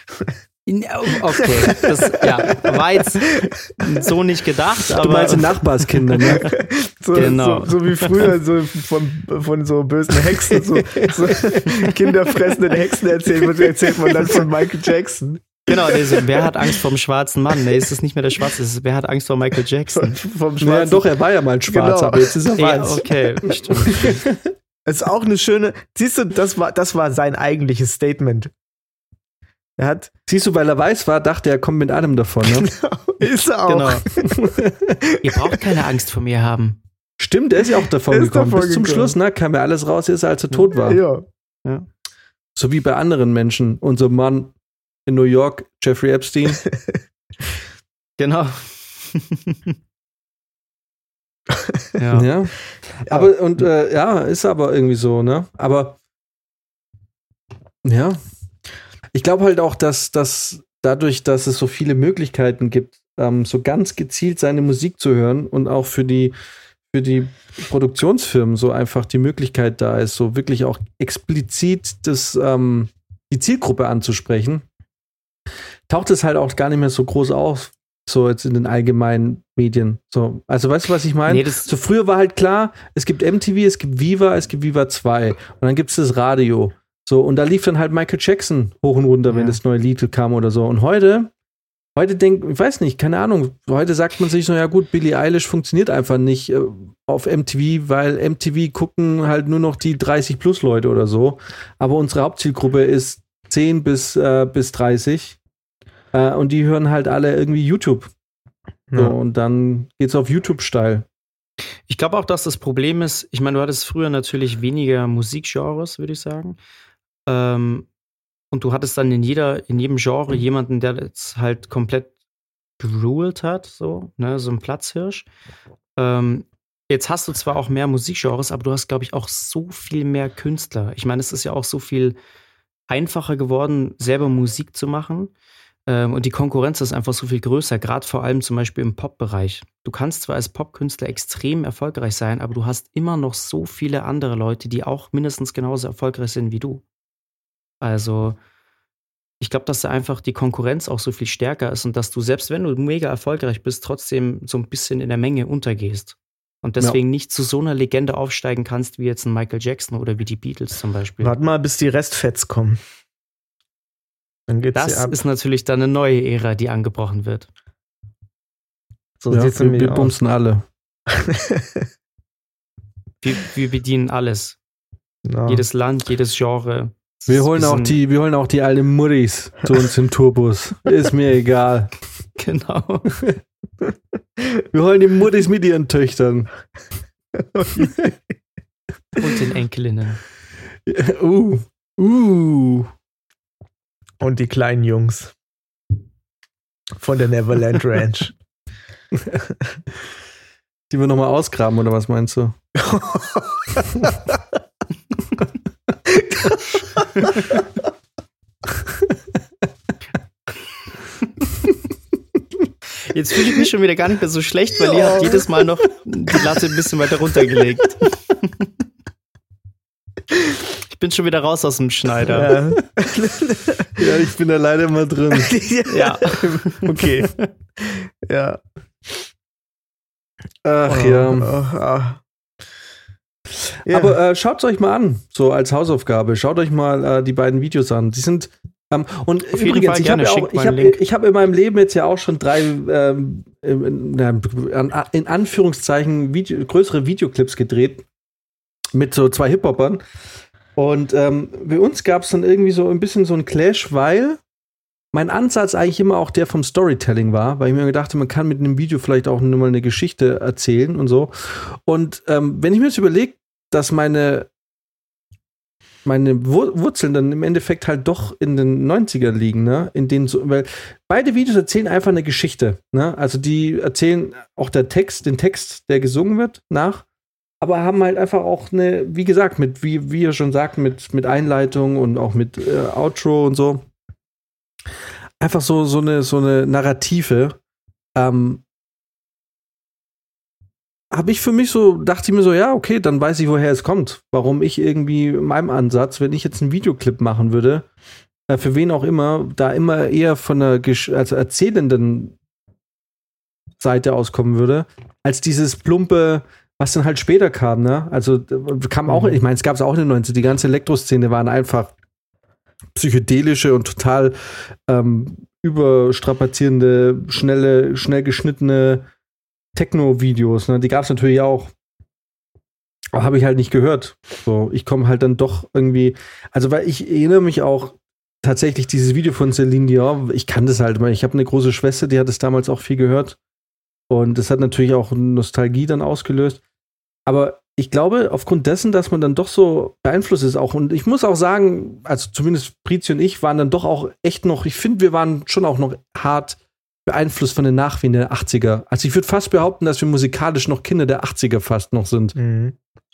Okay, das ja, war jetzt so nicht gedacht, aber du meinst die Nachbarskinder, ne? So, Genau. so, so wie früher so von, von so bösen Hexen, so, so kinderfressenden Hexen erzählt wird, erzählt man dann von Michael Jackson. genau, also, wer hat Angst vor dem schwarzen Mann? Nee, es ist nicht mehr der Schwarze, es ist, wer hat Angst vor Michael Jackson? Vom Ja, Schwarzen. doch, er war ja mal ein Schwarz, Genau. aber jetzt ist er Ja, weiß. okay, stimmt. Das ist auch eine schöne, siehst du, das war, das war sein eigentliches Statement. Er hat, Siehst du, weil er weiß war, dachte er, kommt mit allem davon, ne? ist er auch. Genau. Ihr braucht keine Angst vor mir haben. Stimmt, er ist ja auch davon Er ist gekommen. davon Bis zum gekommen. Schluss, ne, kam ja alles raus, als er tot war. Ja. So wie bei anderen Menschen. Unser Mann in New York, Jeffrey Epstein. Genau. ja. Ja. Aber, und, äh, ja, ist aber irgendwie so, ne? Aber, ja. Ich glaube halt auch, dass, dass dadurch, dass es so viele Möglichkeiten gibt, ähm, so ganz gezielt seine Musik zu hören und auch für die, für die Produktionsfirmen so einfach die Möglichkeit da ist, so wirklich auch explizit das, ähm, die Zielgruppe anzusprechen, taucht es halt auch gar nicht mehr so groß auf, so jetzt in den allgemeinen Medien. So, also weißt du, was ich meine? Nee, so früher war halt klar, es gibt M T V, es gibt Viva, es gibt Viva zwei und dann gibt es das Radio. So, und da lief dann halt Michael Jackson hoch und runter, ja. wenn das neue Lied kam oder so. Und heute, heute denkt, ich weiß nicht, keine Ahnung, heute sagt man sich so, ja gut, Billie Eilish funktioniert einfach nicht äh, auf M T V, weil M T V gucken halt nur noch die dreißig plus Leute oder so. Aber unsere Hauptzielgruppe ist zehn bis, äh, bis dreißig. Äh, und die hören halt alle irgendwie YouTube. So, ja. Und dann geht's auf YouTube steil. Ich glaube auch, dass das Problem ist, ich meine, du hattest früher natürlich weniger Musikgenres, würde ich sagen. Ähm, und du hattest dann in jeder, in jedem Genre jemanden, der jetzt halt komplett geruled hat, so, ne, so ein Platzhirsch. Ähm, jetzt hast du zwar auch mehr Musikgenres, aber du hast, glaube ich, auch so viel mehr Künstler. Ich meine, es ist ja auch so viel einfacher geworden, selber Musik zu machen. Ähm, und die Konkurrenz ist einfach so viel größer, gerade vor allem zum Beispiel im Pop-Bereich. Du kannst zwar als Popkünstler extrem erfolgreich sein, aber du hast immer noch so viele andere Leute, die auch mindestens genauso erfolgreich sind wie du. Also, ich glaube, dass da einfach die Konkurrenz auch so viel stärker ist und dass du, selbst wenn du mega erfolgreich bist, trotzdem so ein bisschen in der Menge untergehst. Und deswegen ja. nicht zu so einer Legende aufsteigen kannst, wie jetzt ein Michael Jackson oder wie die Beatles zum Beispiel. Warte mal, bis die Restfets kommen. Dann geht's das ab. Ist natürlich dann eine neue Ära, die angebrochen wird. So ja, wir, wir bumsen alle. wir, wir bedienen alles. No. Jedes Land, jedes Genre. Wir holen, auch die, wir holen auch die alten Murris zu uns im Tourbus. Ist mir egal. Genau. Wir holen die Muttis mit ihren Töchtern. Und den Enkelinnen. Uh. Uh. Und die kleinen Jungs. Von der Neverland Ranch. Die wir nochmal ausgraben, oder was meinst du? Jetzt fühle ich mich schon wieder gar nicht mehr so schlecht, weil ihr habt jedes Mal noch die Latte ein bisschen weiter runtergelegt. Ich bin schon wieder raus aus dem Schneider. Ja, ja, ich bin da leider immer drin. Ja, okay. Ja. Ach oh, ja. Oh, oh. Ja. Aber äh, schaut es euch mal an, so als Hausaufgabe. Schaut euch mal äh, die beiden Videos an. Die sind ähm, und Auf übrigens, ich habe ja auch, ich habe, ich habe in meinem Leben jetzt ja auch schon drei ähm, in, in Anführungszeichen Video, größere Videoclips gedreht mit so zwei Hip-Hopern. Und ähm, bei uns gab es dann irgendwie so ein bisschen so ein Clash, weil mein Ansatz eigentlich immer auch der vom Storytelling war, weil ich mir gedacht habe, man kann mit einem Video vielleicht auch nur mal eine Geschichte erzählen und so. Und ähm, wenn ich mir jetzt überlege, dass meine meine Wurzeln dann im Endeffekt halt doch in den neunzigern liegen, ne? In denen so, weil beide Videos erzählen einfach eine Geschichte, ne? Also die erzählen auch der Text, den Text, der gesungen wird, nach, aber haben halt einfach auch eine, wie gesagt, mit, wie, wie ihr schon sagt, mit, mit Einleitung und auch mit äh, Outro und so. Einfach so, so eine, so eine Narrative, ähm, habe ich für mich so, dachte ich mir so, ja, okay, dann weiß ich, woher es kommt. Warum ich irgendwie in meinem Ansatz, wenn ich jetzt einen Videoclip machen würde, äh, für wen auch immer, da immer eher von der Gesch- also erzählenden Seite auskommen würde, als dieses plumpe, was dann halt später kam, ne? Also kam auch, ich meine, es gab es auch in den neunzigern, die ganze Elektroszene waren einfach psychedelische und total ähm, überstrapazierende, schnelle, schnell geschnittene Techno-Videos, ne? Die gab es natürlich auch. Aber habe ich halt nicht gehört. So, ich komme halt dann doch irgendwie, also weil ich erinnere mich auch tatsächlich dieses Video von Celine Dion, ich kann das halt mal, ich habe eine große Schwester, die hat es damals auch viel gehört. Und das hat natürlich auch Nostalgie dann ausgelöst. Aber ich glaube, aufgrund dessen, dass man dann doch so beeinflusst ist auch, und ich muss auch sagen, also zumindest Prizi und ich waren dann doch auch echt noch, ich finde, wir waren schon auch noch hart beeinflusst von den Nachwehen der achtziger. Also ich würde fast behaupten, dass wir musikalisch noch Kinder der achtziger fast noch sind. Mhm.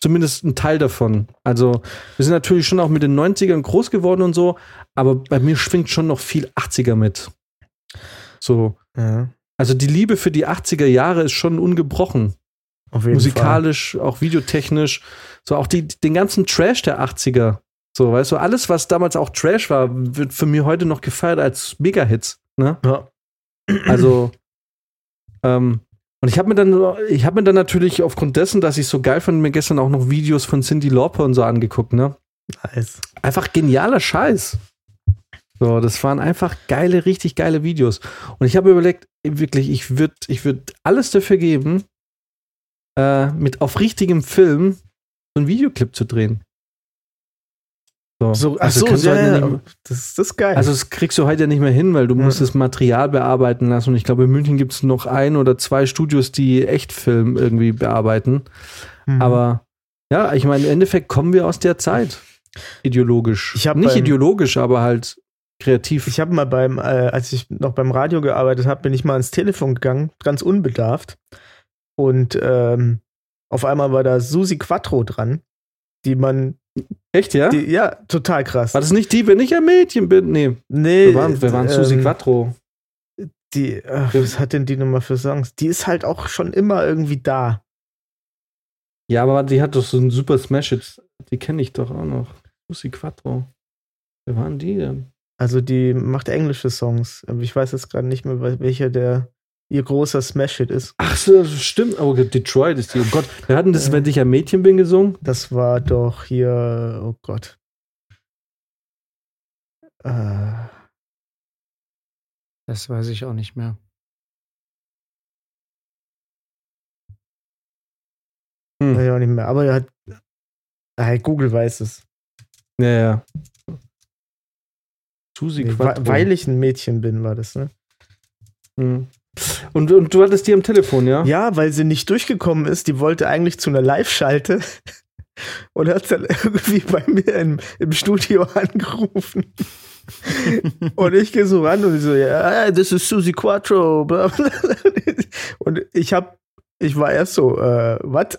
zumindest ein Teil davon. Also wir sind natürlich schon auch mit den neunzigern groß geworden und so, aber bei mir schwingt schon noch viel achtziger mit. So. Ja. Also die Liebe für die achtziger Jahre ist schon ungebrochen. Auf jeden Musikalisch, Fall. Auch videotechnisch. So auch die, den ganzen Trash der achtziger. So, weißt du, alles, was damals auch Trash war, wird für mich heute noch gefeiert als Mega-Hits. Ne? Ja. Also, ähm, und ich habe mir dann, ich habe mir dann natürlich aufgrund dessen, dass ich so geil fand, mir gestern auch noch Videos von Cyndi Lauper und so angeguckt, ne? Nice. Einfach genialer Scheiß. So, das waren einfach geile, richtig geile Videos. Und ich habe überlegt, wirklich, ich würde ich würd alles dafür geben, äh, mit auf richtigem Film so einen Videoclip zu drehen. So, so, ach also so, kannst ja, du halt ja, nicht, das, das ist geil. also das kriegst du heute ja nicht mehr hin, weil du Ja. musst das Material bearbeiten lassen. Und ich glaube, in München gibt es noch ein oder zwei Studios, die Echtfilm irgendwie bearbeiten. Mhm. Aber ja, ich meine, im Endeffekt kommen wir aus der Zeit. Ideologisch. Ich hab Nicht beim- ideologisch, aber halt kreativ. Ich habe mal beim, äh, als ich noch beim Radio gearbeitet habe, bin ich mal ans Telefon gegangen, ganz unbedarft. Und ähm, auf einmal war da Susi Quattro dran, die man, Echt, ja? die, ja, total krass. War das nicht die, wenn ich ein Mädchen bin? Nee. Nee, Wir waren, wir waren ähm, Susi Quattro. Die, ach, was hat denn die nochmal für Songs? Die ist halt auch schon immer irgendwie da. Ja, aber die hat doch so einen super Smash-Hit. Die kenne ich doch auch noch. Susi Quattro. Wer waren die denn? Also die macht englische Songs. Aber ich weiß jetzt gerade nicht mehr, wel- welcher der ihr großer Smash-Hit ist. Ach so, stimmt. Oh, Detroit ist die. Oh Gott. Wer hat denn das, wenn ich ein Mädchen bin, gesungen? Das war doch hier, oh Gott. Äh, Das weiß ich auch nicht mehr. Hm. weiß ich auch nicht mehr. Aber er hat, ah, Google weiß es. Ja, ja. Susi Nee, Quattro. weil ich ein Mädchen bin, war das, ne? Hm. Und, und du hattest die am Telefon, ja? Ja, weil sie nicht durchgekommen ist. Die wollte eigentlich zu einer Live-Schalte und hat dann irgendwie bei mir im, im Studio angerufen. Und ich gehe so ran und ich so, ja, das ist Susi Quattro. Bla, bla. Und ich hab, ich war erst so, äh, was?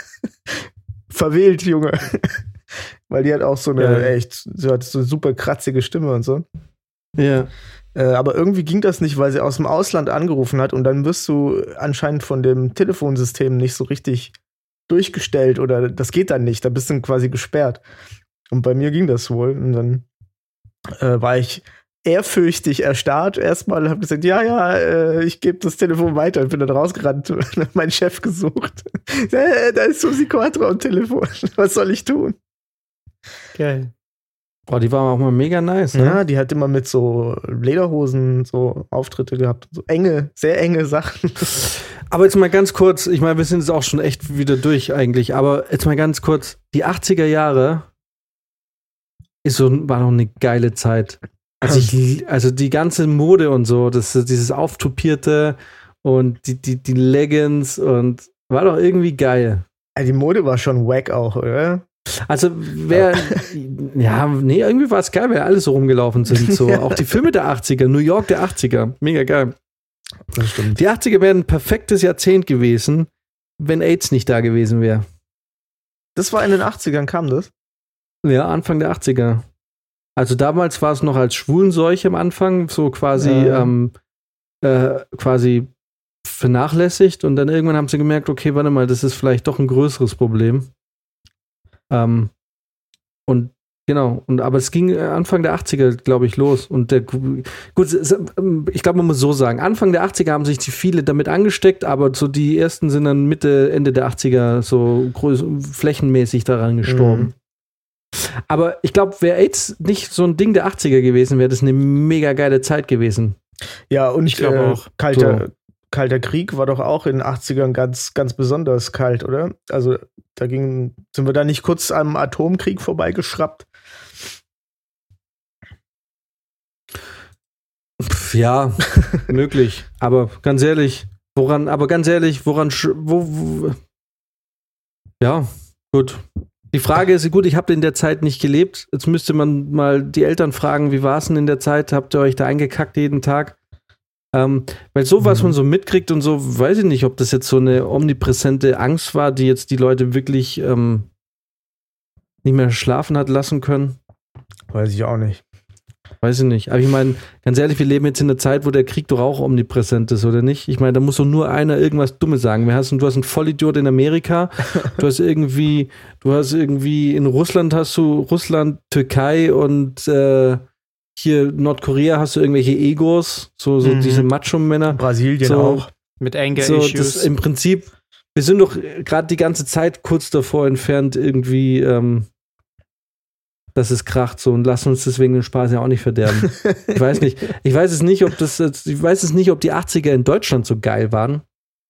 Verwählt, Junge. Weil die hat auch so eine Ja. echt, sie hat so eine super kratzige Stimme und so. Ja. Äh, aber irgendwie ging das nicht, weil sie aus dem Ausland angerufen hat und dann wirst du anscheinend von dem Telefonsystem nicht so richtig durchgestellt oder das geht dann nicht, da bist du quasi gesperrt. Und bei mir ging das wohl und dann äh, war ich ehrfürchtig erstarrt erstmal, habe gesagt, ja, ja, äh, ich gebe das Telefon weiter und bin dann rausgerannt und hab meinen Chef gesucht. äh, da ist Susi Quattro am Telefon, was soll ich tun? Geil. Boah, die war auch mal mega nice, ne? Ja, die hat immer mit so Lederhosen so Auftritte gehabt. So enge, sehr enge Sachen. Aber jetzt mal ganz kurz, ich meine, wir sind jetzt auch schon echt wieder durch eigentlich, aber jetzt mal ganz kurz, die achtziger Jahre ist so, war noch eine geile Zeit. Also, ich, also die ganze Mode und so, das, dieses Auftupierte und die, die, die Leggings und war doch irgendwie geil. Ja, die Mode war schon wack auch, oder? Also wer, ja, nee, irgendwie war es geil, weil alle so rumgelaufen sind. So. Auch die Filme der achtziger, New York der achtziger, mega geil. Das stimmt. Die achtziger wären ein perfektes Jahrzehnt gewesen, wenn AIDS nicht da gewesen wäre. Das war in den achtzigern, kam das? Ja, Anfang der achtziger. Also damals war es noch als Schwulenseuche am Anfang, so quasi, Ja. ähm, äh, quasi vernachlässigt und dann irgendwann haben sie gemerkt, okay, warte mal, das ist vielleicht doch ein größeres Problem. Ähm, und genau, und aber es ging Anfang der achtziger, glaube ich, los. Und der, gut, ich glaube, man muss so sagen, Anfang der achtziger haben sich die viele damit angesteckt, aber so die ersten sind dann Mitte, Ende der achtziger so groß, flächenmäßig daran gestorben. Mhm. Aber ich glaube, wäre AIDS nicht so ein Ding der achtziger gewesen, wäre das eine mega geile Zeit gewesen. Ja, und Ich glaube äh, auch. Kalter, Kalter Krieg war doch auch in den achtzigern ganz, ganz besonders kalt, oder? Also da ging, sind wir da nicht kurz am Atomkrieg vorbeigeschraubt? Pff, ja, möglich. Aber ganz ehrlich, woran, aber ganz ehrlich, woran, sch- wo, wo ja, gut. Die Frage ist, gut, ich habe in der Zeit nicht gelebt. Jetzt müsste man mal die Eltern fragen, wie war es denn in der Zeit? Habt ihr euch da eingekackt jeden Tag? Ähm, weil so, was Mhm. man so mitkriegt und so, weiß ich nicht, ob das jetzt so eine omnipräsente Angst war, die jetzt die Leute wirklich ähm, nicht mehr schlafen hat lassen können. Weiß ich auch nicht. Weiß ich nicht. Aber ich meine, ganz ehrlich, wir leben jetzt in einer Zeit, wo der Krieg doch auch omnipräsent ist, oder nicht? Ich meine, da muss doch nur einer irgendwas Dummes sagen. Wir hast, du hast einen Vollidiot in Amerika, du hast irgendwie, du hast irgendwie in Russland hast du Russland, Türkei und äh, hier Nordkorea hast du irgendwelche Egos, so, so Mhm. diese Macho-Männer. Brasilien So, auch. Mit Anger So, Issues. das im Prinzip, wir sind doch gerade die ganze Zeit kurz davor entfernt, irgendwie, ähm, dass es kracht so und lassen uns deswegen den Spaß ja auch nicht verderben. Ich weiß nicht. Ich weiß es nicht, ob das, ich weiß es nicht, ob die achtziger in Deutschland so geil waren.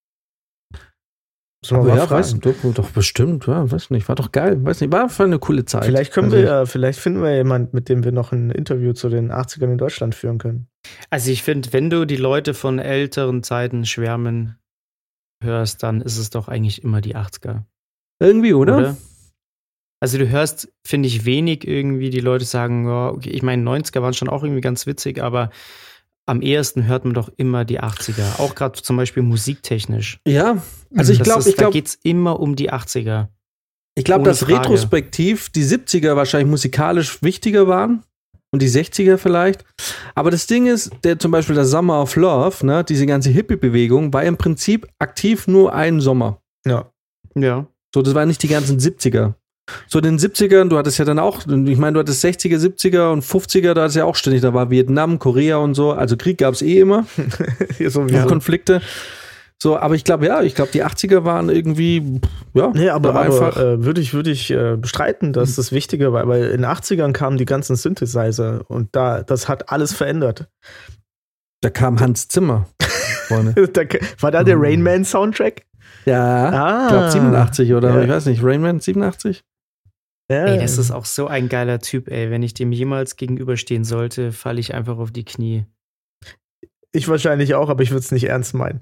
Sollen Aber wir mal ja, fragen. weiß, doch, doch bestimmt, ja, weiß nicht, war doch geil, weiß nicht, war einfach eine coole Zeit. Vielleicht können Also wir ja, vielleicht finden wir jemanden, mit dem wir noch ein Interview zu den achtzigern in Deutschland führen können. Also ich finde, wenn du die Leute von älteren Zeiten schwärmen hörst, dann ist es doch eigentlich immer die achtziger. irgendwie, oder? Oder? Also du hörst, finde ich, wenig irgendwie die Leute sagen, ja, okay, ich meine, neunziger waren schon auch irgendwie ganz witzig, aber am ehesten hört man doch immer die achtziger. Auch gerade zum Beispiel musiktechnisch. Ja, also ich Das glaube, ist- ich Da glaube, geht es immer um die achtziger. ich glaube, ohne dass Frage. retrospektiv die siebziger wahrscheinlich musikalisch wichtiger waren und die sechziger vielleicht. Aber das Ding ist, der zum Beispiel der Summer of Love, ne, diese ganze Hippie-Bewegung, war im Prinzip aktiv nur einen Sommer. Ja. Ja. So, das waren nicht die ganzen siebziger. So, in den siebzigern, du hattest ja dann auch, ich meine, du hattest sechziger, siebziger und fünfziger, da hattest ja auch ständig, da war Vietnam, Korea und so, also Krieg gab es eh immer, so ja. Konflikte. So, aber ich glaube, ja, ich glaube, die achtziger waren irgendwie, pff, ja, Nee, aber, da war aber einfach, äh, würde ich, würde ich äh, bestreiten, dass das Wichtige war, weil in den achtzigern kamen die ganzen Synthesizer und da, das hat alles verändert. da kam Hans Zimmer, Freunde. da, war da der Rain Man Soundtrack? Ja, Ah. ich glaube siebenundachtzig oder, Ja. ich weiß nicht, Rain Man siebenundachtzig? Ja. Ey, das ist auch so ein geiler Typ, ey. Wenn ich dem jemals gegenüberstehen sollte, falle ich einfach auf die Knie. Ich wahrscheinlich auch, aber ich würde es nicht ernst meinen.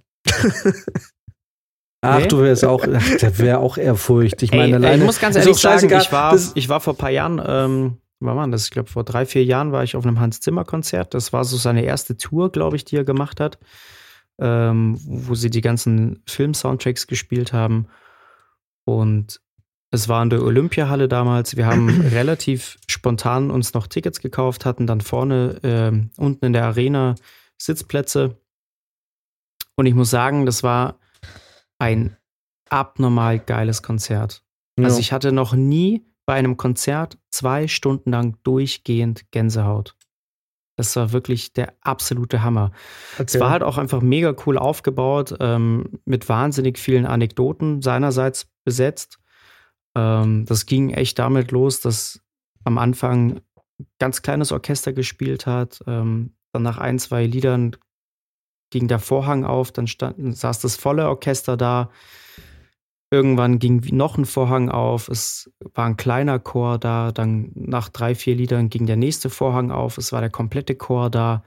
Ach, Nee? du wärst auch, ach, der wäre auch Ehrfurcht. Ich meine, Ey, alleine. ich muss ganz ist ehrlich auch sagen, scheißegal, ich war, das- ich war vor ein paar Jahren, ähm, wann war das? Ich glaube, vor drei, vier Jahren war ich auf einem Hans-Zimmer-Konzert. Das war so seine erste Tour, glaube ich, die er gemacht hat, ähm, wo sie die ganzen Film-Soundtracks gespielt haben. Und es war in der Olympiahalle damals. Wir haben relativ spontan uns noch Tickets gekauft, hatten dann vorne ähm, unten in der Arena Sitzplätze. Und ich muss sagen, das war ein abnormal geiles Konzert. Also Ja. ich hatte noch nie bei einem Konzert zwei Stunden lang durchgehend Gänsehaut. Das war wirklich der absolute Hammer. Es war halt auch einfach mega cool aufgebaut, ähm, mit wahnsinnig vielen Anekdoten seinerseits besetzt. Ähm, das ging echt damit los, dass am Anfang ein ganz kleines Orchester gespielt hat. Ähm, dann nach ein, zwei Liedern ging der Vorhang auf, dann stand, saß das volle Orchester da. Irgendwann ging noch ein Vorhang auf, es war ein kleiner Chor da, dann nach drei, vier Liedern ging der nächste Vorhang auf, es war der komplette Chor da.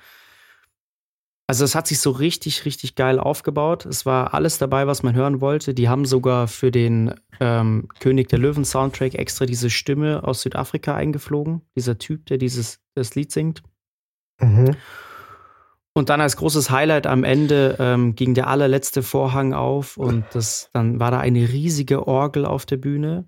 Also es hat sich so richtig, richtig geil aufgebaut. Es war alles dabei, was man hören wollte. Die haben sogar für den ähm, König der Löwen Soundtrack extra diese Stimme aus Südafrika eingeflogen. Dieser Typ, der dieses das Lied singt. Mhm. Und dann als großes Highlight am Ende ähm, ging der allerletzte Vorhang auf und das, dann war da eine riesige Orgel auf der Bühne.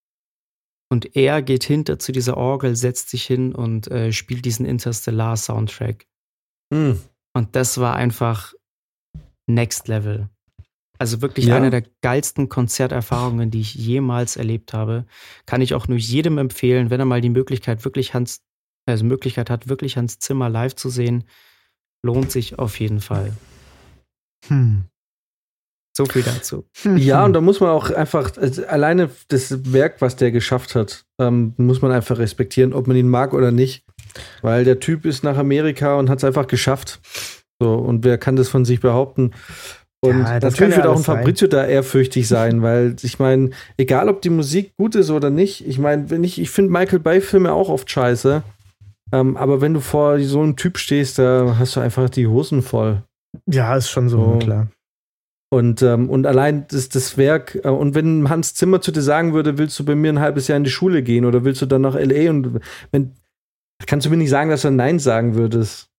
Und er geht hinter zu dieser Orgel, setzt sich hin und äh, spielt diesen Interstellar-Soundtrack. Hm. Und das war einfach Next Level. Also wirklich Ja. eine der geilsten Konzerterfahrungen, die ich jemals erlebt habe. Kann ich auch nur jedem empfehlen, wenn er mal die Möglichkeit wirklich Hans, also Möglichkeit hat, wirklich Hans Zimmer live zu sehen. Lohnt sich auf jeden Fall. Hm. So viel dazu. Ja, und da muss man auch einfach, also alleine das Werk, was der geschafft hat, ähm, muss man einfach respektieren, ob man ihn mag oder nicht. Weil der Typ ist nach Amerika und hat es einfach geschafft. So, und wer kann das von sich behaupten? Und Ja, das natürlich kann ja wird auch ein alles sein. Fabrizio da ehrfürchtig sein, weil ich meine, egal ob die Musik gut ist oder nicht, ich meine, wenn ich, ich finde Michael Bay-Filme auch oft scheiße. Ähm, aber wenn du vor so einem Typ stehst, da hast du einfach die Hosen voll. Ja, ist schon so, Oh. klar. Und, ähm, und allein das, das Werk, äh, und wenn Hans Zimmer zu dir sagen würde, willst du bei mir ein halbes Jahr in die Schule gehen oder willst du dann nach L A und wenn, kannst du mir nicht sagen, dass du Nein sagen würdest.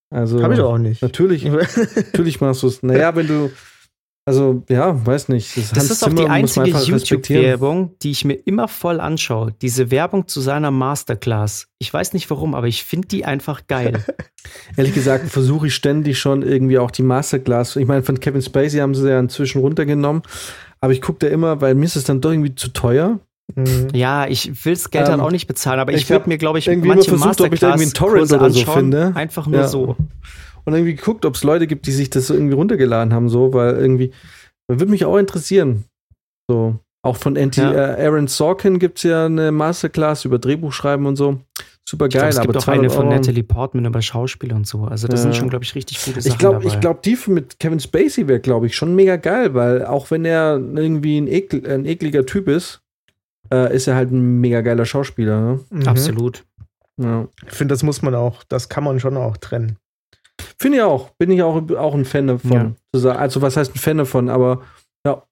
Also, Hab ich doch auch nicht. Natürlich, natürlich machst du es. Naja, wenn du, also, ja, weiß nicht. Das, Das Hans ist auch die Zimmer muss man einzige einfach respektieren. YouTube-Werbung, die ich mir immer voll anschaue. Diese Werbung zu seiner Masterclass. Ich weiß nicht warum, aber ich finde die einfach geil. Ehrlich gesagt versuche ich ständig schon irgendwie auch die Masterclass. Ich meine, von Kevin Spacey haben sie ja inzwischen runtergenommen. Aber ich gucke da immer, weil mir ist es dann doch irgendwie zu teuer. Mhm. Ja, ich will das Geld Ähm, halt auch nicht bezahlen, aber ich, ich würde hab mir, glaube ich, irgendwie manche immer versucht, ob ich da irgendwie einen Torrent Masterclass-Kurse oder so anschauen, finde. einfach nur Ja. so. Und irgendwie geguckt, ob es Leute gibt, die sich das so irgendwie runtergeladen haben, so, weil irgendwie, das würde mich auch interessieren. So, auch von Anti, Ja. äh, Aaron Sorkin gibt es ja eine Masterclass über Drehbuchschreiben und so. Super Ich glaub, geil, es gibt aber auch eine von Euro. Natalie Portman über Schauspiel und so. Also das Ja. sind schon, glaube ich, richtig gute Sachen Ich glaube, dabei. ich glaub, die mit Kevin Spacey wäre, glaube ich, schon mega geil, weil auch wenn er irgendwie ein, ekel, ein ekliger Typ ist, äh, ist er halt ein mega geiler Schauspieler. Ne? Mhm. Absolut. Ja. Ich finde, das muss man auch, das kann man schon auch trennen. Finde ich auch. Bin ich auch, auch ein Fan davon. Ja. Zu sagen. Also, was heißt ein Fan davon? Aber ja.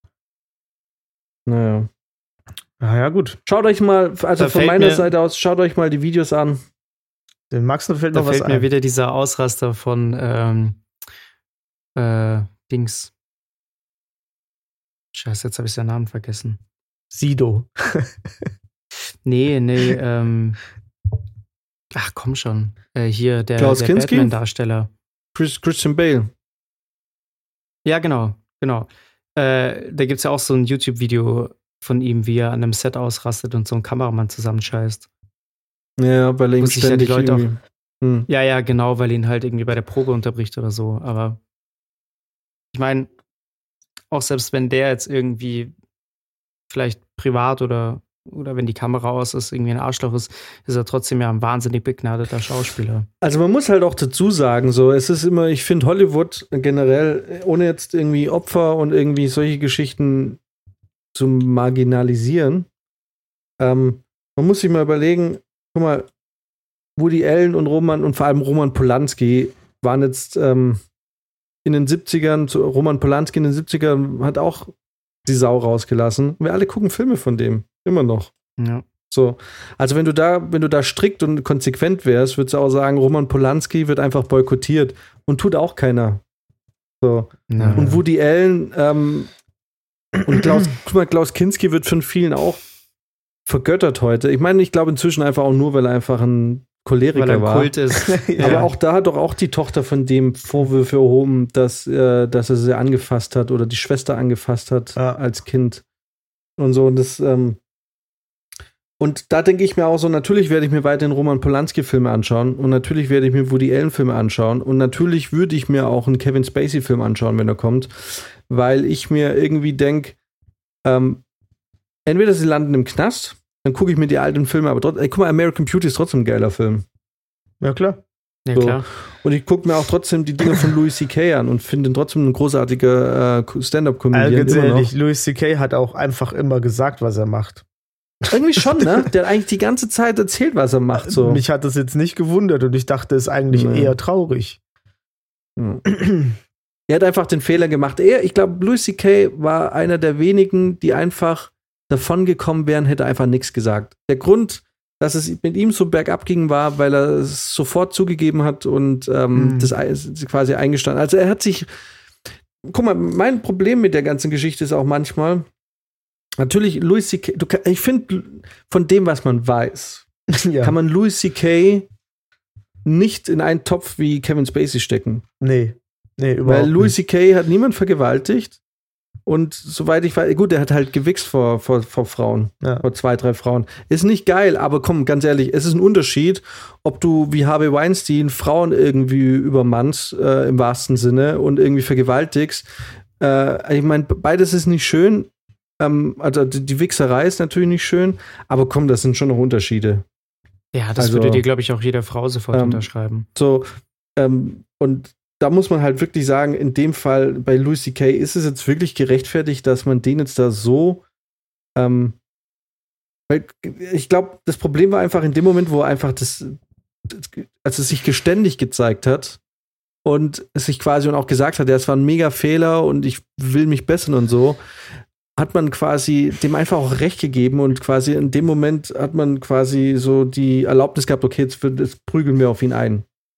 Naja. Ah ja, gut. Schaut euch mal, also Da von fällt meiner mir- Seite aus, schaut euch mal die Videos an. Den Max noch fällt Da noch was fällt mir ein. wieder dieser Ausraster von ähm, äh, Dings. Scheiße, jetzt habe ich seinen Namen vergessen. Sido. Nee, nee, ähm. Ach, komm schon. Äh, hier, der, Klaus der Kinski? Batman-Darsteller. Chris, Christian Bale. Ja, genau, genau. Äh, da gibt es ja auch so ein YouTube-Video von ihm, wie er an einem Set ausrastet und so einen Kameramann zusammenscheißt. Ja, weil er ihm Muss ich ja ständig die Leute irgendwie. Hm. Ja, ja, genau, weil ihn halt irgendwie bei der Probe unterbricht oder so. Aber ich meine, auch selbst wenn der jetzt irgendwie vielleicht privat oder, oder wenn die Kamera aus ist, irgendwie ein Arschloch ist, ist er trotzdem ja ein wahnsinnig begnadeter Schauspieler. Also man muss halt auch dazu sagen, so, es ist immer, ich finde Hollywood generell, ohne jetzt irgendwie Opfer und irgendwie solche Geschichten zu marginalisieren, ähm, man muss sich mal überlegen, guck mal, Woody Allen und Roman und vor allem Roman Polanski waren jetzt ähm, in den siebzigern, so Roman Polanski in den siebzigern hat auch die Sau rausgelassen. Wir alle gucken Filme von dem, immer noch. Ja. So, also wenn du da, wenn du da strikt und konsequent wärst, würdest du auch sagen, Roman Polanski wird einfach boykottiert und tut auch keiner. So. Ja. Und Woody Allen ähm, und Klaus, guck mal, Klaus Kinski wird von vielen auch vergöttert heute. Ich meine, ich glaube inzwischen einfach auch nur, weil er einfach ein Choleriker Weil er ein war. Kult ist. Aber auch da hat doch auch die Tochter von dem Vorwürfe erhoben, dass, äh, dass er sie angefasst hat oder die Schwester angefasst hat Ja. als Kind. Und so. Und das, ähm und da denke ich mir auch so, natürlich werde ich mir weiterhin Roman Polanski-Filme anschauen und natürlich werde ich mir Woody Allen-Filme anschauen und natürlich würde ich mir auch einen Kevin Spacey-Film anschauen, wenn er kommt, weil ich mir irgendwie denke, ähm, entweder sie landen im Knast, dann gucke ich mir die alten Filme, aber trotzdem, ey, guck mal, American Beauty ist trotzdem ein geiler Film. Ja, klar. Ja, So. klar. Und ich gucke mir auch trotzdem die Dinge von Louis C K an und finde ihn trotzdem ein großartiger äh, Stand-Up-Comedian. Also ganz immer noch. ehrlich, Louis C K hat auch einfach immer gesagt, was er macht. Irgendwie schon, ne? Der hat eigentlich die ganze Zeit erzählt, was er macht. So. Mich hat das jetzt nicht gewundert und ich dachte, es ist eigentlich Nee. eher traurig. Ja. Er hat einfach den Fehler gemacht. Er, ich glaube, Louis C K war einer der wenigen, die einfach davon gekommen wären, hätte einfach nichts gesagt. Der Grund, dass es mit ihm so bergab ging, war, weil er es sofort zugegeben hat und ähm, Mhm. das ei- quasi eingestanden. Also er hat sich. Guck mal, mein Problem mit der ganzen Geschichte ist auch manchmal, natürlich, Louis C K, du, kann- ich finde, von dem, was man weiß, Ja. kann man Louis C K nicht in einen Topf wie Kevin Spacey stecken. Nee. Nee, überhaupt Weil Louis nicht. C K hat niemand vergewaltigt. Und soweit ich weiß, gut, er hat halt gewichst vor, vor, vor Frauen, Ja. vor zwei, drei Frauen. Ist nicht geil, aber komm, ganz ehrlich, es ist ein Unterschied, ob du wie Harvey Weinstein Frauen irgendwie übermannst, äh, im wahrsten Sinne, und irgendwie vergewaltigst. Äh, ich meine, beides ist nicht schön. Ähm, also die, die Wichserei ist natürlich nicht schön, aber komm, das sind schon noch Unterschiede. Ja, das Also, würde dir, glaube ich, auch jede Frau sofort ähm, unterschreiben. So, ähm, und da muss man halt wirklich sagen, in dem Fall bei Louis C K ist es jetzt wirklich gerechtfertigt, dass man den jetzt da so, ähm, weil ich glaube, das Problem war einfach in dem Moment, wo er einfach das, das als es sich geständig gezeigt hat und es sich quasi und auch gesagt hat, ja, es war ein mega Fehler und ich will mich bessern und so, hat man quasi dem einfach auch Recht gegeben und quasi in dem Moment hat man quasi so die Erlaubnis gehabt, okay, jetzt, wird, jetzt prügeln wir auf ihn ein.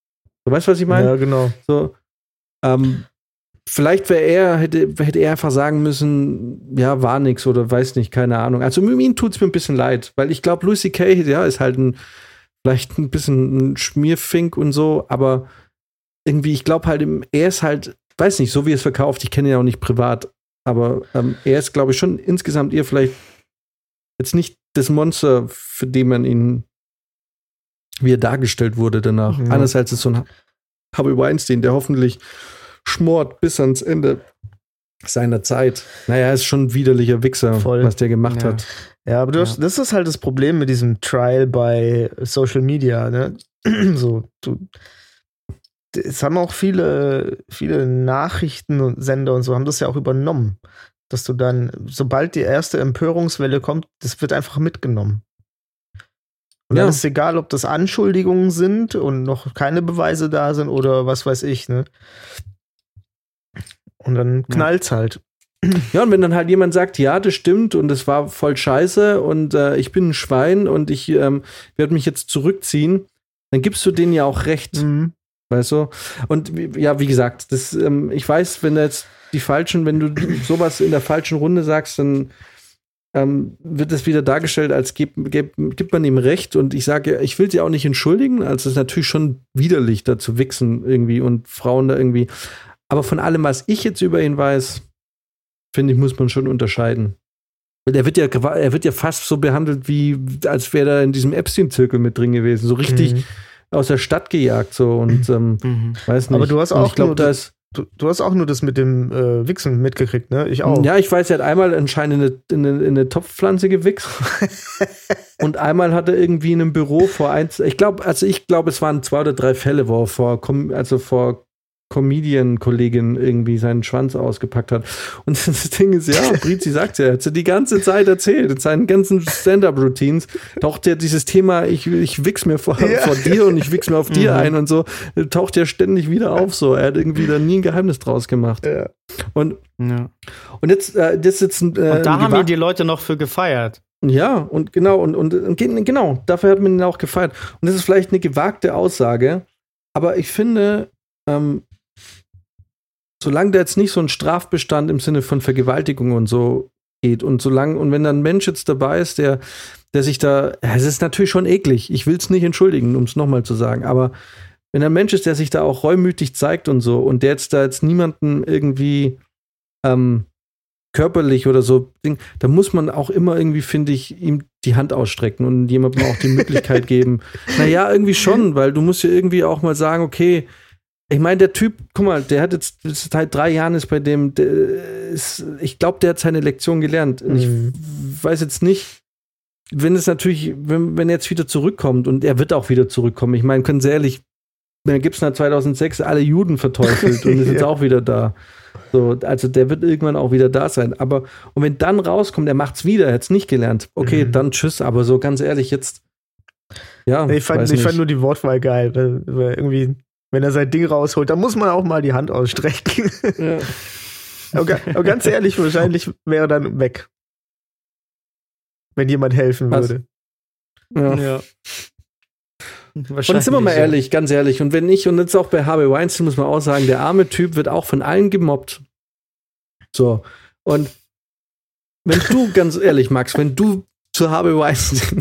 Du weißt, was ich meine? Ja, genau. So, ähm, vielleicht wäre er, hätte, hätte er einfach sagen müssen, ja, war nix oder weiß nicht, keine Ahnung. Also mit ihm tut's mir ein bisschen leid, weil ich glaube, Louis C K, ja, ist halt ein, vielleicht ein bisschen ein Schmierfink und so, aber irgendwie, ich glaube halt, er ist halt, weiß nicht, so wie er es verkauft, ich kenne ihn ja auch nicht privat, aber ähm, er ist, glaube ich, schon insgesamt eher vielleicht jetzt nicht das Monster, für den man ihn, wie er dargestellt wurde danach. Mhm. Einerseits ist so ein Harvey Weinstein, der hoffentlich schmort bis ans Ende seiner Zeit. Naja, er ist schon ein widerlicher Wichser, Voll. was der gemacht Ja. hat. Ja, aber du hast, das ist halt das Problem mit diesem Trial bei Social Media, ne? So, du, es haben auch viele, viele Nachrichten und Sender und so haben das ja auch übernommen, dass du dann, sobald die erste Empörungswelle kommt, das wird einfach mitgenommen. Und Ja. dann ist es egal, ob das Anschuldigungen sind und noch keine Beweise da sind oder was weiß ich, ne? Und dann knallt's halt. Ja, und wenn dann halt jemand sagt, ja, das stimmt und es war voll scheiße und äh, ich bin ein Schwein und ich ähm, werde mich jetzt zurückziehen, dann gibst du denen ja auch recht. Mhm. Weißt du? Und wie- ja, wie gesagt, das, ähm, ich weiß, wenn da jetzt die falschen, wenn du sowas in der falschen Runde sagst, dann ähm, wird es wieder dargestellt, als gibt, gibt, gibt man ihm recht. Und ich sage, ich will sie auch nicht entschuldigen. Also es ist natürlich schon widerlich, da zu wichsen irgendwie und Frauen da irgendwie. Aber von allem, was ich jetzt über ihn weiß, finde ich, muss man schon unterscheiden. Weil er wird ja, gewa- er wird ja fast so behandelt, wie als wäre er in diesem Epstein-Zirkel mit drin gewesen. So richtig Mhm. aus der Stadt gejagt so und ähm, Mhm. weiß nicht. Aber du hast Und auch ich glaube, nur da das- ist Du, du hast auch nur das mit dem äh, Wichsen mitgekriegt, ne? Ich auch. ja, ich weiß, er hat einmal anscheinend in eine, in eine, in eine Topfpflanze gewichst und einmal hat er irgendwie in einem Büro vor eins, ich glaube, also ich glaube, es waren zwei oder drei Fälle, wo er vor, Com- also vor Comedian-Kollegin irgendwie seinen Schwanz ausgepackt hat. Und das Ding ist, ja, Brizi sagt ja, er hat sie die ganze Zeit erzählt, in seinen ganzen Stand-Up-Routines taucht ja dieses Thema, ich, ich wichs mir vor, Ja. vor dir und ich wichs mir auf dir ein und so, taucht ja ständig wieder auf so. Er hat irgendwie da nie ein Geheimnis draus gemacht. Ja. Und, Ja. und jetzt, äh, das ist jetzt ein, äh, Und da ein haben ihn gewagt- die Leute noch für gefeiert. ja, und genau, und, und, und ge- genau, dafür hat man ihn auch gefeiert. Und das ist vielleicht eine gewagte Aussage, aber ich finde, ähm, solange da jetzt nicht so ein Strafbestand im Sinne von Vergewaltigung und so geht und solange, und wenn dann ein Mensch jetzt dabei ist, der, der sich da, ja, es ist natürlich schon eklig, ich will es nicht entschuldigen, um es nochmal zu sagen, aber wenn ein Mensch ist, der sich da auch reumütig zeigt und so und der jetzt da jetzt niemanden irgendwie ähm, körperlich oder so, da muss man auch immer irgendwie, finde ich, ihm die Hand ausstrecken und jemandem auch die Möglichkeit geben. Naja, irgendwie schon, weil du musst ja irgendwie auch mal sagen, okay, ich meine, der Typ, guck mal, der hat jetzt seit drei Jahren ist bei dem, der ist, ich glaube, der hat seine Lektion gelernt. Und ich Mhm. weiß jetzt nicht, wenn es natürlich, wenn, wenn er jetzt wieder zurückkommt und er wird auch wieder zurückkommen. Ich meine, ganz ehrlich, Mel Gibson hat zweitausendsechs alle Juden verteufelt und ist jetzt Ja. auch wieder da. So, also der wird irgendwann auch wieder da sein. Aber und wenn dann rauskommt, er macht's wieder, er hat's nicht gelernt. Okay, Mhm. dann tschüss. Aber so ganz ehrlich, jetzt ja, Ich fand, weiß ich fand nicht. nur die Wortwahl geil, weil, weil irgendwie, wenn er sein Ding rausholt, dann muss man auch mal die Hand ausstrecken. Ja. aber, ga- aber ganz ehrlich, wahrscheinlich wäre er dann weg. Wenn jemand helfen Was? würde. Ja. Ja. Und sind wir mal ehrlich, ganz ehrlich, und wenn nicht, und jetzt auch bei Harvey Weinstein muss man auch sagen, der arme Typ wird auch von allen gemobbt. So. Und wenn du, ganz ehrlich, Max, wenn du zu Harvey Weinstein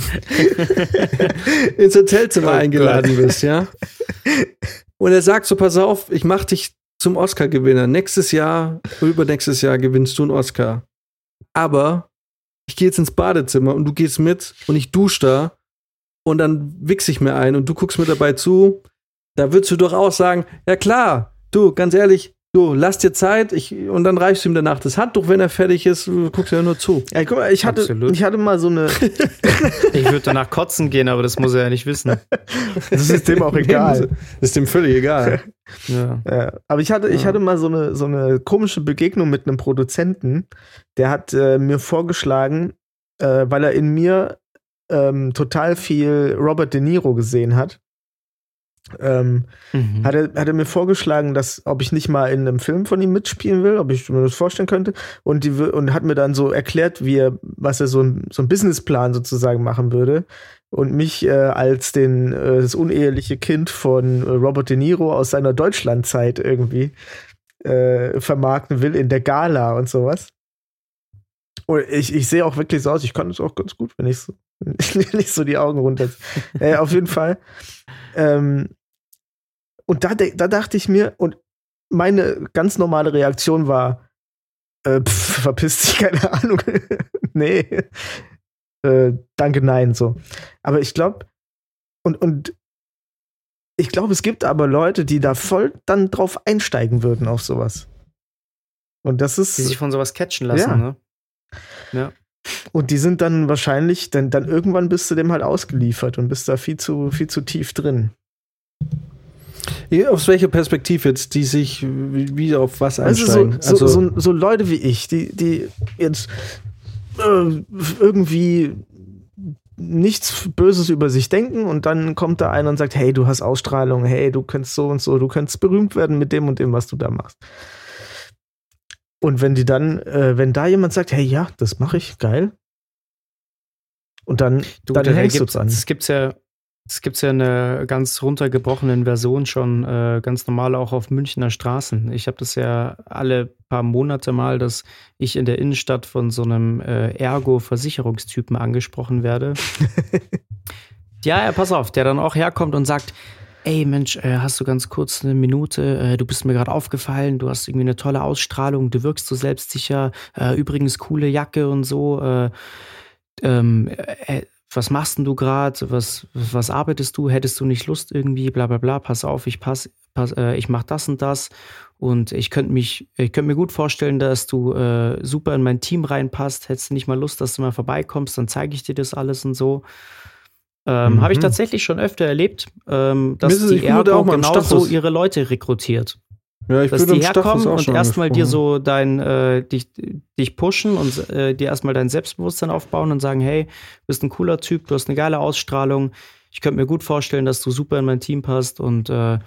ins Hotelzimmer Oh eingeladen Gott. bist, ja, und er sagt so, pass auf, ich mach dich zum Oscar-Gewinner. Nächstes Jahr, übernächstes Jahr gewinnst du einen Oscar. Aber ich gehe jetzt ins Badezimmer und du gehst mit und ich dusche da und dann wichse ich mir ein und du guckst mir dabei zu, da würdest du doch auch sagen, ja klar, du, ganz ehrlich, du, lass dir Zeit ich, und dann reichst du ihm danach das Handtuch, wenn er fertig ist, du guckst ja nur zu. Ey, guck mal, ich hatte, Absolut. ich hatte mal so eine. Ich würde danach kotzen gehen, aber das muss er ja nicht wissen. Das ist dem auch egal. Das ist dem völlig egal. Ja. Ja, aber ich hatte, ich Ja. hatte mal so eine, so eine komische Begegnung mit einem Produzenten, der hat äh, mir vorgeschlagen, äh, weil er in mir ähm, total viel Robert De Niro gesehen hat, ähm, mhm. hat, er, hat er mir vorgeschlagen, dass, ob ich nicht mal in einem Film von ihm mitspielen will, ob ich mir das vorstellen könnte. Und, die, und hat mir dann so erklärt, wie er, was er so ein, so ein Businessplan sozusagen machen würde. Und mich äh, als den, äh, das uneheliche Kind von äh, Robert De Niro aus seiner Deutschlandzeit irgendwie äh, vermarkten will in der Gala und sowas. Und ich, ich sehe auch wirklich so aus, ich kann es auch ganz gut, wenn ich so, nicht so die Augen runter. äh, auf jeden Fall. Ähm, und da, da dachte ich mir, und meine ganz normale Reaktion war, äh, pff, verpiss dich, keine Ahnung. nee. Äh, danke, nein, so. Aber ich glaube, und, und ich glaube, es gibt aber Leute, die da voll dann drauf einsteigen würden auf sowas. Und das ist. Die sich von sowas catchen lassen, ja. ne? Ja. Und die sind dann wahrscheinlich, dann, dann irgendwann bist du dem halt ausgeliefert und bist da viel zu, viel zu tief drin. Aus welcher Perspektive jetzt, die sich wie, wie auf was einsteigen? Also so, so, so, so Leute wie ich, die, die jetzt äh, irgendwie nichts Böses über sich denken und dann kommt da einer und sagt, hey, du hast Ausstrahlung, hey, du kannst so und so, du kannst berühmt werden mit dem und dem, was du da machst. Und wenn die dann, äh, wenn da jemand sagt, hey, ja, das mache ich, geil. Und dann, du, dann hängst du dran. Es gibt's ja, es gibt's ja eine ganz runtergebrochenen Version schon, äh, ganz normal auch auf Münchner Straßen. Ich habe das ja alle paar Monate mal, dass ich in der Innenstadt von so einem äh, Ergo-Versicherungstypen angesprochen werde. ja, ja, pass auf, der dann auch herkommt und sagt, ey Mensch, äh, hast du ganz kurz eine Minute, äh, du bist mir gerade aufgefallen, du hast irgendwie eine tolle Ausstrahlung, du wirkst so selbstsicher, äh, übrigens coole Jacke und so, äh, ähm, äh, was machst denn du gerade, was, was arbeitest du, hättest du nicht Lust irgendwie, bla bla bla, pass auf, ich pass, pass äh, ich mach das und das und ich könnte mich, ich könnte mir gut vorstellen, dass du äh, super in mein Team reinpasst, hättest du nicht mal Lust, dass du mal vorbeikommst, dann zeige ich dir das alles und so. Ähm, mhm. Habe ich tatsächlich schon öfter erlebt, ähm, dass Mist, die Ergo genauso ihre Leute rekrutiert. Ja, ich dass die herkommen und erstmal dir so dein, äh, dich, dich pushen und äh, dir erstmal dein Selbstbewusstsein aufbauen und sagen, hey, du bist ein cooler Typ, du hast eine geile Ausstrahlung, ich könnte mir gut vorstellen, dass du super in mein Team passt und äh,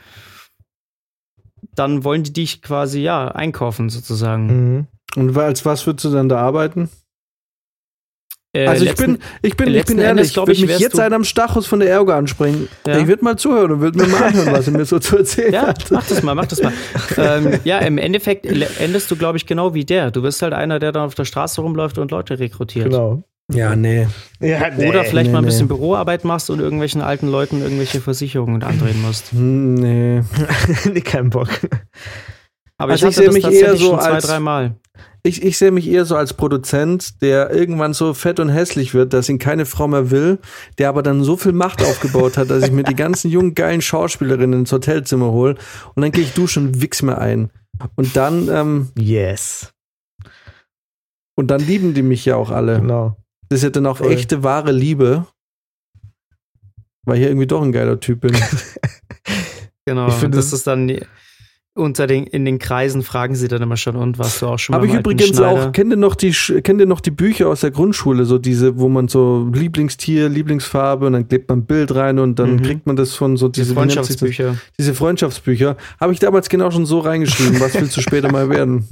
dann wollen die dich quasi, ja, einkaufen sozusagen. Mhm. Und als was würdest du dann da arbeiten? Äh, also ich letzten, bin, ich bin, ich bin ehrlich, ich würde mich jetzt einer am Stachus von der Ergo ansprechen. Ja. Ich würde mal zuhören und würde mir mal anhören, was er mir so zu erzählen ja, hat. Mach das mal, mach das mal. ähm, ja, im Endeffekt endest du, glaube ich, genau wie der. Du bist halt einer, der dann auf der Straße rumläuft und Leute rekrutiert. Genau. Ja, nee. Ja, nee. Oder vielleicht nee, mal ein bisschen nee. Büroarbeit machst und irgendwelchen alten Leuten irgendwelche Versicherungen andrehen musst. Nee. nee, kein Bock. Aber also ich, ich sehe mich eher so schon zwei, als dreimal. Ich, ich sehe mich eher so als Produzent, der irgendwann so fett und hässlich wird, dass ihn keine Frau mehr will, der aber dann so viel Macht aufgebaut hat, dass ich mir die ganzen jungen, geilen Schauspielerinnen ins Hotelzimmer hole und dann gehe ich duschen und wichs mir ein. Und dann, ähm, yes. Und dann lieben die mich ja auch alle. Genau. Das ist ja dann auch Voll. echte, wahre Liebe, weil ich hier irgendwie doch ein geiler Typ bin. Genau, ich finde, das ist dann unter den, in den Kreisen fragen sie dann immer schon, und warst du auch schon mal Aber ich übrigens Schneider? auch, kennt ihr noch die, kennt ihr noch die Bücher aus der Grundschule, so diese, wo man so Lieblingstier, Lieblingsfarbe und dann klebt man ein Bild rein und dann mhm. kriegt man das von so diese die Freundschaftsbücher. Das, diese Freundschaftsbücher. Habe ich damals genau schon so reingeschrieben, was willst du später mal werden?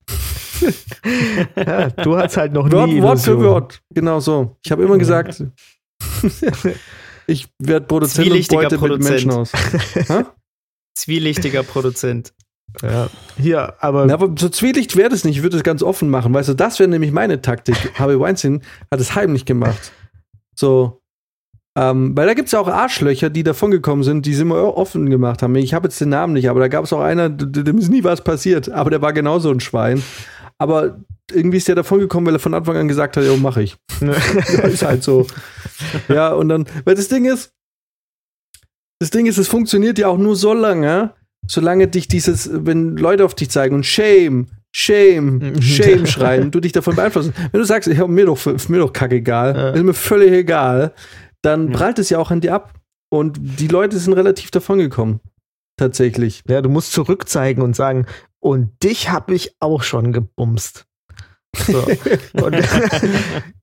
Ja, du hast halt noch Wort, nie Wort für Wort, genau so. Ich habe immer gesagt, ich werde Produzent und beute mit Menschen aus. Ha? Zwielichtiger Produzent. Ja, hier, aber. Na, aber so zwielicht wäre das nicht. Ich würde es ganz offen machen. Weißt du, das wäre nämlich meine Taktik. Harvey Weinstein hat es heimlich gemacht. So. Ähm, weil da gibt es ja auch Arschlöcher, die davongekommen sind, die es immer offen gemacht haben. Ich habe jetzt den Namen nicht, aber da gab es auch einer, dem ist nie was passiert. Aber der war genauso ein Schwein. Aber irgendwie ist der davongekommen, weil er von Anfang an gesagt hat, jo, mach ich. Ist halt so. Ja, und dann, weil das Ding ist, Das Ding ist, es funktioniert ja auch nur so lange, solange dich dieses, wenn Leute auf dich zeigen und Shame, Shame, Shame schreien, du dich davon beeinflusst. Wenn du sagst, ja, mir doch, mir doch kackegal, ja. ist mir völlig egal, dann ja. prallt es ja auch an dir ab. Und die Leute sind relativ davongekommen. Tatsächlich. Ja, du musst zurückzeigen und sagen, und dich hab ich auch schon gebumst. So. und,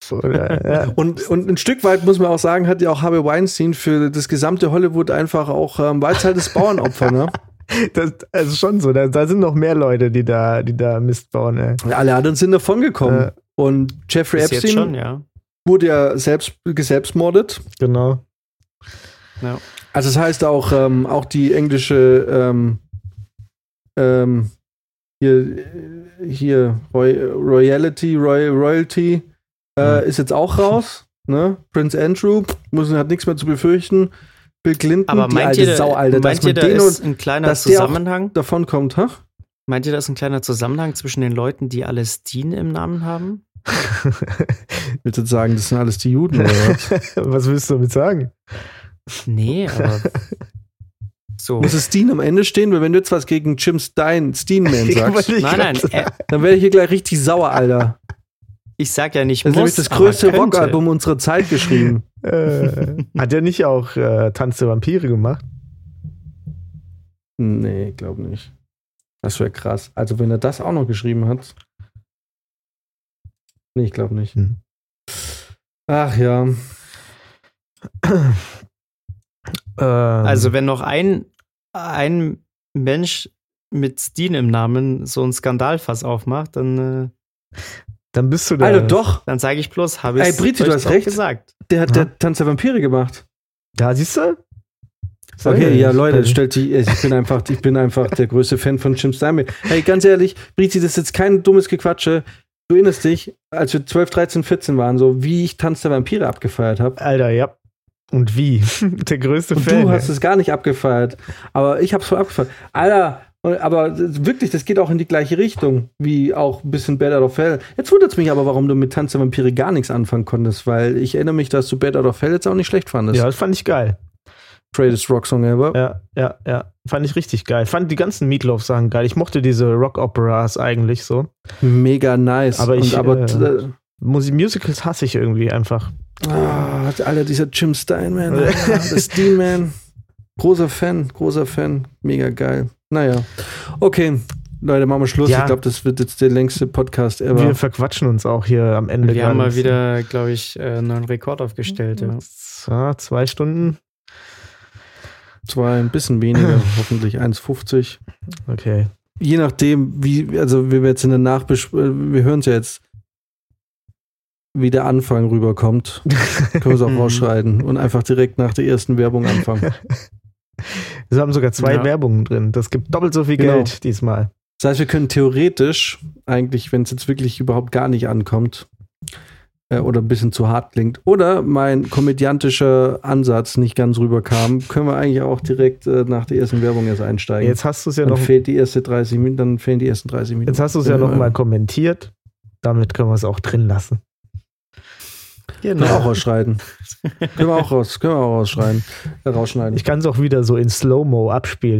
Oder, ja. Und, und ein Stück weit, muss man auch sagen, hat ja auch Harvey Weinstein für das gesamte Hollywood einfach auch, ähm, war jetzt halt das Bauernopfer, ne? Das, also schon so, da, da sind noch mehr Leute, die da, die da Mist bauen, ey. Alle anderen sind davon gekommen. Ja. Und Jeffrey Bis Epstein jetzt schon, ja. wurde ja selbst geselbstmordet. Genau. ja. Also das heißt auch, ähm, auch die englische ähm, ähm, hier, hier Roy, Royalty, Roy, Royalty äh, Mhm. ist jetzt auch raus. Ne? Prince Andrew muss, hat nichts mehr zu befürchten. Bill Clinton, Aber die meint alte ihr, Sau, Alter, meint dass ihr man da den ist und ein kleiner dass der auch Zusammenhang? davon kommt, ha? Meint ihr, das ist ein kleiner Zusammenhang zwischen den Leuten, die alle Steen im Namen haben? Willst du jetzt sagen, das sind alles die Juden oder was? Was willst du damit sagen? Nee, aber so. Muss es Steen am Ende stehen? Weil wenn du jetzt was gegen Jim Stein, Steenman sagst, Ich Nein, nein, grad äh, dann werde ich hier gleich richtig sauer, Alter. ich sag ja nicht Das ist muss, nämlich das aber größte könnte. Rockalbum unserer Zeit geschrieben. Äh, hat er nicht auch äh, Tanz der Vampire gemacht? Nee, glaub nicht. Das wäre krass. Also wenn er das auch noch geschrieben hat. Nee, ich glaube nicht. Hm. Ach ja. Ähm, Also wenn noch ein, ein Mensch mit Steen im Namen so einen Skandalfass aufmacht, dann, äh, dann bist du da. Alter, doch. dann sage ich bloß, habe ich Ey, Britti, du hast recht. gesagt. Der hat Ja. der Tanz der Vampire gemacht. Ja, siehst du? Sag Okay, ich. ja, Leute, stellt die, ich bin einfach, ich bin einfach der größte Fan von Jim Steinman. Hey, ganz ehrlich, Britti, das ist jetzt kein dummes Gequatsche. Du erinnerst dich, als wir zwölf, dreizehn, vierzehn waren, so wie ich Tanz der Vampire abgefeiert habe. Alter, ja. Und wie? Der größte Und Fan. du hast ey. es gar nicht abgefeiert. Aber ich hab's voll abgefeiert. Alter, aber wirklich, das geht auch in die gleiche Richtung, wie auch ein bisschen Bad Out of Hell. Jetzt wundert es mich aber, warum du mit Tanz der Vampire gar nichts anfangen konntest, weil ich erinnere mich, dass du Bad Out of Hell jetzt auch nicht schlecht fandest. Ja, das fand ich geil. Greatest Rock Song ever. Ja, ja, ja. Fand ich richtig geil. Fand die ganzen Meatloaf-Sachen geil. Ich mochte diese Rock-Operas eigentlich so. Mega nice. Aber ich, Und aber, äh, äh, Musik Musicals hasse ich irgendwie einfach. ah, Alter, dieser Jim Steinman, Alter, das Steenman. Großer Fan, großer Fan. Mega geil. Naja. Okay, Leute, machen wir Schluss. Ja. Ich glaube, das wird jetzt der längste Podcast ever. Wir verquatschen uns auch hier am Ende. Wir haben mal ganz. wieder, glaube ich, äh, einen neuen Rekord aufgestellt. Ja. Ja, zwei Stunden. Zwei, ein bisschen weniger, hoffentlich eins fünfzig. Okay. Je nachdem, wie, also wie wir jetzt in der Nachbesprechung, wir hören es ja jetzt, wie der Anfang rüberkommt, können wir es auch rausschneiden und einfach direkt nach der ersten Werbung anfangen. Wir haben sogar zwei Ja. Werbungen drin. Das gibt doppelt so viel Genau. Geld diesmal. Das heißt, wir können theoretisch, eigentlich, wenn es jetzt wirklich überhaupt gar nicht ankommt, äh, oder ein bisschen zu hart klingt, oder mein komödiantischer Ansatz nicht ganz rüberkam, können wir eigentlich auch direkt äh, nach der ersten Werbung erst einsteigen. Jetzt hast du es ja dann noch. fehlt die erste dreißig Minuten, dann fehlen die ersten dreißig Minuten. Jetzt hast du es ja noch mal kommentiert. Damit können wir es auch drin lassen. Können wir auch rausschneiden. können wir auch raus, können wir auch rausschneiden. Äh, rausschneiden. Ich kann es auch wieder so in Slow-Mo abspielen.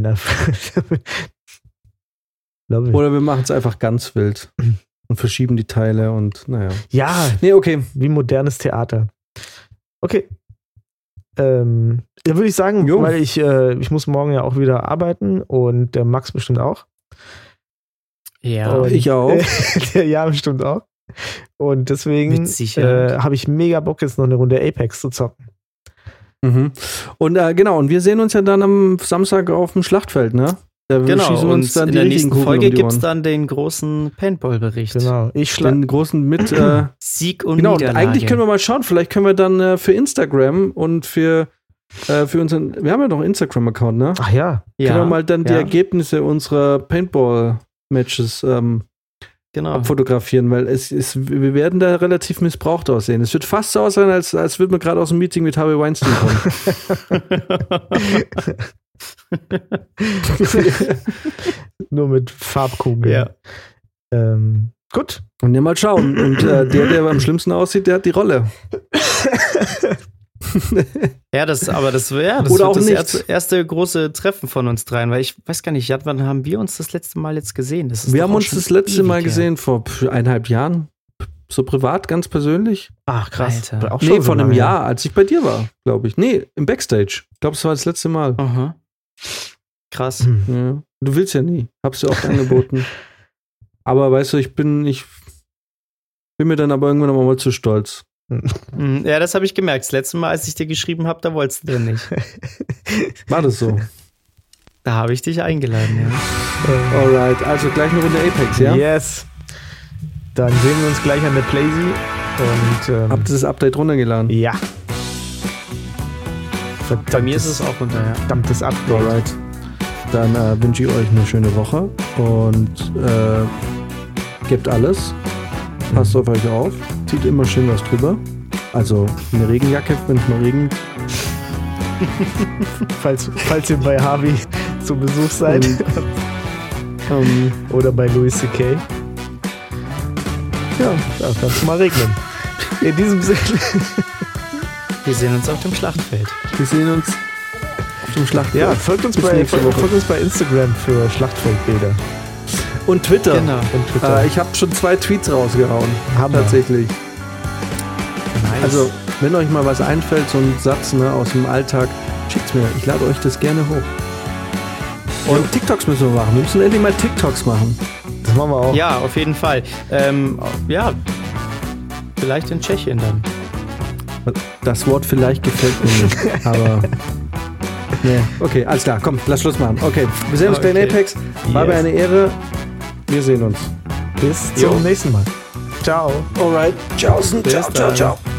Love it. Oder wir machen es einfach ganz wild und verschieben die Teile und naja. Ja, Nee, okay. wie modernes Theater. Okay. Ähm, da würde ich sagen, Jo. weil ich, äh, ich muss morgen ja auch wieder arbeiten und der Max bestimmt auch. Ja. Und Ich auch. der Jan bestimmt auch. Und deswegen Mit Sicherheit. äh, habe ich mega Bock, jetzt noch eine Runde Apex zu zocken. Mhm. Und äh, genau, und wir sehen uns ja dann am Samstag auf dem Schlachtfeld, ne? Da Genau, schießen wir und uns dann in die der richtigen nächsten Kugeln Folge um die gibt es Ohren. dann den großen Paintball-Bericht. Genau. Ich schlage. Den großen mit, äh, Sieg und genau, und Niederlage. eigentlich können wir mal schauen, vielleicht können wir dann äh, für Instagram und für, äh, für unseren, wir haben ja noch einen Instagram-Account, ne? Ach ja. ja, Können wir mal dann die ja, Ergebnisse unserer Paintball-Matches ähm, genau. abfotografieren, weil es ist, wir werden da relativ missbraucht aussehen. Es wird fast so aussehen, als, als würde man gerade aus dem Meeting mit Harvey Weinstein kommen. Nur mit Farbkugeln. Ja. Ähm, gut. Und ja, mal schauen. Und äh, der, der am schlimmsten aussieht, der hat die Rolle. Ja, das, aber das, ja, das Oder wird auch das nicht. erste, erste große Treffen von uns dreien, weil ich weiß gar nicht, Jan, wann haben wir uns das letzte Mal jetzt gesehen? Das ist Wir doch haben auch uns schon das letzte ewig Mal her. gesehen vor pf, eineinhalb Jahren. So privat, ganz persönlich. Ach, krass. Alter. Auch Nee, schon so vor einem lange Jahr, als ich bei dir war, glaube ich. Nee, im Backstage. Ich glaube, es war das letzte Mal. Aha. Krass. her. Hm. Ja. Du willst ja nie. Hab's dir oft angeboten. Aber weißt du, ich bin, ich bin mir dann aber irgendwann noch mal zu stolz. Ja, das habe ich gemerkt. Das letzte Mal, als ich dir geschrieben habe, da wolltest du nicht. War das so? Da habe ich dich eingeladen, ja. Alright, also gleich eine Runde Apex, ja? Yes. Dann sehen wir uns gleich an der Playsee. Und, ähm, habt ihr das Update runtergeladen? Ja. Verdammtes, Bei mir ist es auch runter, ja. Verdammtes Update. Alright. Dann äh, wünsche ich euch eine schöne Woche und äh, gebt alles. Passt mhm. auf euch auf. Zieht immer schön was drüber. Also eine Regenjacke, wenn es mal regnet. falls, falls ihr bei Harvey zu Besuch seid. Und, ähm, oder bei Louis C K. Ja, da kann es mal regnen. In diesem Sinne. Wir sehen uns auf dem Schlachtfeld. Wir sehen uns auf dem Schlachtfeld. Ja, folgt uns, bei, folgt uns bei Instagram für Schlachtfeldbilder. Und Twitter. Genau. Und Twitter. Äh, ich habe schon zwei Tweets rausgehauen. Hammer. Tatsächlich. Nice. Also, wenn euch mal was einfällt, so ein Satz ne, aus dem Alltag, schickt's mir. Ich lade euch das gerne hoch. Und TikToks müssen wir machen. Wir müssen endlich mal TikToks machen. Das machen wir auch. Ja, auf jeden Fall. Ähm, ja, vielleicht in Tschechien dann. Das Wort vielleicht gefällt mir nicht, aber... Nee. Okay, alles klar. Komm, lass Schluss machen. Okay, wir sehen uns Okay. gleich in Apex. War Yes. mir eine Ehre. Wir sehen uns. Bis Jo. zum nächsten Mal. Ciao. Alright. Ciao, ciao, Bis ciao, dann. ciao.